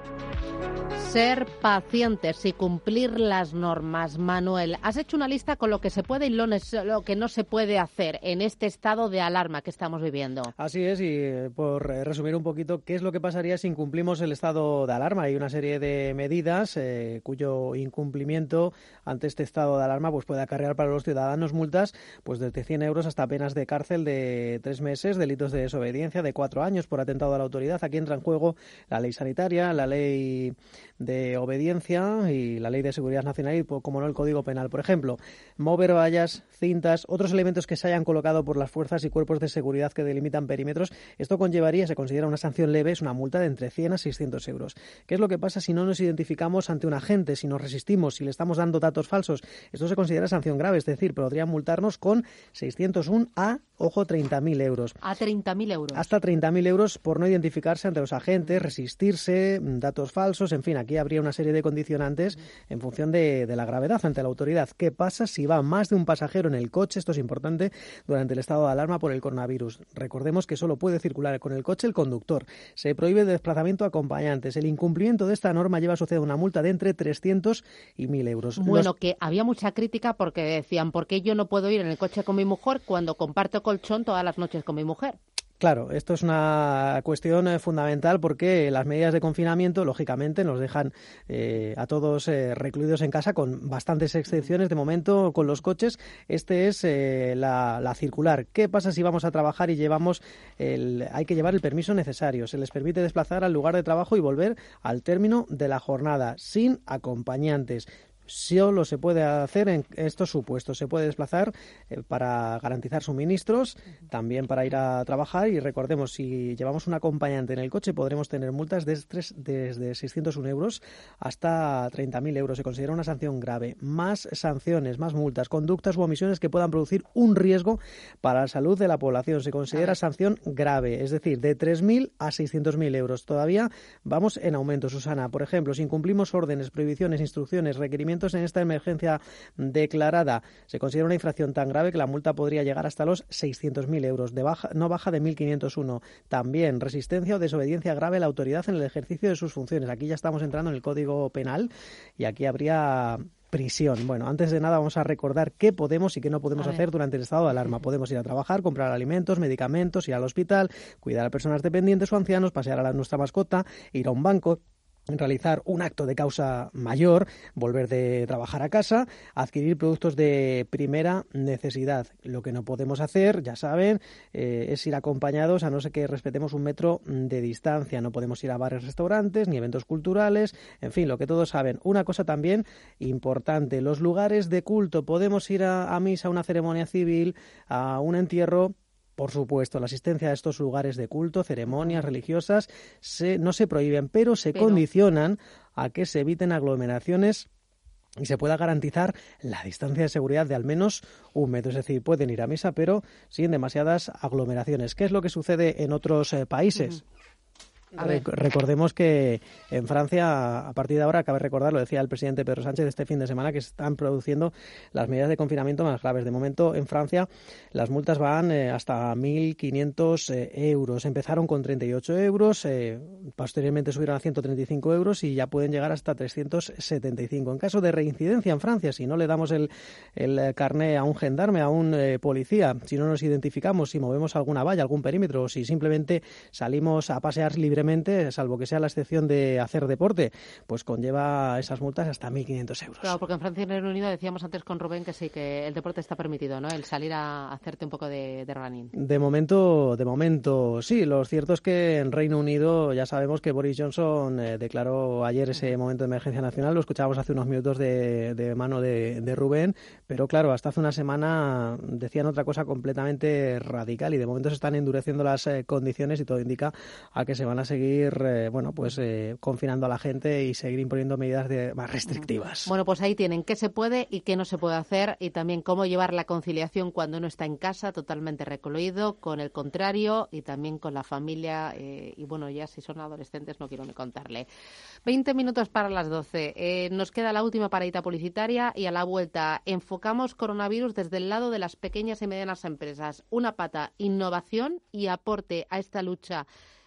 Ser pacientes y cumplir las normas. Manuel, has hecho una lista con lo que se puede y lo, lo que no se puede hacer en este estado de alarma que estamos viviendo. Así es, y por resumir un poquito, ¿qué es lo que pasaría si incumplimos el estado de alarma? Hay una serie de medidas eh, cuyo incumplimiento ante este estado de alarma pues puede acarrear para los ciudadanos multas pues desde cien euros hasta penas de cárcel de tres meses, delitos de desobediencia de cuatro años por atentado a la autoridad. Aquí entra en juego la ley sanitaria, la ley de obediencia y la Ley de Seguridad Nacional y, como no, el Código Penal. Por ejemplo, mover vallas, cintas, otros elementos que se hayan colocado por las fuerzas y cuerpos de seguridad que delimitan perímetros. Esto conllevaría, se considera una sanción leve, es una multa de entre cien a seiscientos euros. ¿Qué es lo que pasa si no nos identificamos ante un agente, si nos resistimos, si le estamos dando datos falsos? Esto se considera sanción grave, es decir, podrían multarnos con seiscientos uno a, ojo, treinta mil euros. A treinta mil euros. Hasta treinta mil euros por no identificarse ante los agentes, resistirse, datos falsos, en fin, aquí habría una serie de condicionantes en función de, de la gravedad ante la autoridad. ¿Qué pasa si va más de un pasajero en el coche? Esto es importante durante el estado de alarma por el coronavirus. Recordemos que solo puede circular con el coche el conductor. Se prohíbe el desplazamiento a acompañantes. El incumplimiento de esta norma lleva asociada una multa de entre trescientos y mil euros. Bueno, Los... que había mucha crítica porque decían, ¿por qué yo no puedo ir en el coche con mi mujer cuando comparto colchón todas las noches con mi mujer? Claro, esto es una cuestión eh, fundamental porque las medidas de confinamiento, lógicamente, nos dejan eh, a todos eh, recluidos en casa con bastantes excepciones. De momento, con los coches, este es eh, la, la circular. ¿Qué pasa si vamos a trabajar y llevamos el, hay que llevar el permiso necesario? Se les permite desplazar al lugar de trabajo y volver al término de la jornada sin acompañantes. Solo se puede hacer en estos supuestos. Se puede desplazar eh, para garantizar suministros, también para ir a trabajar. Y recordemos, si llevamos un acompañante en el coche, podremos tener multas desde, desde seiscientos uno euros hasta treinta mil euros. Se considera una sanción grave. Más sanciones, más multas, conductas u omisiones que puedan producir un riesgo para la salud de la población. Se considera sanción grave, es decir, de tres mil a seiscientos mil euros. Todavía vamos en aumento, Susana. Por ejemplo, si incumplimos órdenes, prohibiciones, instrucciones, requerimientos en esta emergencia declarada, se considera una infracción tan grave que la multa podría llegar hasta los seiscientos mil euros, de baja, no baja de mil quinientos uno. También resistencia o desobediencia grave a la autoridad en el ejercicio de sus funciones. Aquí ya estamos entrando en el Código Penal y aquí habría prisión. Bueno, antes de nada vamos a recordar qué podemos y qué no podemos hacer durante el estado de alarma. Podemos ir a trabajar, comprar alimentos, medicamentos, ir al hospital, cuidar a personas dependientes o ancianos, pasear a la, nuestra mascota, ir a un banco, realizar un acto de causa mayor, volver de trabajar a casa, adquirir productos de primera necesidad. Lo que no podemos hacer, ya saben, eh, es ir acompañados, a no ser que respetemos un metro de distancia. No podemos ir a bares, restaurantes, ni eventos culturales, en fin, lo que todos saben. Una cosa también importante, los lugares de culto. Podemos ir a, a misa, a una ceremonia civil, a un entierro. Por supuesto, la asistencia a estos lugares de culto, ceremonias religiosas, se, no se prohíben, pero se pero... condicionan a que se eviten aglomeraciones y se pueda garantizar la distancia de seguridad de al menos un metro. Es decir, pueden ir a misa, pero sin demasiadas aglomeraciones. ¿Qué es lo que sucede en otros eh, países? Uh-huh. Re- recordemos que en Francia, a partir de ahora, cabe recordar, lo decía el presidente Pedro Sánchez este fin de semana, que se están produciendo las medidas de confinamiento más graves. De momento, en Francia, las multas van eh, hasta mil quinientos eh, euros. Empezaron con treinta y ocho euros, eh, posteriormente subieron a ciento treinta y cinco euros y ya pueden llegar hasta trescientos setenta y cinco. En caso de reincidencia en Francia, si no le damos el, el carné a un gendarme, a un eh, policía, si no nos identificamos, si movemos alguna valla, algún perímetro, o si simplemente salimos a pasear libremente, salvo que sea la excepción de hacer deporte, pues conlleva esas multas hasta mil quinientos euros. Claro, porque en Francia y en Reino Unido decíamos antes con Rubén que sí, que el deporte está permitido, ¿no? El salir a hacerte un poco de, de running. De momento, de momento, sí. Lo cierto es que en Reino Unido ya sabemos que Boris Johnson eh, declaró ayer ese momento de emergencia nacional. Lo escuchábamos hace unos minutos de, de mano de, de Rubén, pero claro, hasta hace una semana decían otra cosa completamente radical y de momento se están endureciendo las eh, condiciones y todo indica a que se van a seguir eh, bueno pues eh, confinando a la gente y seguir imponiendo medidas de, más restrictivas. Bueno, pues ahí tienen qué se puede y qué no se puede hacer y también cómo llevar la conciliación cuando uno está en casa totalmente recluido, con el contrario y también con la familia eh, y bueno, ya si son adolescentes no quiero ni contarle. veinte minutos para las doce. Eh, nos queda la última paradita publicitaria y a la vuelta enfocamos coronavirus desde el lado de las pequeñas y medianas empresas. Una pata, innovación y aporte a esta lucha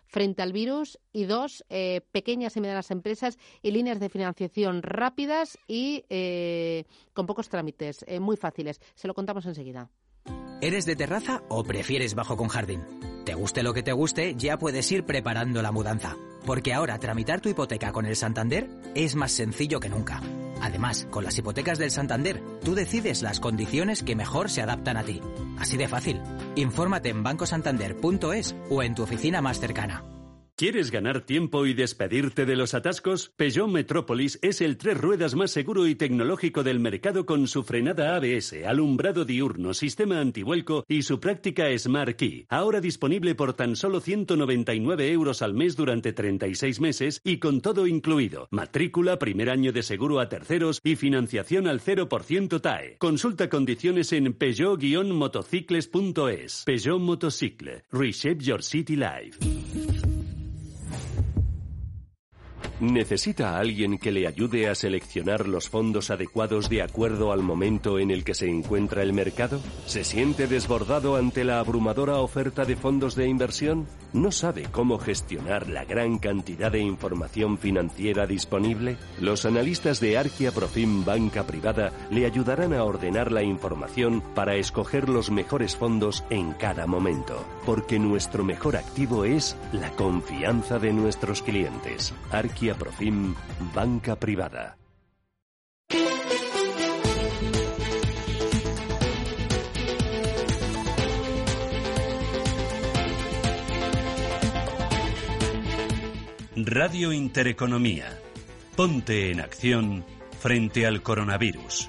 frente al virus y dos, eh, pequeñas y medianas empresas y líneas de financiación rápidas y eh, con pocos trámites, eh, muy fáciles. Se lo contamos enseguida. ¿Eres de terraza o prefieres bajo con jardín? Te guste lo que te guste, ya puedes ir preparando la mudanza. Porque ahora tramitar tu hipoteca con el Santander es más sencillo que nunca. Además, con las hipotecas del Santander, tú decides las condiciones que mejor se adaptan a ti. Así de fácil. Infórmate en banco santander punto es o en tu oficina más cercana. ¿Quieres ganar tiempo y despedirte de los atascos? Peugeot Metrópolis es el tres ruedas más seguro y tecnológico del mercado con su frenada A B S, alumbrado diurno, sistema antivuelco y su práctica Smart Key. Ahora disponible por tan solo ciento noventa y nueve euros al mes durante treinta y seis meses y con todo incluido. Matrícula, primer año de seguro a terceros y financiación al cero por ciento T A E. Consulta condiciones en peugeot motocicles punto es. Peugeot Motocicle. Reshape your city life. ¿Necesita a alguien que le ayude a seleccionar los fondos adecuados de acuerdo al momento en el que se encuentra el mercado? ¿Se siente desbordado ante la abrumadora oferta de fondos de inversión? ¿No sabe cómo gestionar la gran cantidad de información financiera disponible? Los analistas de Arquia Profim Banca Privada le ayudarán a ordenar la información para escoger los mejores fondos en cada momento, porque nuestro mejor activo es la confianza de nuestros clientes. Arquia Profim Banca Privada. Radio Intereconomía. Ponte en acción frente al coronavirus.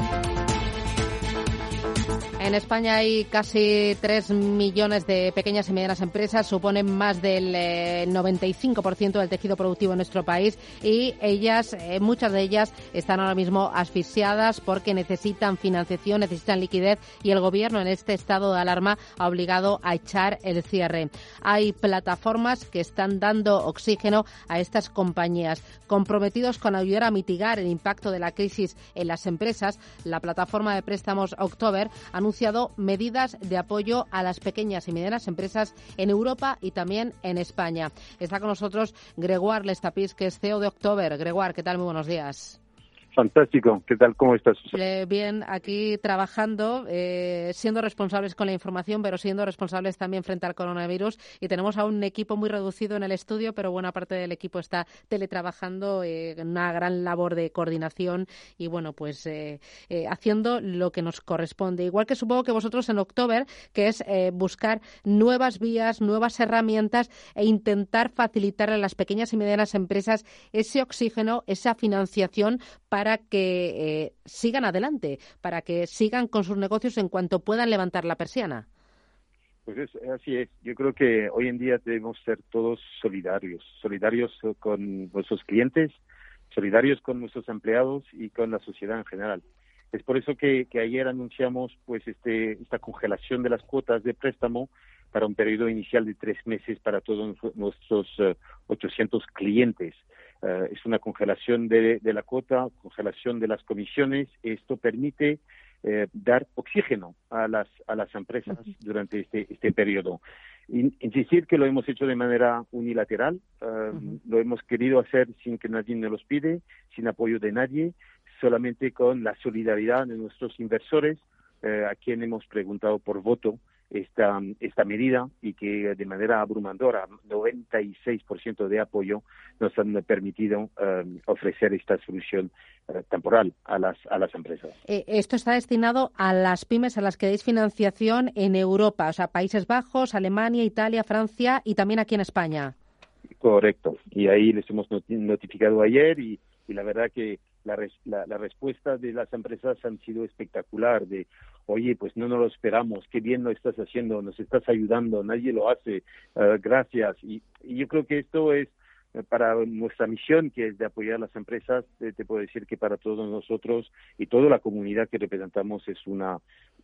En España hay casi tres millones de pequeñas y medianas empresas, suponen más del eh, noventa y cinco por ciento del tejido productivo en nuestro país y ellas, eh, muchas de ellas, están ahora mismo asfixiadas porque necesitan financiación, necesitan liquidez y el Gobierno en este estado de alarma ha obligado a echar el cierre. Hay plataformas que están dando oxígeno a estas compañías. Comprometidos con ayudar a mitigar el impacto de la crisis en las empresas, la plataforma de préstamos October anunció medidas de apoyo a las pequeñas y medianas empresas en Europa y también en España. Está con nosotros Gregoire Lestapis, que es C E O de October. Gregoire, ¿qué tal? Muy buenos días. Fantástico. ¿Qué tal? ¿Cómo estás, Susana? Eh, bien, aquí trabajando, eh, siendo responsables con la información, pero siendo responsables también frente al coronavirus. Y tenemos a un equipo muy reducido en el estudio, pero buena parte del equipo está teletrabajando, eh, una gran labor de coordinación y, bueno, pues eh, eh, haciendo lo que nos corresponde. Igual que supongo que vosotros en October, que es eh, buscar nuevas vías, nuevas herramientas e intentar facilitar a las pequeñas y medianas empresas ese oxígeno, esa financiación para para que eh, sigan adelante, para que sigan con sus negocios en cuanto puedan levantar la persiana. Pues es, así es. Yo creo que hoy en día debemos ser todos solidarios, solidarios con nuestros clientes, solidarios con nuestros empleados y con la sociedad en general. Es por eso que, que ayer anunciamos pues este esta congelación de las cuotas de préstamo para un periodo inicial de tres meses para todos nuestros uh, ochocientos clientes. Uh, es una congelación de, de la cuota, congelación de las comisiones. Esto permite eh, dar oxígeno a las a las empresas uh-huh. durante este este periodo. Insistir que lo hemos hecho de manera unilateral, uh, uh-huh. lo hemos querido hacer sin que nadie nos los pide, sin apoyo de nadie, solamente con la solidaridad de nuestros inversores, eh, a quien hemos preguntado por voto esta esta medida y que de manera abrumadora, noventa y seis por ciento de apoyo, nos han permitido um, ofrecer esta solución uh, temporal a las a las empresas. Eh, esto está destinado a las pymes a las que dais financiación en Europa, o sea, Países Bajos, Alemania, Italia, Francia y también aquí en España. Correcto. Y ahí les hemos notificado ayer y, y la verdad que la, res, la, la respuesta de las empresas han sido espectacular, de oye, pues no nos lo esperamos, qué bien lo estás haciendo, nos estás ayudando, nadie lo hace, uh, gracias. Y, y yo creo que esto es uh, para nuestra misión, que es de apoyar a las empresas. Te, te puedo decir que para todos nosotros y toda la comunidad que representamos es una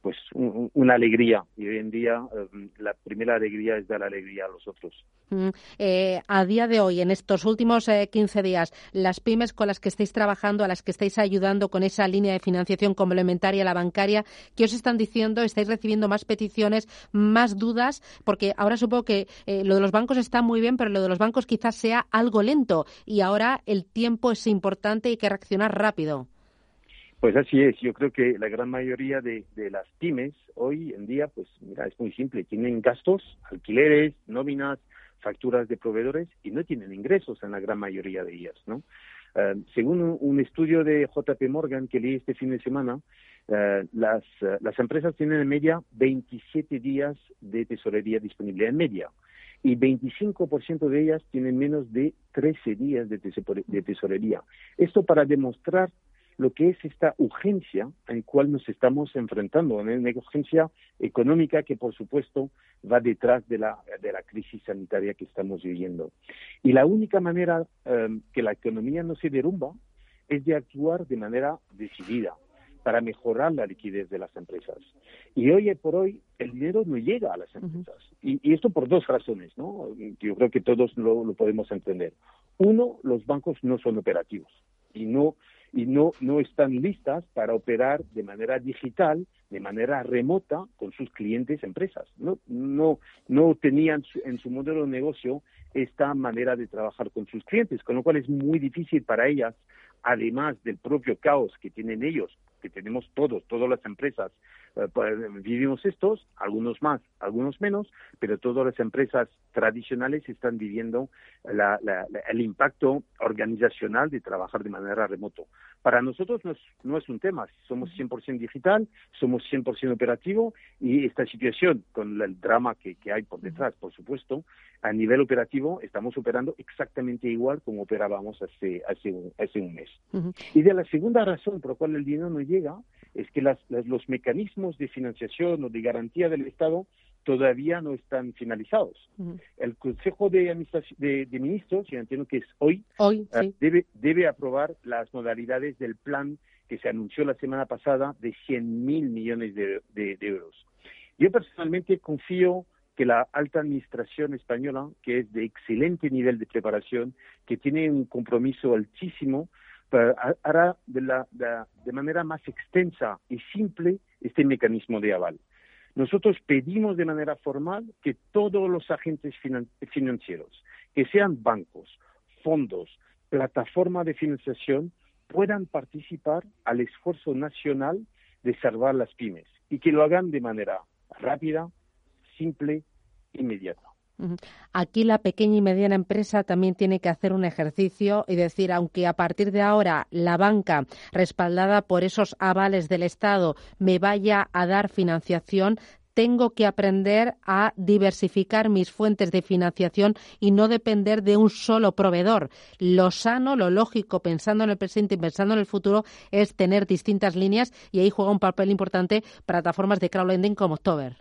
pues un, una alegría. Y hoy en día eh, la primera alegría es dar alegría a los otros. Mm, eh, a día de hoy, en estos últimos eh, quince días, las pymes con las que estáis trabajando, a las que estáis ayudando con esa línea de financiación complementaria a la bancaria, ¿qué os están diciendo? ¿Estáis recibiendo más peticiones, más dudas? Porque ahora supongo que eh, lo de los bancos está muy bien, pero lo de los bancos quizás sea algo lento y ahora el tiempo es importante y hay que reaccionar rápido. Pues así es. Yo creo que la gran mayoría de, de las pymes hoy en día, pues mira, es muy simple. Tienen gastos, alquileres, nóminas, facturas de proveedores y no tienen ingresos en la gran mayoría de ellas, ¿no? Uh, según un, un estudio de J P Morgan que leí este fin de semana, uh, las, uh, las empresas tienen en media veintisiete días de tesorería disponible, en media. Y veinticinco por ciento de ellas tienen menos de trece días de, tesor- de tesorería. Esto para demostrar lo que es esta urgencia en la cual nos estamos enfrentando, una urgencia económica que, por supuesto, va detrás de la, de la crisis sanitaria que estamos viviendo. Y la única manera um, que la economía no se derrumba es de actuar de manera decidida para mejorar la liquidez de las empresas. Y hoy por hoy el dinero no llega a las empresas. Uh-huh. Y, y esto por dos razones, ¿no? Yo creo que todos lo, lo podemos entender. Uno, los bancos no son operativos y no y no, no están listas para operar de manera digital, de manera remota con sus clientes empresas. No, no, no tenían en su modelo de negocio esta manera de trabajar con sus clientes, con lo cual es muy difícil para ellas, además del propio caos que tienen ellos, que tenemos todos, todas las empresas, eh, vivimos estos, algunos más, algunos menos, pero todas las empresas tradicionales están viviendo la, la, la, el impacto organizacional de trabajar de manera remoto. Para nosotros no es, no es un tema, somos cien por ciento digital, somos cien por ciento operativo y esta situación, con el drama que, que hay por detrás, por supuesto, a nivel operativo estamos operando exactamente igual como operábamos hace, hace, un, hace un mes. Uh-huh. Y de la segunda razón por la cual el dinero no llega es que las, las, los mecanismos de financiación o de garantía del Estado todavía no están finalizados. Uh-huh. El Consejo de, de, de Ministros, yo entiendo que es hoy, hoy uh, sí. debe, debe aprobar las modalidades del plan que se anunció la semana pasada de cien mil millones de, de, de euros. Yo personalmente confío que la alta administración española, que es de excelente nivel de preparación, que tiene un compromiso altísimo, hará de, la, de, de manera más extensa y simple este mecanismo de aval. Nosotros pedimos de manera formal que todos los agentes finan- financieros, que sean bancos, fondos, plataformas de financiación, puedan participar al esfuerzo nacional de salvar las pymes y que lo hagan de manera rápida, simple, inmediata. Aquí la pequeña y mediana empresa también tiene que hacer un ejercicio y decir, aunque a partir de ahora la banca, respaldada por esos avales del Estado, me vaya a dar financiación, tengo que aprender a diversificar mis fuentes de financiación y no depender de un solo proveedor. Lo sano, lo lógico, pensando en el presente y pensando en el futuro, es tener distintas líneas y ahí juega un papel importante plataformas de crowdlending como October.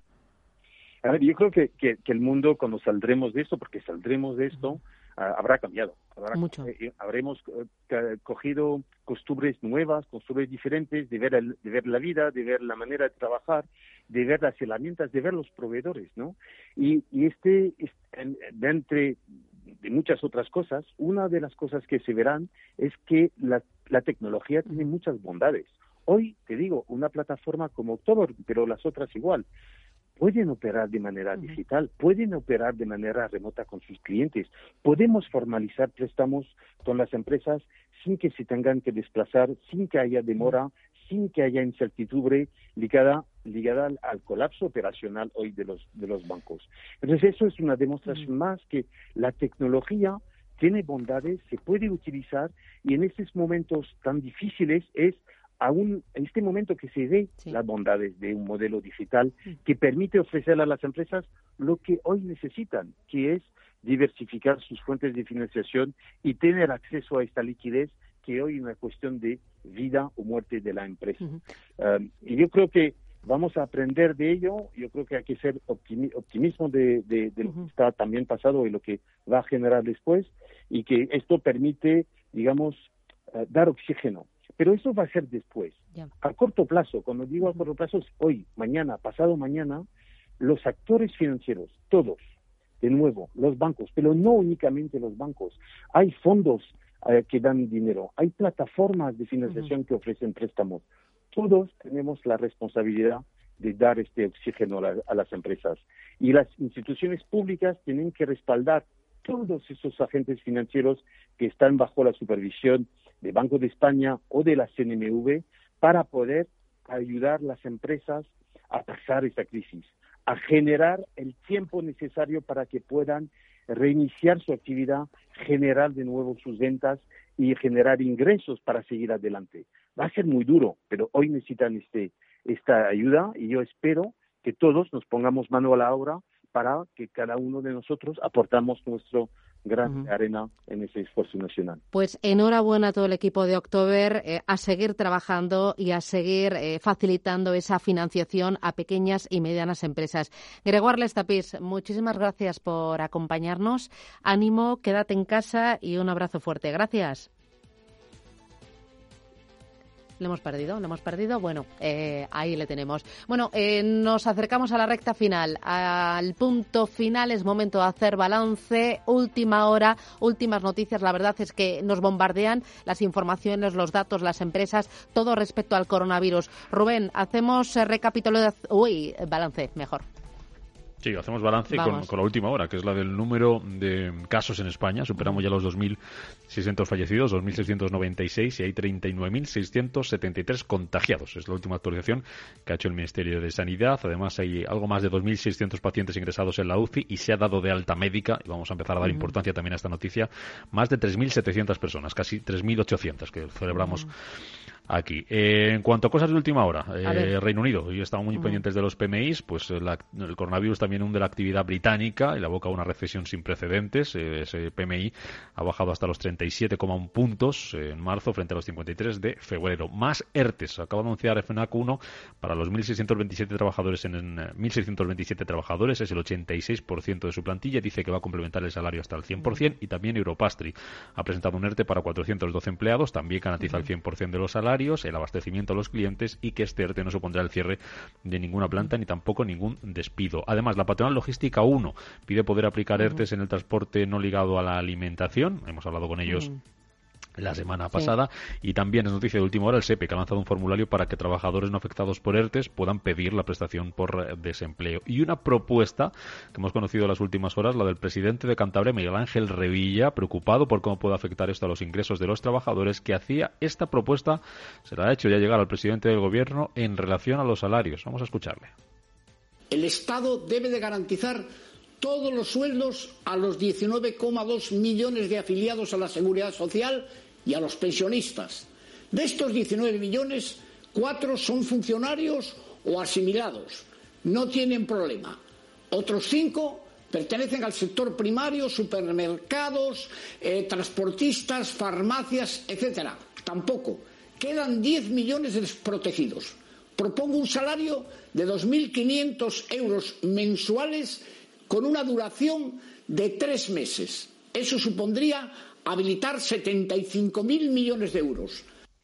A ver, yo creo que, que, que el mundo, cuando saldremos de esto, porque saldremos de esto, uh, habrá cambiado. Habrá, Mucho. Eh, habremos eh, cogido costumbres nuevas, costumbres diferentes de ver, el, de ver la vida, de ver la manera de trabajar, de ver las herramientas, de ver los proveedores, ¿no? Y, y este, este de entre de muchas otras cosas, una de las cosas que se verán es que la, la tecnología tiene muchas bondades. Hoy, te digo, una plataforma como October, pero las otras igual, pueden operar de manera digital, pueden operar de manera remota con sus clientes. Podemos formalizar préstamos con las empresas sin que se tengan que desplazar, sin que haya demora, sin que haya incertidumbre ligada, ligada al, al colapso operacional hoy de los, de los bancos. Entonces, eso es una demostración más que la tecnología tiene bondades, se puede utilizar y en estos momentos tan difíciles es aún en este momento que se ve sí. las bondades de un modelo digital que permite ofrecer a las empresas lo que hoy necesitan, que es diversificar sus fuentes de financiación y tener acceso a esta liquidez que hoy es una cuestión de vida o muerte de la empresa. Uh-huh. Um, y yo creo que vamos a aprender de ello, yo creo que hay que ser optimi- optimismo de, de, de lo uh-huh. que está también pasado y lo que va a generar después y que esto permite, digamos, uh, dar oxígeno Pero eso va a ser después. Ya. A corto plazo, cuando digo a corto plazo, es hoy, mañana, pasado mañana, los actores financieros, todos, de nuevo, los bancos, pero no únicamente los bancos. Hay fondos eh, que dan dinero, hay plataformas de financiación uh-huh. que ofrecen préstamos. Todos tenemos la responsabilidad de dar este oxígeno a, la, a las empresas. Y las instituciones públicas tienen que respaldar todos esos agentes financieros que están bajo la supervisión de Banco de España o de la C N M V para poder ayudar a las empresas a pasar esta crisis, a generar el tiempo necesario para que puedan reiniciar su actividad, generar de nuevo sus ventas y generar ingresos para seguir adelante. Va a ser muy duro, pero hoy necesitan este, esta ayuda y yo espero que todos nos pongamos mano a la obra para que cada uno de nosotros aportamos nuestro gran uh-huh. arena en ese esfuerzo nacional. Pues enhorabuena a todo el equipo de October, eh, a seguir trabajando y a seguir eh, facilitando esa financiación a pequeñas y medianas empresas. Gregoire Lestapis, muchísimas gracias por acompañarnos. Ánimo, quédate en casa y un abrazo fuerte. Gracias. ¿Le hemos perdido? ¿Le hemos perdido? Bueno, eh, ahí le tenemos. Bueno, eh, nos acercamos a la recta final, al punto final. Es momento de hacer balance. Última hora, últimas noticias. La verdad es que nos bombardean las informaciones, los datos, las empresas, todo respecto al coronavirus. Rubén, hacemos eh, recapitulación. Uy, balance, mejor. Sí, hacemos balance con, con la última hora, que es la del número de casos en España. Superamos ya los dos mil seiscientos fallecidos, dos mil seiscientos noventa y seis, y hay treinta y nueve mil seiscientos setenta y tres contagiados. Es la última actualización que ha hecho el Ministerio de Sanidad. Además, hay algo más de dos mil seiscientos pacientes ingresados en la U C I y se ha dado de alta médica, y vamos a empezar a dar uh-huh. importancia también a esta noticia, más de tres mil setecientas personas, casi tres mil ochocientas que celebramos uh-huh. aquí. Eh, en cuanto a cosas de última hora, eh, Reino Unido, hoy estamos muy uh-huh. pendientes de los P M Is, pues la, el coronavirus también hunde la actividad británica y la aboca a una recesión sin precedentes. Eh, ese P M I ha bajado hasta los treinta y siete coma uno puntos eh, en marzo frente a los cincuenta y tres de febrero. Más ERTES. Acaba de anunciar F N A C uno para los mil seiscientos veintisiete trabajadores en, en mil seiscientos veintisiete trabajadores, es el ochenta y seis por ciento de su plantilla. Dice que va a complementar el salario hasta el cien por ciento. Y también Europastri ha presentado un ERTE para cuatrocientos doce empleados, también garantiza el cien por ciento de los salarios, el abastecimiento a los clientes, y que este ERTE no supondrá el cierre de ninguna planta ni tampoco ningún despido. Además, la patronal Logística uno pide poder aplicar ERTES en el transporte no ligado a la alimentación. Hemos hablado con ellos uh-huh. la semana pasada. Sí. Y también es noticia de última hora el SEPE, que ha lanzado un formulario para que trabajadores no afectados por ERTES puedan pedir la prestación por desempleo. Y una propuesta que hemos conocido en las últimas horas, la del presidente de Cantabria, Miguel Ángel Revilla, preocupado por cómo puede afectar esto a los ingresos de los trabajadores, que hacía esta propuesta, se la ha hecho ya llegar al presidente del gobierno en relación a los salarios. Vamos a escucharle. El Estado debe de garantizar todos los sueldos a los diecinueve coma dos millones de afiliados a la Seguridad Social y a los pensionistas. De estos diecinueve millones, cuatro son funcionarios o asimilados. No tienen problema. Otros cinco pertenecen al sector primario, supermercados, eh, transportistas, farmacias, etcétera. Tampoco. Quedan diez millones de desprotegidos. Propongo un salario de dos mil quinientos euros mensuales con una duración de tres meses. Eso supondría habilitar setenta y cinco mil millones de euros.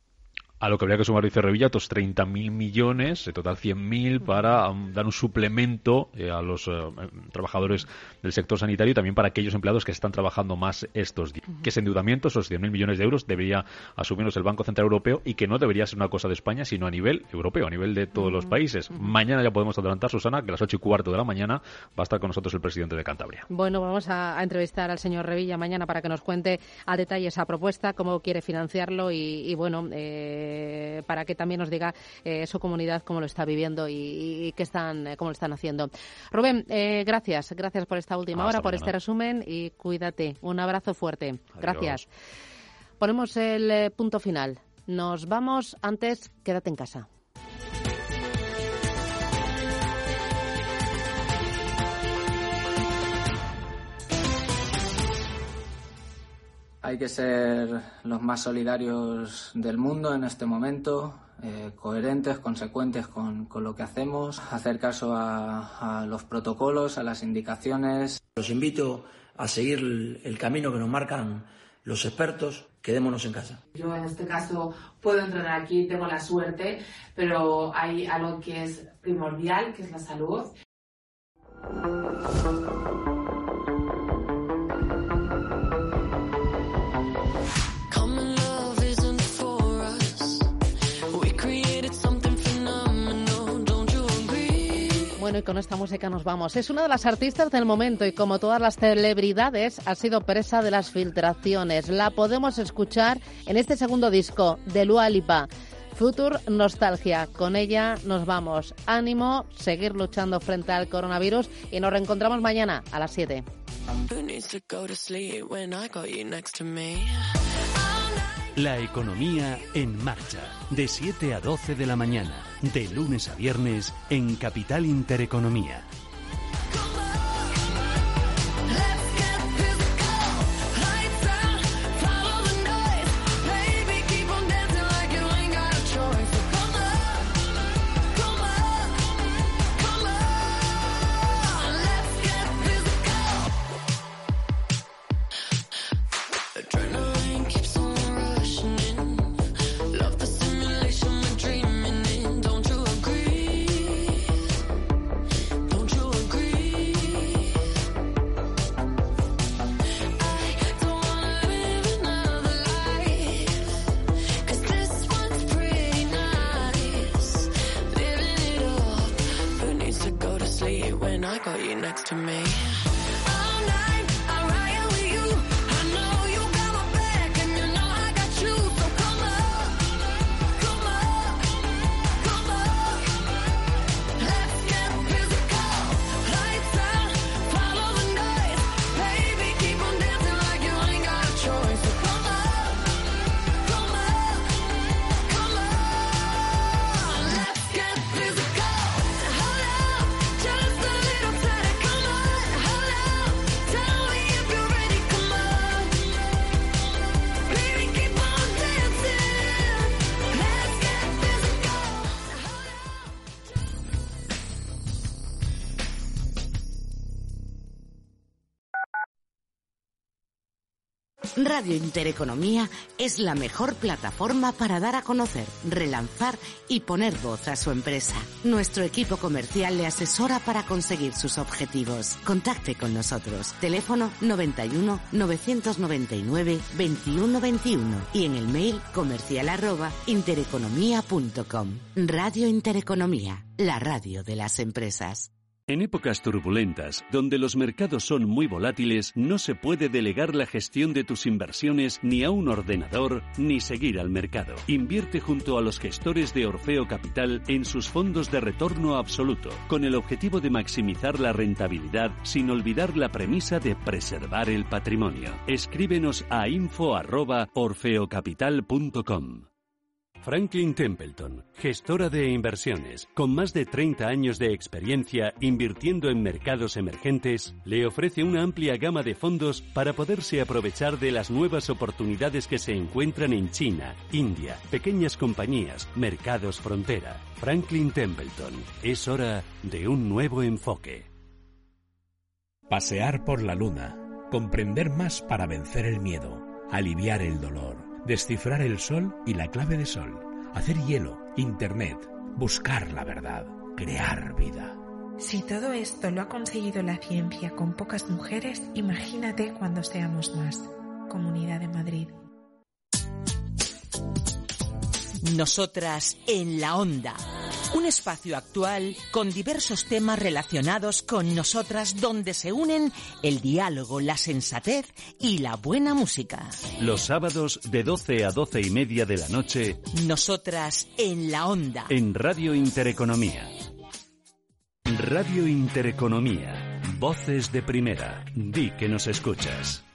A lo que habría que sumar, dice Revilla, otros treinta mil millones, en total cien mil, para um, dar un suplemento eh, a los uh, trabajadores del sector sanitario y también para aquellos empleados que están trabajando más estos días. Uh-huh. Que ese endeudamiento, esos cien mil millones de euros, debería asumirlos el Banco Central Europeo y que no debería ser una cosa de España, sino a nivel europeo, a nivel de todos uh-huh. los países. Uh-huh. Mañana ya podemos adelantar, Susana, que a las ocho y cuarto de la mañana va a estar con nosotros el presidente de Cantabria. Bueno, vamos a, a entrevistar al señor Revilla mañana para que nos cuente a detalle esa propuesta, cómo quiere financiarlo y, y bueno, eh, para que también nos diga eh, su comunidad cómo lo está viviendo y, y qué están, eh, cómo lo están haciendo. Rubén, eh, gracias, gracias por esta última Hasta hora, por mañana. Este resumen y cuídate. Un abrazo fuerte. Adiós. Gracias. Ponemos el eh, punto final. Nos vamos. Antes, quédate en casa. Hay que ser los más solidarios del mundo en este momento, eh, coherentes, consecuentes con, con lo que hacemos, hacer caso a, a los protocolos, a las indicaciones. Los invito a seguir el, el camino que nos marcan los expertos, quedémonos en casa. Yo en este caso puedo entrenar aquí, tengo la suerte, pero hay algo que es primordial, que es la salud. Bueno, y con esta música nos vamos. Es una de las artistas del momento y, como todas las celebridades, ha sido presa de las filtraciones. La podemos escuchar en este segundo disco de Dua Lipa, Future Nostalgia. Con ella nos vamos. Ánimo, seguir luchando frente al coronavirus y nos reencontramos mañana a las siete. La economía en marcha, de siete a doce de la mañana, de lunes a viernes, en Capital Intereconomía. Radio Intereconomía es la mejor plataforma para dar a conocer, relanzar y poner voz a su empresa. Nuestro equipo comercial le asesora para conseguir sus objetivos. Contacte con nosotros. Teléfono noventa y uno, novecientos noventa y nueve, veintiuno veintiuno y en el mail comercial arroba intereconomía punto com. Radio Intereconomía, la radio de las empresas. En épocas turbulentas, donde los mercados son muy volátiles, no se puede delegar la gestión de tus inversiones ni a un ordenador, ni seguir al mercado. Invierte junto a los gestores de Orfeo Capital en sus fondos de retorno absoluto, con el objetivo de maximizar la rentabilidad sin olvidar la premisa de preservar el patrimonio. Escríbenos a info arroba orfeocapital punto com. Franklin Templeton, gestora de inversiones, con más de treinta años de experiencia invirtiendo en mercados emergentes, le ofrece una amplia gama de fondos para poderse aprovechar de las nuevas oportunidades que se encuentran en China, India, pequeñas compañías, mercados frontera. Franklin Templeton, es hora de un nuevo enfoque. Pasear por la luna, comprender más para vencer el miedo, aliviar el dolor, descifrar el sol y la clave de sol, hacer hielo, internet, buscar la verdad, crear vida. Si todo esto lo ha conseguido la ciencia con pocas mujeres, imagínate cuando seamos más. Comunidad de Madrid. Nosotras en la Onda. Un espacio actual con diversos temas relacionados con nosotras donde se unen el diálogo, la sensatez y la buena música. Los sábados de doce a doce y media de la noche. Nosotras en la Onda. En Radio Intereconomía. Radio Intereconomía. Voces de primera. Di que nos escuchas.